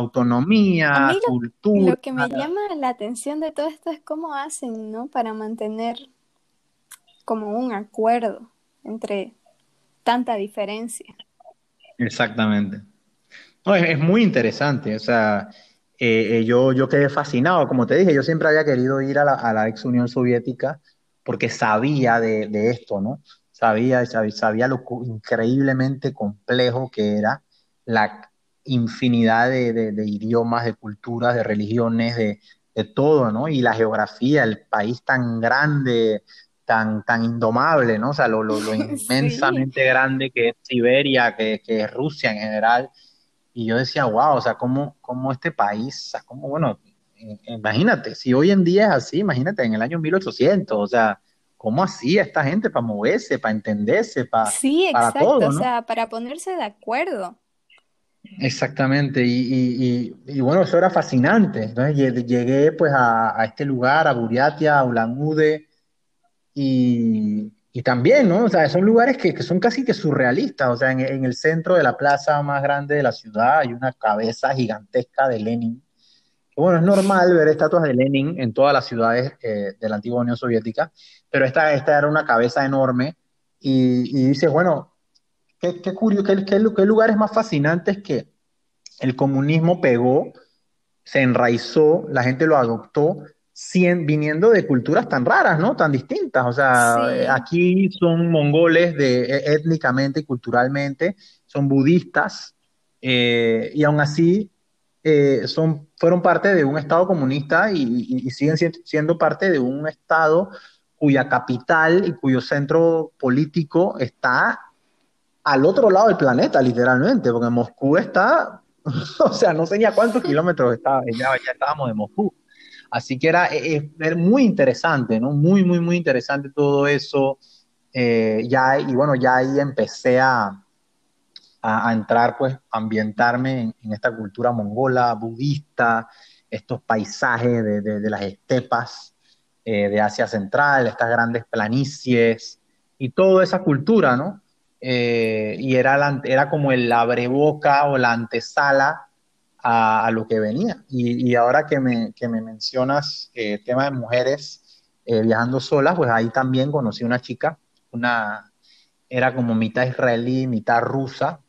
Speaker 1: A mí
Speaker 2: autonomía,
Speaker 1: lo,
Speaker 2: cultura.
Speaker 1: lo que me llama la atención de todo esto es cómo hacen, ¿no? Para mantener como un acuerdo entre tanta diferencia.
Speaker 2: Exactamente. No, es, es muy interesante, o sea, eh, eh, yo, yo quedé fascinado, como te dije, yo siempre había querido ir a la, a la ex Unión Soviética porque sabía de, de esto, ¿no? Sabía, sabía, sabía lo cu- increíblemente complejo que era la infinidad de, de- de idiomas, de culturas, de religiones, de, de todo, ¿no? Y la geografía, el país tan grande, tan, tan indomable, ¿no? O sea, lo, lo, lo
Speaker 1: Sí,
Speaker 2: inmensamente grande que es Siberia, que, que es Rusia en general y yo decía, wow, o sea, cómo, cómo este país, o sea, cómo, bueno, eh, imagínate, si hoy en día es así, imagínate en el año mil ochocientos, o sea, cómo hacía esta gente para moverse, para entenderse, para,
Speaker 1: sí,
Speaker 2: para
Speaker 1: exacto.
Speaker 2: todo,
Speaker 1: O
Speaker 2: ¿no?
Speaker 1: sea, para ponerse de acuerdo.
Speaker 2: Exactamente, y, y, y, y bueno, eso era fascinante. Entonces lle- llegué pues a, a este lugar, a Buriatia, a Ulan Ude, y, y también, ¿no? O sea, son lugares que, que son casi que surrealistas. O sea, en, en el centro de la plaza más grande de la ciudad hay una cabeza gigantesca de Lenin. Que, bueno, es normal ver estatuas de Lenin en todas las ciudades eh, de la antigua Unión Soviética, pero esta, esta era una cabeza enorme y, y dices, bueno, qué, qué curioso, qué, qué, qué lugares más fascinantes que el comunismo pegó, se enraizó, la gente lo adoptó, cien, viniendo de culturas tan raras, ¿no? Tan distintas. O sea, eh,
Speaker 1: Sí,
Speaker 2: aquí son mongoles de, eh, étnicamente y culturalmente, son budistas, eh, y aún así eh, son, fueron parte de un Estado comunista y, y- y siguen si- siendo parte de un Estado cuya capital y cuyo centro político está al otro lado del planeta, literalmente, porque Moscú está, o sea, no sé ni a cuántos kilómetros estaba, ya, ya estábamos de Moscú. Así que era, es, es muy interesante, ¿no? Muy, muy, muy interesante todo eso. Eh, ya, y bueno, ya ahí empecé a, a, a entrar, pues, a ambientarme en, en esta cultura mongola, budista, estos paisajes de, de- de las estepas eh, de Asia Central, estas grandes planicies y toda esa cultura, ¿no? Eh, y era, la- era como el abreboca o la antesala a, a lo que venía. Y, y ahora que me, que me mencionas eh, el tema de mujeres eh, viajando solas, pues ahí también conocí una chica, una, era como mitad israelí, mitad rusa,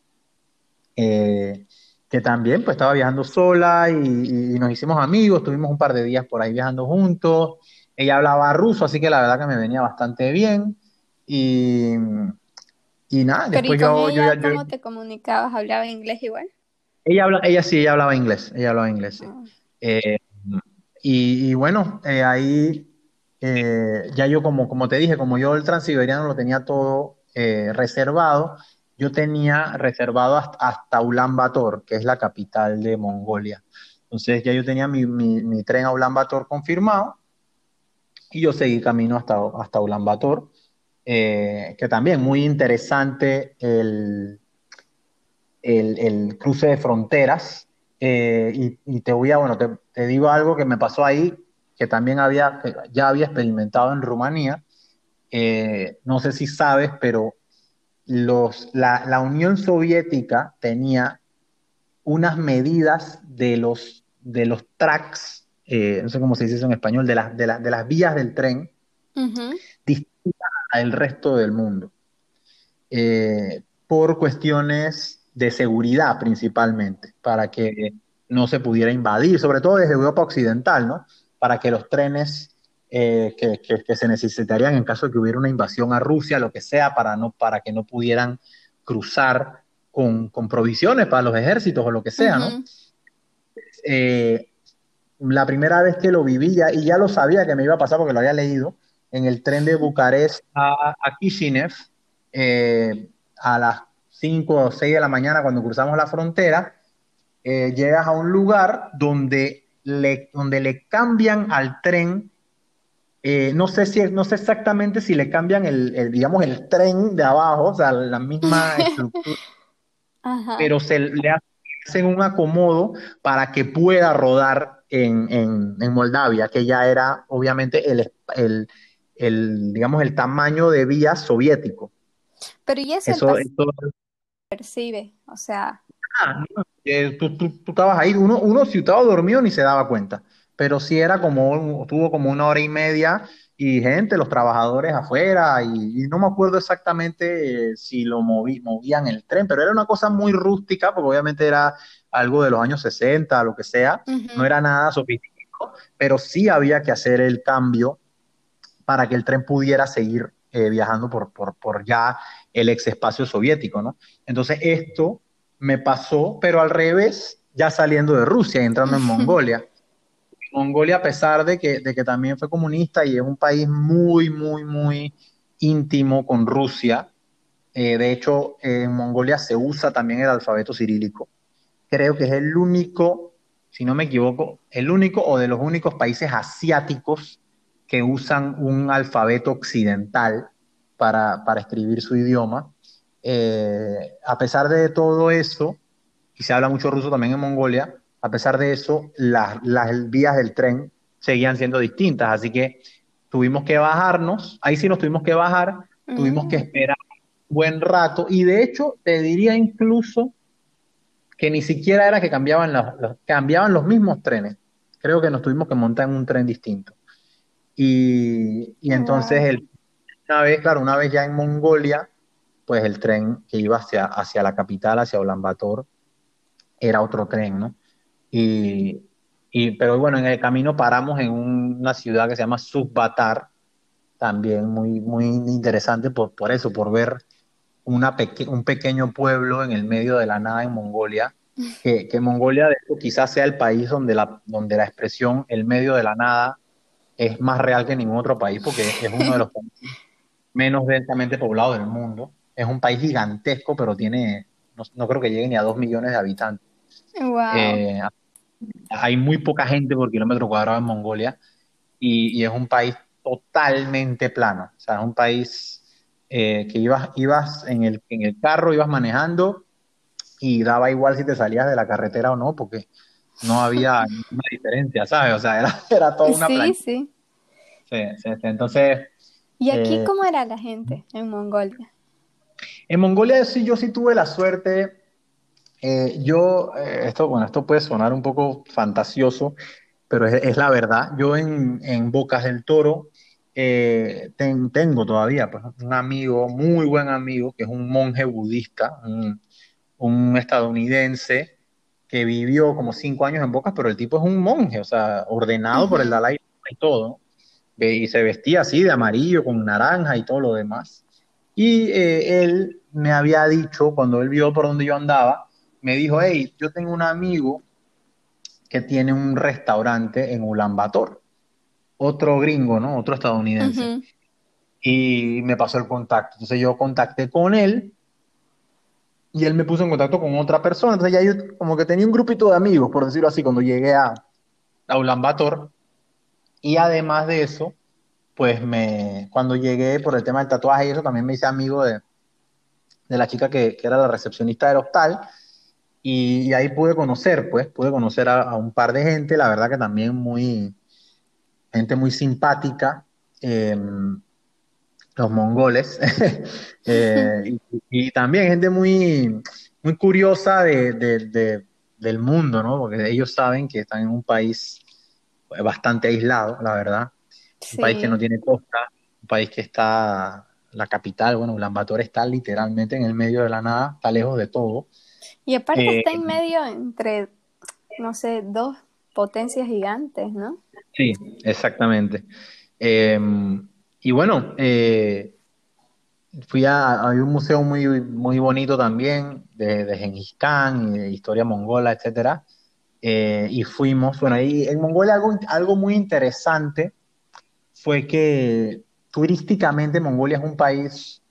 Speaker 2: eh, que también pues estaba viajando sola y, y nos hicimos amigos, tuvimos un par de días por ahí viajando juntos. Ella hablaba ruso, así que la verdad que me venía bastante bien. Y, y nada,
Speaker 1: Pero ¿y
Speaker 2: después
Speaker 1: con
Speaker 2: yo, yo ya,
Speaker 1: ella
Speaker 2: yo,
Speaker 1: cómo te comunicabas? ¿Hablaba inglés igual?
Speaker 2: ella habla, ella sí, ella hablaba inglés, ella hablaba inglés, sí.
Speaker 1: Ah.
Speaker 2: Eh, y, y bueno, eh, ahí eh, ya yo como, como te dije, como yo el transiberiano lo tenía todo eh, reservado, yo tenía reservado hasta, hasta Ulan Bator, que es la capital de Mongolia. Entonces ya yo tenía mi, mi, mi tren a Ulan Bator confirmado y yo seguí camino hasta, hasta Ulan Bator, eh, que también muy interesante el el, el cruce de fronteras. Eh, y, y te voy a, bueno, te, te digo algo que me pasó ahí, que también había, que ya había experimentado en Rumanía. Eh, no sé si sabes, pero los, la, la Unión Soviética tenía unas medidas de los, de los tracks, eh, no sé cómo se dice eso en español, de las, de, las de las vías del tren
Speaker 1: Ujú.
Speaker 2: distintas al resto del mundo. Eh, por cuestiones de seguridad principalmente, para que no se pudiera invadir, sobre todo desde Europa Occidental, ¿no? Para que los trenes eh, que, que- que se necesitarían en caso de que hubiera una invasión a Rusia, lo que sea, para, no, para que no pudieran cruzar con, con provisiones para los ejércitos o lo que sea, ¿no?
Speaker 1: Ujú.
Speaker 2: Eh, la primera vez que lo vivía, y ya lo sabía que me iba a pasar porque lo había leído, en el tren de Bucarest a, a Kishinev, eh, a las cinco o seis de la mañana cuando cruzamos la frontera, eh, llegas a un lugar donde le, donde le cambian al tren, eh, no sé si, no sé exactamente si le cambian el, el, digamos, el tren de abajo, o sea, la misma estructura,
Speaker 1: Ajá.
Speaker 2: pero se le hacen un acomodo para que pueda rodar en, en, en Moldavia, que ya era obviamente el, el, el, digamos, el tamaño de vía soviético.
Speaker 1: Pero ¿y eso el
Speaker 2: Eso,
Speaker 1: paciente
Speaker 2: eso
Speaker 1: percibe? O sea,
Speaker 2: ah, no, eh, tú, tú- tú estabas ahí, uno, uno si estaba dormido ni se daba cuenta, pero sí era como, un- tuvo como una hora y media y gente, los trabajadores afuera, y, y no me acuerdo exactamente eh, si lo moví, movían el tren, pero era una cosa muy rústica, porque obviamente era algo de los años sesenta, lo que sea, no
Speaker 1: ujú.
Speaker 2: era nada sofisticado, pero sí había que hacer el cambio para que el tren pudiera seguir eh, viajando por, por, por ya el ex espacio soviético, ¿no? Entonces esto me pasó, pero al revés, ya saliendo de Rusia y entrando en Mongolia. Mongolia, a pesar de que, de que también fue comunista y es un país muy, muy, muy íntimo con Rusia, eh, de hecho, eh, en Mongolia se usa también el alfabeto cirílico. Creo que es el único, si no me equivoco, el único o de los únicos países asiáticos que usan un alfabeto occidental para, para escribir su idioma. Eh, a pesar de todo eso, y se habla mucho ruso también en Mongolia, a pesar de eso, las, las vías del tren seguían siendo distintas, así que tuvimos que bajarnos, ahí sí nos tuvimos que bajar, tuvimos que
Speaker 1: Mm.
Speaker 2: esperar un buen rato, y de hecho te diría incluso que ni siquiera era que cambiaban los, los- cambiaban los mismos trenes. Creo que nos tuvimos que montar en un tren distinto. Y, y entonces,
Speaker 1: Wow.
Speaker 2: el, una vez, claro, una vez ya en Mongolia, pues el tren que iba hacia, hacia la capital, hacia Ulaanbaatar, era otro tren, ¿no? Y, y, pero bueno, en el camino paramos en un- una ciudad que se llama Subbatar, también muy, muy interesante por, por eso, por ver una peque- un pequeño pueblo en el medio de la nada en Mongolia, que, que Mongolia de hecho, quizás sea el país donde la, donde la expresión el medio de la nada es más real que ningún otro país, porque es uno de los países menos densamente poblados del mundo. Es un país gigantesco, pero tiene, no, no creo que llegue ni a dos millones de habitantes.
Speaker 1: Wow.
Speaker 2: Eh, hay muy poca gente por kilómetro cuadrado en Mongolia y, y es un país totalmente plano. O sea, es un país eh, que ibas, ibas en el, en el carro, ibas manejando y daba igual si te salías de la carretera o no, porque no había ninguna diferencia, ¿sabes? O sea, era, era toda una
Speaker 1: Sí,
Speaker 2: planilla.
Speaker 1: sí.
Speaker 2: Sí, sí, sí. Entonces,
Speaker 1: ¿Y aquí
Speaker 2: eh,
Speaker 1: cómo era la gente en Mongolia?
Speaker 2: en Mongolia sí, yo sí tuve la suerte. Eh, yo, eh, esto, bueno, esto puede sonar un poco fantasioso, pero es, es la verdad. Yo en, en Bocas del Toro eh, ten- tengo todavía pues, un amigo, muy buen amigo, que es un monje budista, un, un estadounidense que vivió como cinco años en Bocas, pero el tipo es un monje, o sea, ordenado por el
Speaker 1: Ujú.
Speaker 2: Dalai Lama y todo. Ve- Y se vestía así de amarillo, con naranja y todo lo demás. Y eh, él me había dicho, cuando él vio por donde yo andaba, me dijo, hey, yo tengo un amigo que tiene un restaurante en Ulaanbaatar, otro gringo, ¿no? Otro estadounidense.
Speaker 1: Ujú.
Speaker 2: Y me pasó el contacto. Entonces yo contacté con él y él me puso en contacto con otra persona. Entonces ya yo como que tenía un grupito de amigos, por decirlo así, cuando llegué a, a Ulaanbaatar. Y además de eso, pues me, cuando llegué por el tema del tatuaje y eso, también me hice amigo de, de la chica que, que era la recepcionista del hostal. Y, y ahí pude conocer, pues, pude conocer a, a un par de gente, la verdad que también muy, gente muy simpática, eh, los mongoles, eh, y, y también gente muy, muy curiosa de, de- de- del mundo, ¿no? Porque ellos saben que están en un país pues, bastante aislado, la verdad, un país que no
Speaker 1: Sí.
Speaker 2: tiene costa, un país que está, la capital, bueno, Ulaanbaatar está literalmente en el medio de la nada, está lejos de todo.
Speaker 1: Y aparte
Speaker 2: Eh,
Speaker 1: está en medio entre, no sé, dos potencias gigantes, ¿no?
Speaker 2: sí, exactamente. Eh, y bueno, eh, fui a, hay un museo muy, muy bonito también de, de Gengis Khan y de historia mongola, etcétera. Eh, y fuimos, bueno, ahí en Mongolia algo, algo muy interesante fue que turísticamente Mongolia es un país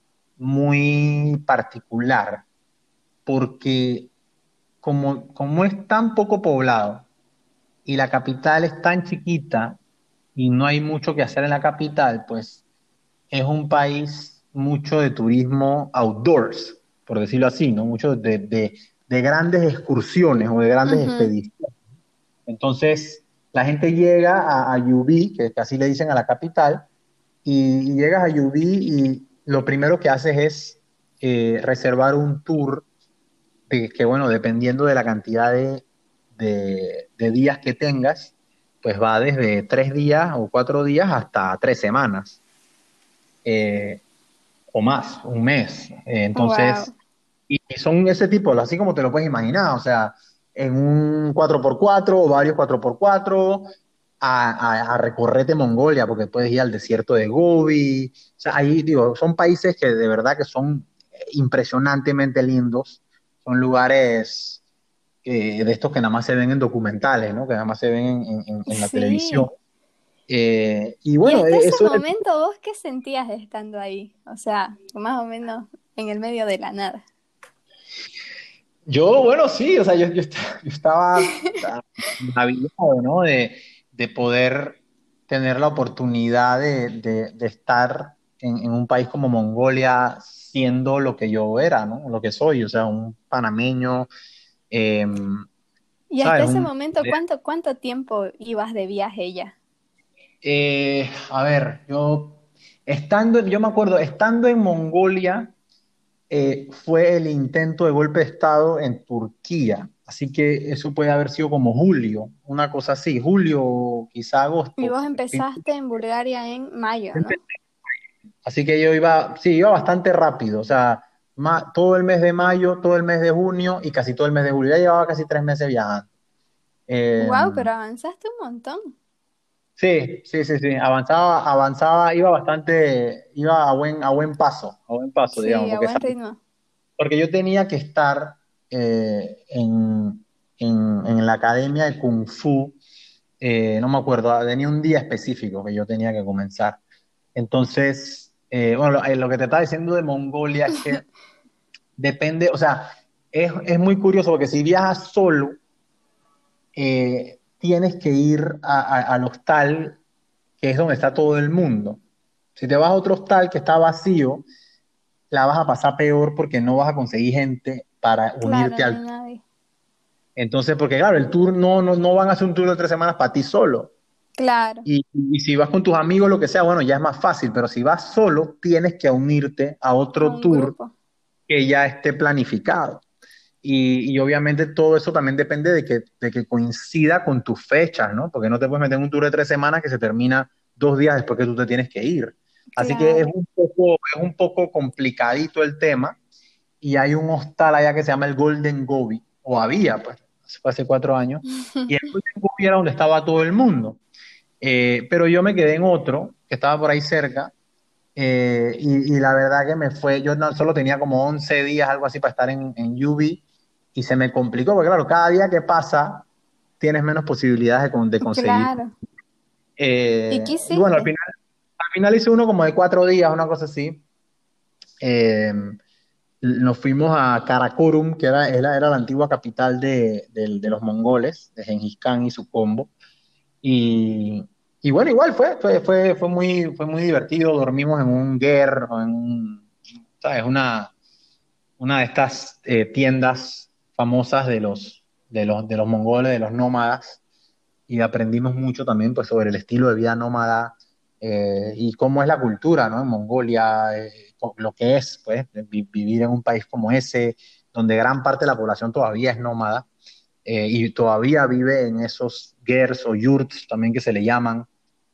Speaker 2: muy particular porque como, como es tan poco poblado y la capital es tan chiquita y no hay mucho que hacer en la capital, pues es un país mucho de turismo outdoors, por decirlo así, ¿no? Mucho de, de- de grandes excursiones o de grandes
Speaker 1: Ujú.
Speaker 2: expediciones. Entonces, la gente llega a, a Yubi, que así le dicen a la capital, y, y llegas a Yubi y lo primero que haces es eh, reservar un tour de- que, bueno, dependiendo de la cantidad de, de- de días que tengas, pues va desde tres días o cuatro días hasta tres semanas. Eh, o más, un mes. Eh, entonces,
Speaker 1: Wow.
Speaker 2: y, y son ese tipo, así como te lo puedes imaginar, o sea, en un cuatro por cuatro o varios cuatro por cuatro a, a, a recorrerte Mongolia, porque puedes ir al desierto de Gobi. O sea, ahí digo, son países que de verdad que son impresionantemente lindos, son lugares eh, de estos que nada más se ven en documentales, ¿no? Que nada más se ven en, en- en la televisión.
Speaker 1: Sí.
Speaker 2: Eh, y
Speaker 1: Y
Speaker 2: bueno,
Speaker 1: hasta
Speaker 2: eh,
Speaker 1: ese
Speaker 2: eso es.
Speaker 1: momento, ¿vos qué sentías estando ahí? O sea, más o menos en el medio de la nada.
Speaker 2: Yo, bueno, sí, o sea, yo, yo estaba, yo estaba ah, maravillado, ¿no? De, de poder tener la oportunidad de, de- de estar en, en un país como Mongolia siendo lo que yo era, ¿no? Lo que soy, o sea, un panameño, eh,
Speaker 1: Y hasta
Speaker 2: ¿sabes?
Speaker 1: ese
Speaker 2: Un,
Speaker 1: momento, ¿cuánto, cuánto tiempo ibas de viaje ya?
Speaker 2: eh, a ver, yo estando, yo me acuerdo, estando en Mongolia, eh, fue el intento de golpe de Estado en Turquía. Así que eso puede haber sido como julio, una cosa así, julio, quizá
Speaker 1: Y
Speaker 2: agosto.
Speaker 1: vos empezaste en Bulgaria en mayo, ¿no?
Speaker 2: Así que yo iba, sí, iba bastante rápido, o sea, ma- todo el mes de mayo, todo el mes de junio y casi todo el mes de julio. Ya llevaba casi tres meses viajando. Eh,
Speaker 1: Wow, pero avanzaste un montón.
Speaker 2: sí, sí, sí, sí, avanzaba, avanzaba, iba bastante, iba a buen, a buen paso, a buen paso, digamos,
Speaker 1: Sí, a
Speaker 2: porque
Speaker 1: buen ritmo.
Speaker 2: porque yo tenía que estar eh, en, en- en la academia de Kung Fu, eh, no me acuerdo, ah, tenía un día específico que yo tenía que comenzar. Entonces, eh, bueno, lo, eh, lo que te estaba diciendo de Mongolia es que depende, o sea, es, es muy curioso porque si viajas solo, eh, tienes que ir a- a- al hostal, que es donde está todo el mundo. Si te vas a otro hostal que está vacío, la vas a pasar peor porque no vas a conseguir gente para
Speaker 1: Claro,
Speaker 2: unirte
Speaker 1: no
Speaker 2: al
Speaker 1: hay
Speaker 2: tour.
Speaker 1: nadie.
Speaker 2: Entonces, porque claro, el tour no, no, no van a hacer un tour de tres semanas para ti solo.
Speaker 1: Claro,
Speaker 2: Y, y si vas con tus amigos, lo que sea, bueno, ya es más fácil, pero si vas solo, tienes que unirte a
Speaker 1: a
Speaker 2: otro
Speaker 1: un
Speaker 2: tour
Speaker 1: grupo.
Speaker 2: que ya esté planificado. Y, y obviamente todo eso también depende de que, de que coincida con tus fechas, ¿no? Porque no te puedes meter en un tour de tres semanas que se termina dos días después que tú te tienes que ir. Así que es
Speaker 1: Claro.
Speaker 2: un poco, es un poco complicadito el tema. Y hay un hostal allá que se llama el Golden Goby, o había, pues, fue hace cuatro años. Y el Golden Goby era donde estaba todo el mundo. Eh, pero yo me quedé en otro que estaba por ahí cerca, eh, y, y la verdad que me fue, yo no, solo tenía como once días, algo así, para estar en, en U B, y se me complicó, porque claro, cada día que pasa tienes menos posibilidades de, con- de conseguir.
Speaker 1: Claro. ¿Y
Speaker 2: Eh,
Speaker 1: qué
Speaker 2: y bueno, al
Speaker 1: hiciste?
Speaker 2: final, al final hice uno como de cuatro días, una cosa así. Eh, nos fuimos a Karakorum, que era, era, era la antigua capital de, de- de los mongoles, de Genghis Khan y su combo. Y, y bueno, igual fue, fue, fue, fue muy, fue muy divertido. Dormimos en un ger, o en un, ¿sabes? Una, una de estas eh, tiendas famosas de los, de los, de los mongoles, de los nómadas, y aprendimos mucho también pues, sobre el estilo de vida nómada, eh, y cómo es la cultura, ¿no? En Mongolia, eh, lo que es pues, vi- vivir en un país como ese, donde gran parte de la población todavía es nómada, eh, y todavía vive en esos gers o yurts también que se le llaman.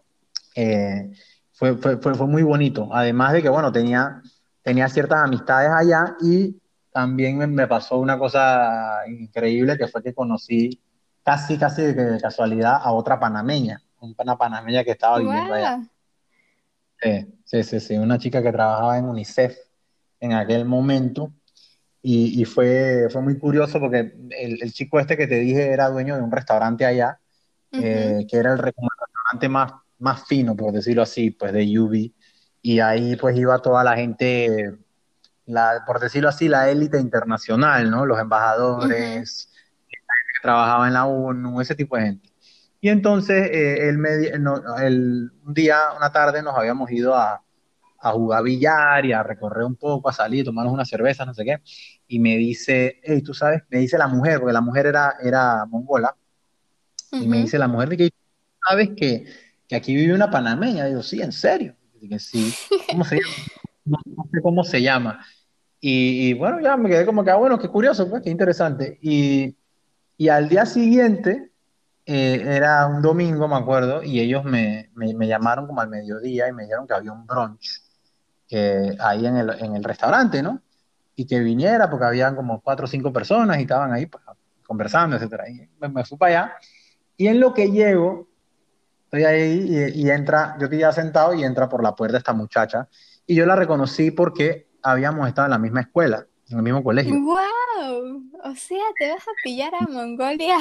Speaker 2: Eh, fue, fue, fue, fue muy bonito. Además de que, bueno, tenía, tenía ciertas amistades allá, y también me, me pasó una cosa increíble, que fue que conocí casi, casi de, de casualidad a otra panameña, una panameña que estaba viviendo allá.
Speaker 1: ¡Wow!
Speaker 2: Sí, sí, sí, sí, una chica que trabajaba en UNICEF en aquel momento. Y, y fue, fue muy curioso porque el, el chico este que te dije era dueño de un restaurante allá, eh, que era el re- como el restaurante más, más fino, por decirlo así, pues de U B. Y ahí pues iba toda la gente, la, por decirlo así, la élite internacional, ¿no? Los embajadores que trabajaban en la ONU, ese tipo de gente. Y entonces, eh, él me di- no, el- un día, una tarde, nos habíamos ido a, a jugar billar y a recorrer un poco, a salir, tomarnos una cerveza, no sé qué. Y me dice, hey, tú sabes, me dice la mujer, porque la mujer era, era mongola, y me dice la mujer de que tú sabes que, que aquí vive una panameña. Digo, sí, en serio. Dice que sí. ¿Cómo se llama? No, no sé cómo se llama. Y, y bueno, ya me quedé como que, ah, bueno, qué curioso, pues, qué interesante. Y, y al día siguiente, eh, era un domingo, me acuerdo, y ellos me, me, me llamaron como al mediodía y me dijeron que había un brunch, eh, ahí en el, en el restaurante, ¿no? Y que viniera porque habían como cuatro o cinco personas y estaban ahí pues, conversando, etcétera. Y me, me fui para allá, y en lo que llego, estoy ahí, y, y entra, yo estoy ya sentado, y entra por la puerta esta muchacha, y yo la reconocí porque habíamos estado en la misma escuela, en el mismo colegio.
Speaker 1: ¡Wow! O sea, te vas a pillar a Mongolia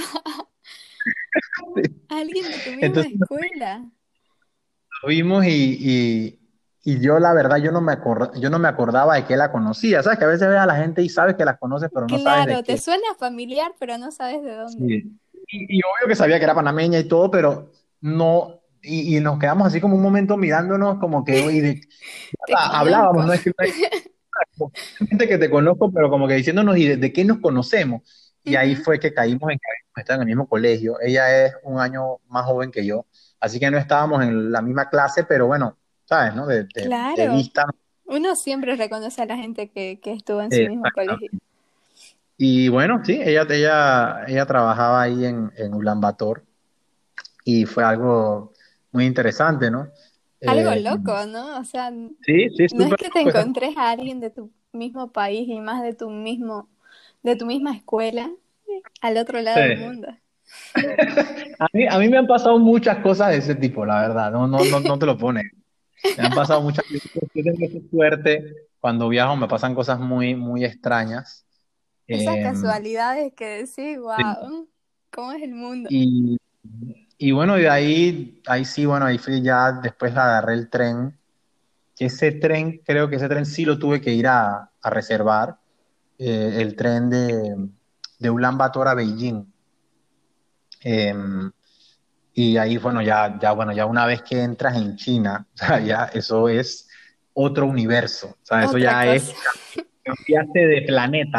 Speaker 1: a alguien de tu misma
Speaker 2: Entonces
Speaker 1: escuela.
Speaker 2: lo vimos, y, y, y yo la verdad, yo no me acor- yo no me acordaba de que la conocía. Sabes que a veces ves a la gente y sabes que las conoces, pero no sabes de
Speaker 1: Claro, te
Speaker 2: qué.
Speaker 1: suena familiar, pero no sabes de dónde.
Speaker 2: Sí. Y, y obvio que sabía que era panameña y todo, pero no, y, y nos quedamos así como un momento mirándonos como que, oye, de-
Speaker 1: Te
Speaker 2: ah,
Speaker 1: conozco.
Speaker 2: hablábamos, no es que no hay gente que te conozco, pero como que diciéndonos, ¿y de, de qué nos conocemos? Y ahí
Speaker 1: Ujú.
Speaker 2: fue que caímos en que habíamos estado en el mismo colegio. Ella es un año más joven que yo, así que no estábamos en la misma clase, pero bueno, ¿sabes, no? De, de, de
Speaker 1: Claro.
Speaker 2: vista.
Speaker 1: Uno siempre reconoce a la gente que, que estuvo en su mismo colegio.
Speaker 2: Exactamente. Y bueno, sí, ella, ella, ella trabajaba ahí en, en Ulaanbaatar, y fue algo muy interesante, ¿no?
Speaker 1: Algo
Speaker 2: Eh,
Speaker 1: loco, ¿no? O sea,
Speaker 2: sí, sí,
Speaker 1: no es
Speaker 2: súper
Speaker 1: que te
Speaker 2: loco. esa-
Speaker 1: encontres a alguien de tu mismo país y más de tu mismo, de tu misma escuela al otro lado del
Speaker 2: Sí.
Speaker 1: mundo.
Speaker 2: A mí, a mí me han pasado muchas cosas de ese tipo, la verdad, no, no, no, no te lo pones. Me han pasado muchas cosas. Yo tengo esa suerte, cuando viajo me pasan cosas muy, muy extrañas.
Speaker 1: Esas
Speaker 2: Eh,
Speaker 1: casualidades que decís,
Speaker 2: sí.
Speaker 1: wow, ¿cómo es el mundo?
Speaker 2: y, y bueno, de ahí, ahí sí, bueno, ahí fui ya, después agarré el tren, que ese tren, creo que ese tren sí lo tuve que ir a, a reservar, eh, el tren de, de Ulaanbaatar a Beijing. Eh, y ahí, bueno, ya, ya, bueno, ya una vez que entras en China, o sea, ya eso es otro universo, o sea, eso
Speaker 1: Otra
Speaker 2: ya
Speaker 1: cosa.
Speaker 2: es, cambiaste de planeta,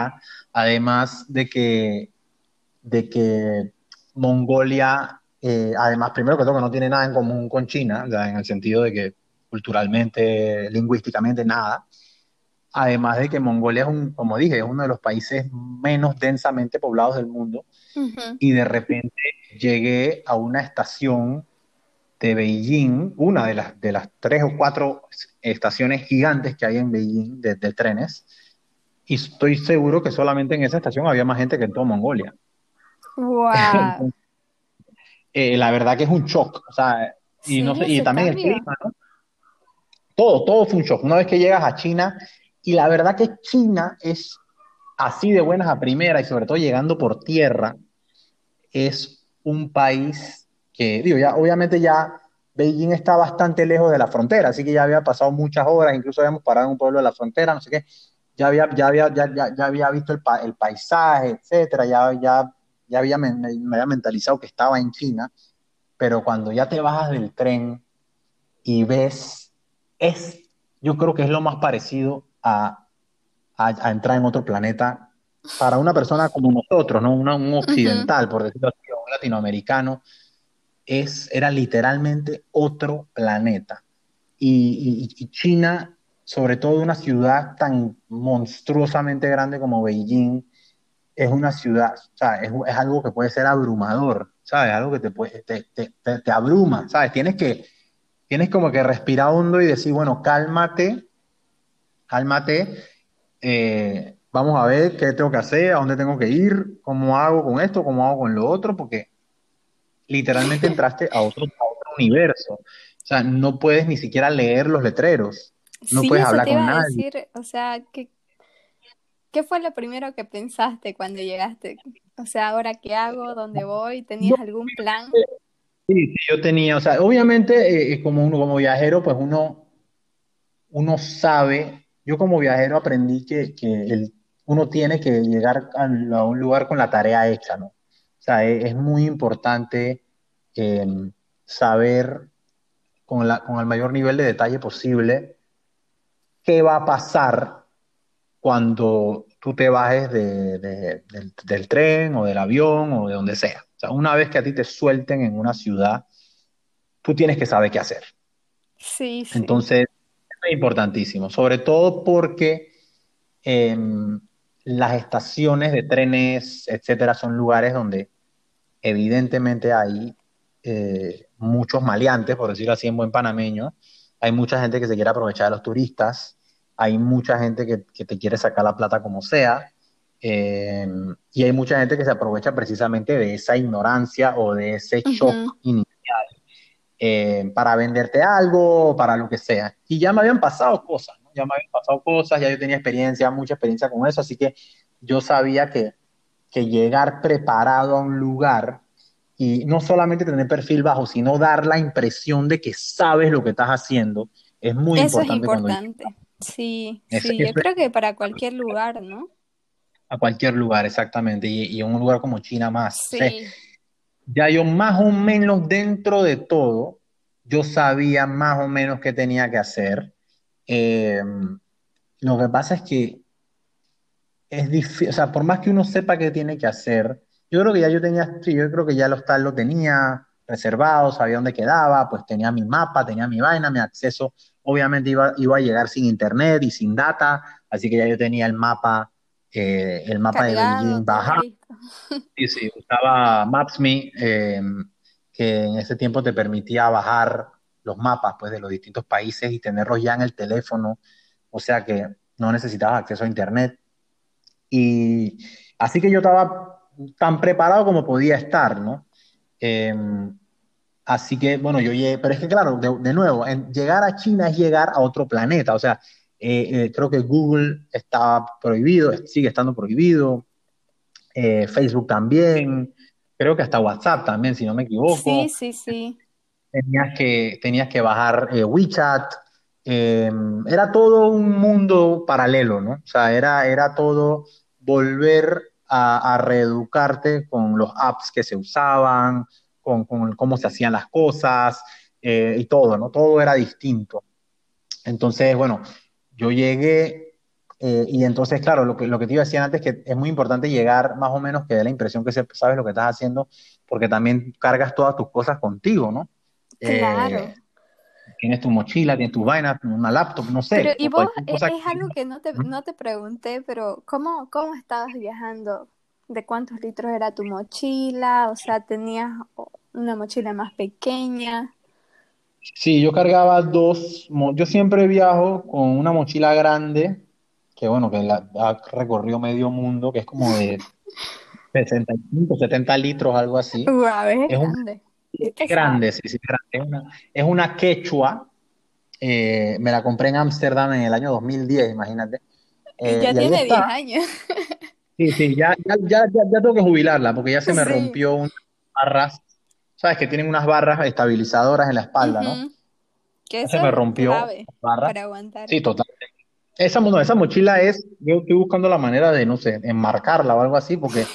Speaker 2: además de que, de que Mongolia, eh, además, primero que todo, que no tiene nada en común con China, o sea, en el sentido de que culturalmente, lingüísticamente, nada. Además de que Mongolia es un, como dije, es uno de los países menos densamente poblados del mundo.
Speaker 1: Ujú.
Speaker 2: Y de repente llegué a una estación de Beijing, una de las, de las tres o cuatro estaciones gigantes que hay en Beijing de, de trenes, y estoy seguro que solamente en esa estación había más gente que en toda Mongolia.
Speaker 1: Wow.
Speaker 2: Entonces, eh, la verdad que es un shock, o sea, y, no
Speaker 1: Sí,
Speaker 2: sé, y
Speaker 1: ese
Speaker 2: también el
Speaker 1: cambio.
Speaker 2: clima, ¿no? Todo, todo fue un shock. Una vez que llegas a China, y la verdad que China es así de buenas a primera, y sobre todo llegando por tierra, es un país que, digo, ya obviamente ya Beijing está bastante lejos de la frontera, así que ya había pasado muchas horas, incluso habíamos parado en un pueblo de la frontera, no sé qué, ya había, ya había, ya, ya, ya había visto el, pa el paisaje, etcétera, ya, ya, ya había, me, me había mentalizado que estaba en China, pero cuando ya te bajas del tren y ves, es, yo creo que es lo más parecido a, a, a entrar en otro planeta para una persona como nosotros, ¿no? Una- un
Speaker 1: Ujú.
Speaker 2: occidental, por decirlo así, o un latinoamericano, es, era literalmente otro planeta. Y, y- y China, sobre todo una ciudad tan monstruosamente grande como Beijing, es una ciudad, o sea, es, es algo que puede ser abrumador, ¿sabes? Algo que te, puede, te, te, te, te abruma, ¿sabes? Tienes que, tienes como que respirar hondo y decir, bueno, cálmate, cálmate, eh, vamos a ver qué tengo que hacer, a dónde tengo que ir, cómo hago con esto, cómo hago con lo otro, porque literalmente entraste a otro, a otro universo. O sea, no puedes ni siquiera leer los letreros, no
Speaker 1: Sí,
Speaker 2: puedes
Speaker 1: eso
Speaker 2: hablar
Speaker 1: te
Speaker 2: con
Speaker 1: iba a
Speaker 2: nadie.
Speaker 1: decir, o sea, ¿qué, qué fue lo primero que pensaste cuando llegaste? O sea, ¿ahora qué hago? ¿Dónde voy?
Speaker 2: No,
Speaker 1: ¿Tenías algún plan?
Speaker 2: sí, sí, yo tenía, o sea, obviamente, eh, como uno, como viajero, pues uno, uno sabe, yo como viajero aprendí que, que el, uno tiene que llegar a, a un lugar con la tarea hecha, ¿no? O sea, es, es muy importante eh, saber con la, con el mayor nivel de detalle posible qué va a pasar cuando tú te bajes de- de- del, del tren o del avión o de donde sea. O sea, una vez que a ti te suelten en una ciudad, tú tienes que saber qué hacer.
Speaker 1: Sí, sí.
Speaker 2: Entonces, es importantísimo, sobre todo porque em, las estaciones de trenes, etcétera, son lugares donde evidentemente hay eh, muchos maleantes, por decirlo así en buen panameño. Hay mucha gente que se quiere aprovechar de los turistas, hay mucha gente que, que te quiere sacar la plata como sea, eh, y hay mucha gente que se aprovecha precisamente de esa ignorancia o de ese
Speaker 1: Ujú.
Speaker 2: shock inicial eh, para venderte algo, para lo que sea. Y ya me habían pasado cosas, ¿no? Ya me habían pasado cosas, ya yo tenía experiencia, mucha experiencia con eso, así que yo sabía que, que llegar preparado a un lugar y no solamente tener perfil bajo, sino dar la impresión de que sabes lo que estás haciendo, es muy
Speaker 1: Eso es
Speaker 2: importante cuando llegas.
Speaker 1: importante. Sí,
Speaker 2: Es,
Speaker 1: sí, yo
Speaker 2: eso es
Speaker 1: creo que para cualquier lugar, ¿no?
Speaker 2: a cualquier lugar, exactamente, y, y en un lugar como China más. O sea,
Speaker 1: Sí.
Speaker 2: ya yo más o menos dentro de todo, yo sabía más o menos qué tenía que hacer. Eh, lo que pasa es que es difícil, o sea, por más que uno sepa qué tiene que hacer, yo creo que ya yo tenía, sí, yo creo que ya el hostal lo tenía reservado, sabía dónde quedaba, pues tenía mi mapa, tenía mi vaina, mi acceso, obviamente iba, iba a llegar sin internet y sin data, así que ya yo tenía el mapa, eh, el mapa de
Speaker 1: Cargado,
Speaker 2: Beijing
Speaker 1: todo
Speaker 2: bajado.
Speaker 1: listo.
Speaker 2: Sí, sí, usaba Maps.me, eh, que en ese tiempo te permitía bajar los mapas pues, de los distintos países y tenerlos ya en el teléfono, o sea que no necesitabas acceso a internet. Y así que yo estaba tan preparado como podía estar, ¿no? Eh, Así que, bueno, yo llegué, pero es que claro, de, de nuevo, en- llegar a China es llegar a otro planeta, o sea, eh, eh, creo que Google está prohibido, sigue estando prohibido, eh, Facebook también, creo que hasta WhatsApp también, si no me
Speaker 1: Sí,
Speaker 2: equivoco.
Speaker 1: sí, sí.
Speaker 2: Tenías que, tenías que bajar eh, WeChat. eh, Era todo un mundo paralelo, ¿no? O sea, era, era todo volver a, a reeducarte con los apps que se usaban, con, con cómo se hacían las cosas eh, y todo, ¿no? Todo era distinto. Entonces, bueno, yo llegué, Eh, y entonces, claro, lo que, lo que te iba a decir antes, que es muy importante llegar más o menos que dé la impresión que se- sabes lo que estás haciendo, porque también cargas todas tus cosas contigo, ¿no?
Speaker 1: Claro.
Speaker 2: Eh, tienes tu mochila, tienes tus vainas, una laptop, no
Speaker 1: Pero,
Speaker 2: sé,
Speaker 1: ¿y
Speaker 2: o
Speaker 1: vos?
Speaker 2: cualquier
Speaker 1: E-
Speaker 2: cosa.
Speaker 1: Es algo que no te,
Speaker 2: ¿Mm?
Speaker 1: no te pregunté, pero ¿cómo, cómo estabas viajando? ¿De cuántos litros era tu mochila? O sea, ¿tenías o- una mochila más pequeña?
Speaker 2: Sí, yo cargaba dos, mo- yo siempre viajo con una mochila grande, que bueno, que la, ha recorrido medio mundo, que es como de sesenta y cinco, setenta litros, algo así.
Speaker 1: Guau, es
Speaker 2: Es un
Speaker 1: grande. Es
Speaker 2: es
Speaker 1: pesado.
Speaker 2: grande, sí, sí, es grande. Es una, es una quechua. Eh, me la compré en Ámsterdam en el año dos mil diez, imagínate.
Speaker 1: Y
Speaker 2: Eh,
Speaker 1: ya
Speaker 2: y ahí
Speaker 1: tiene
Speaker 2: está.
Speaker 1: diez años.
Speaker 2: Sí, sí, ya, ya, ya, ya, ya tengo que jubilarla porque ya se me
Speaker 1: Sí.
Speaker 2: rompió unas barras. ¿Sabes? Que tienen unas barras estabilizadoras en la espalda, ¿no?
Speaker 1: Ujú. Que
Speaker 2: Ya se
Speaker 1: eso
Speaker 2: me
Speaker 1: es
Speaker 2: rompió
Speaker 1: clave
Speaker 2: las barras.
Speaker 1: para aguantar.
Speaker 2: Sí, total. Esa, no, esa mochila es, yo estoy buscando la manera de, no sé, enmarcarla o algo así porque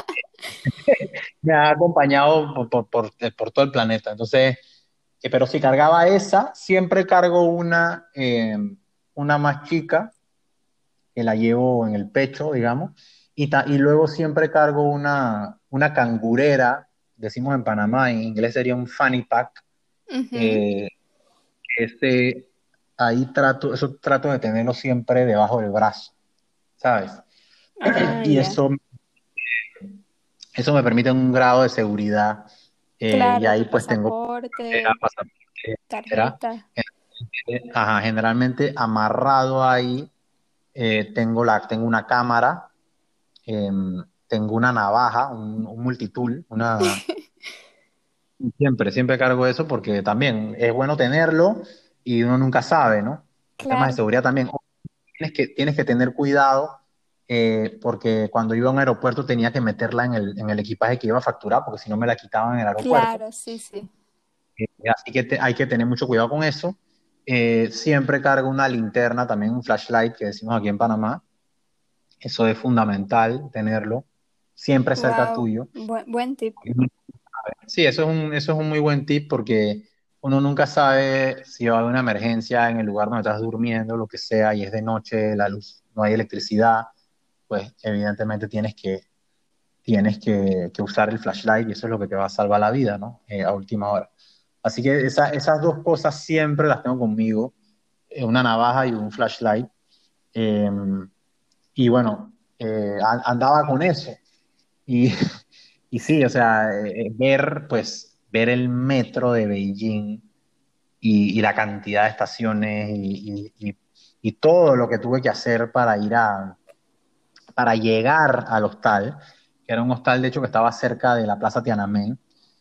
Speaker 2: me ha acompañado por, por, por, por todo el planeta. Entonces, eh, pero si cargaba esa, siempre cargo una, eh, una más chica que la llevo en el pecho, digamos, y, ta- y luego siempre cargo una, una cangurera, decimos en Panamá, en inglés sería un fanny pack,
Speaker 1: Ujú.
Speaker 2: eh, este, ahí trato, eso trato de tenerlo siempre debajo del brazo, ¿sabes?
Speaker 1: Ah,
Speaker 2: Y
Speaker 1: ya.
Speaker 2: eso, eso me permite un grado de seguridad, eh, y
Speaker 1: Claro,
Speaker 2: ahí
Speaker 1: tu
Speaker 2: pues tengo cartera,
Speaker 1: pasaporte,
Speaker 2: pasaporte, etcétera.
Speaker 1: tarjeta.
Speaker 2: Generalmente, ajá, generalmente amarrado ahí, eh, tengo la, tengo una cámara, eh, tengo una navaja, un, un multitool, una, siempre, siempre cargo eso porque también es bueno tenerlo y uno nunca sabe, ¿no? Temas de
Speaker 1: Claro,
Speaker 2: seguridad también. Tienes que, tienes que tener cuidado, eh, porque cuando iba a un aeropuerto tenía que meterla en el, en el equipaje que iba a facturar porque si no me la quitaban en el aeropuerto.
Speaker 1: claro, sí, sí.
Speaker 2: Eh, así que te- hay que tener mucho cuidado con eso. Eh, siempre cargo una linterna, también un flashlight que decimos aquí en Panamá. Eso es fundamental tenerlo siempre cerca
Speaker 1: Wow,
Speaker 2: tuyo.
Speaker 1: buen, buen tip.
Speaker 2: Sí, eso es un, eso es un muy buen tip porque uno nunca sabe si va a haber una emergencia en el lugar donde estás durmiendo, lo que sea, y es de noche, la luz, no hay electricidad, pues evidentemente tienes que, tienes que, que usar el flashlight y eso es lo que te va a salvar la vida, ¿no? Eh, a última hora. Así que esa- esas dos cosas siempre las tengo conmigo, eh, una navaja y un flashlight. Eh, y bueno, eh, an- andaba con eso. Y, y sí, o sea, eh, ver, pues, ver el metro de Beijing y, y la cantidad de estaciones y, y- y- y todo lo que tuve que hacer para ir a, para llegar al hostal, que era un hostal, de hecho, que estaba cerca de la Plaza Tiananmen.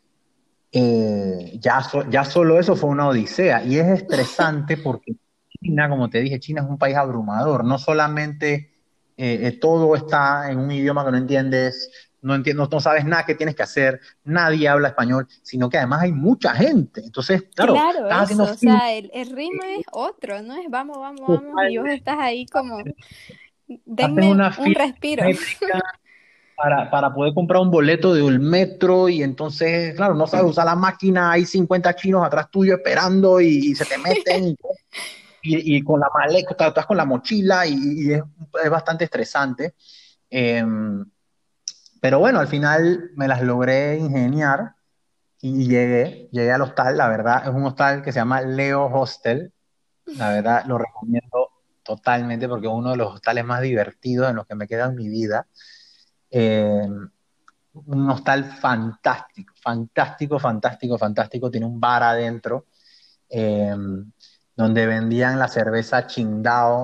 Speaker 2: Eh, ya, so- ya solo eso fue una odisea y es estresante porque China, como te dije, China es un país abrumador, no solamente eh, eh, todo está en un idioma que no entiendes, no entiendes, no sabes nada que tienes que hacer, nadie habla español, sino que además hay mucha gente. Entonces, claro,
Speaker 1: Claro,
Speaker 2: estás haciendo
Speaker 1: eso, o
Speaker 2: fila,
Speaker 1: sea, el, el ritmo es otro, ¿no? Es vamos, vamos, vamos, y vos
Speaker 2: totalmente,
Speaker 1: estás ahí como,
Speaker 2: haces
Speaker 1: denme
Speaker 2: una
Speaker 1: un
Speaker 2: fila
Speaker 1: respiro.
Speaker 2: métrica para, para poder comprar un boleto de un metro y entonces, claro, no sabes usar la máquina, hay cincuenta chinos atrás tuyo esperando y, y se te meten y, y, y con la maleta, estás con la mochila y, y es, es, bastante estresante. Eh, pero bueno, al final me las logré ingeniar y llegué, llegué al hostal, la verdad, es un hostal que se llama Leo Hostel, la verdad lo recomiendo totalmente porque es uno de los hostales más divertidos en los que me queda en mi vida. Eh, un hostal fantástico, fantástico, fantástico, fantástico. Tiene un bar adentro, eh, donde vendían la cerveza Qingdao,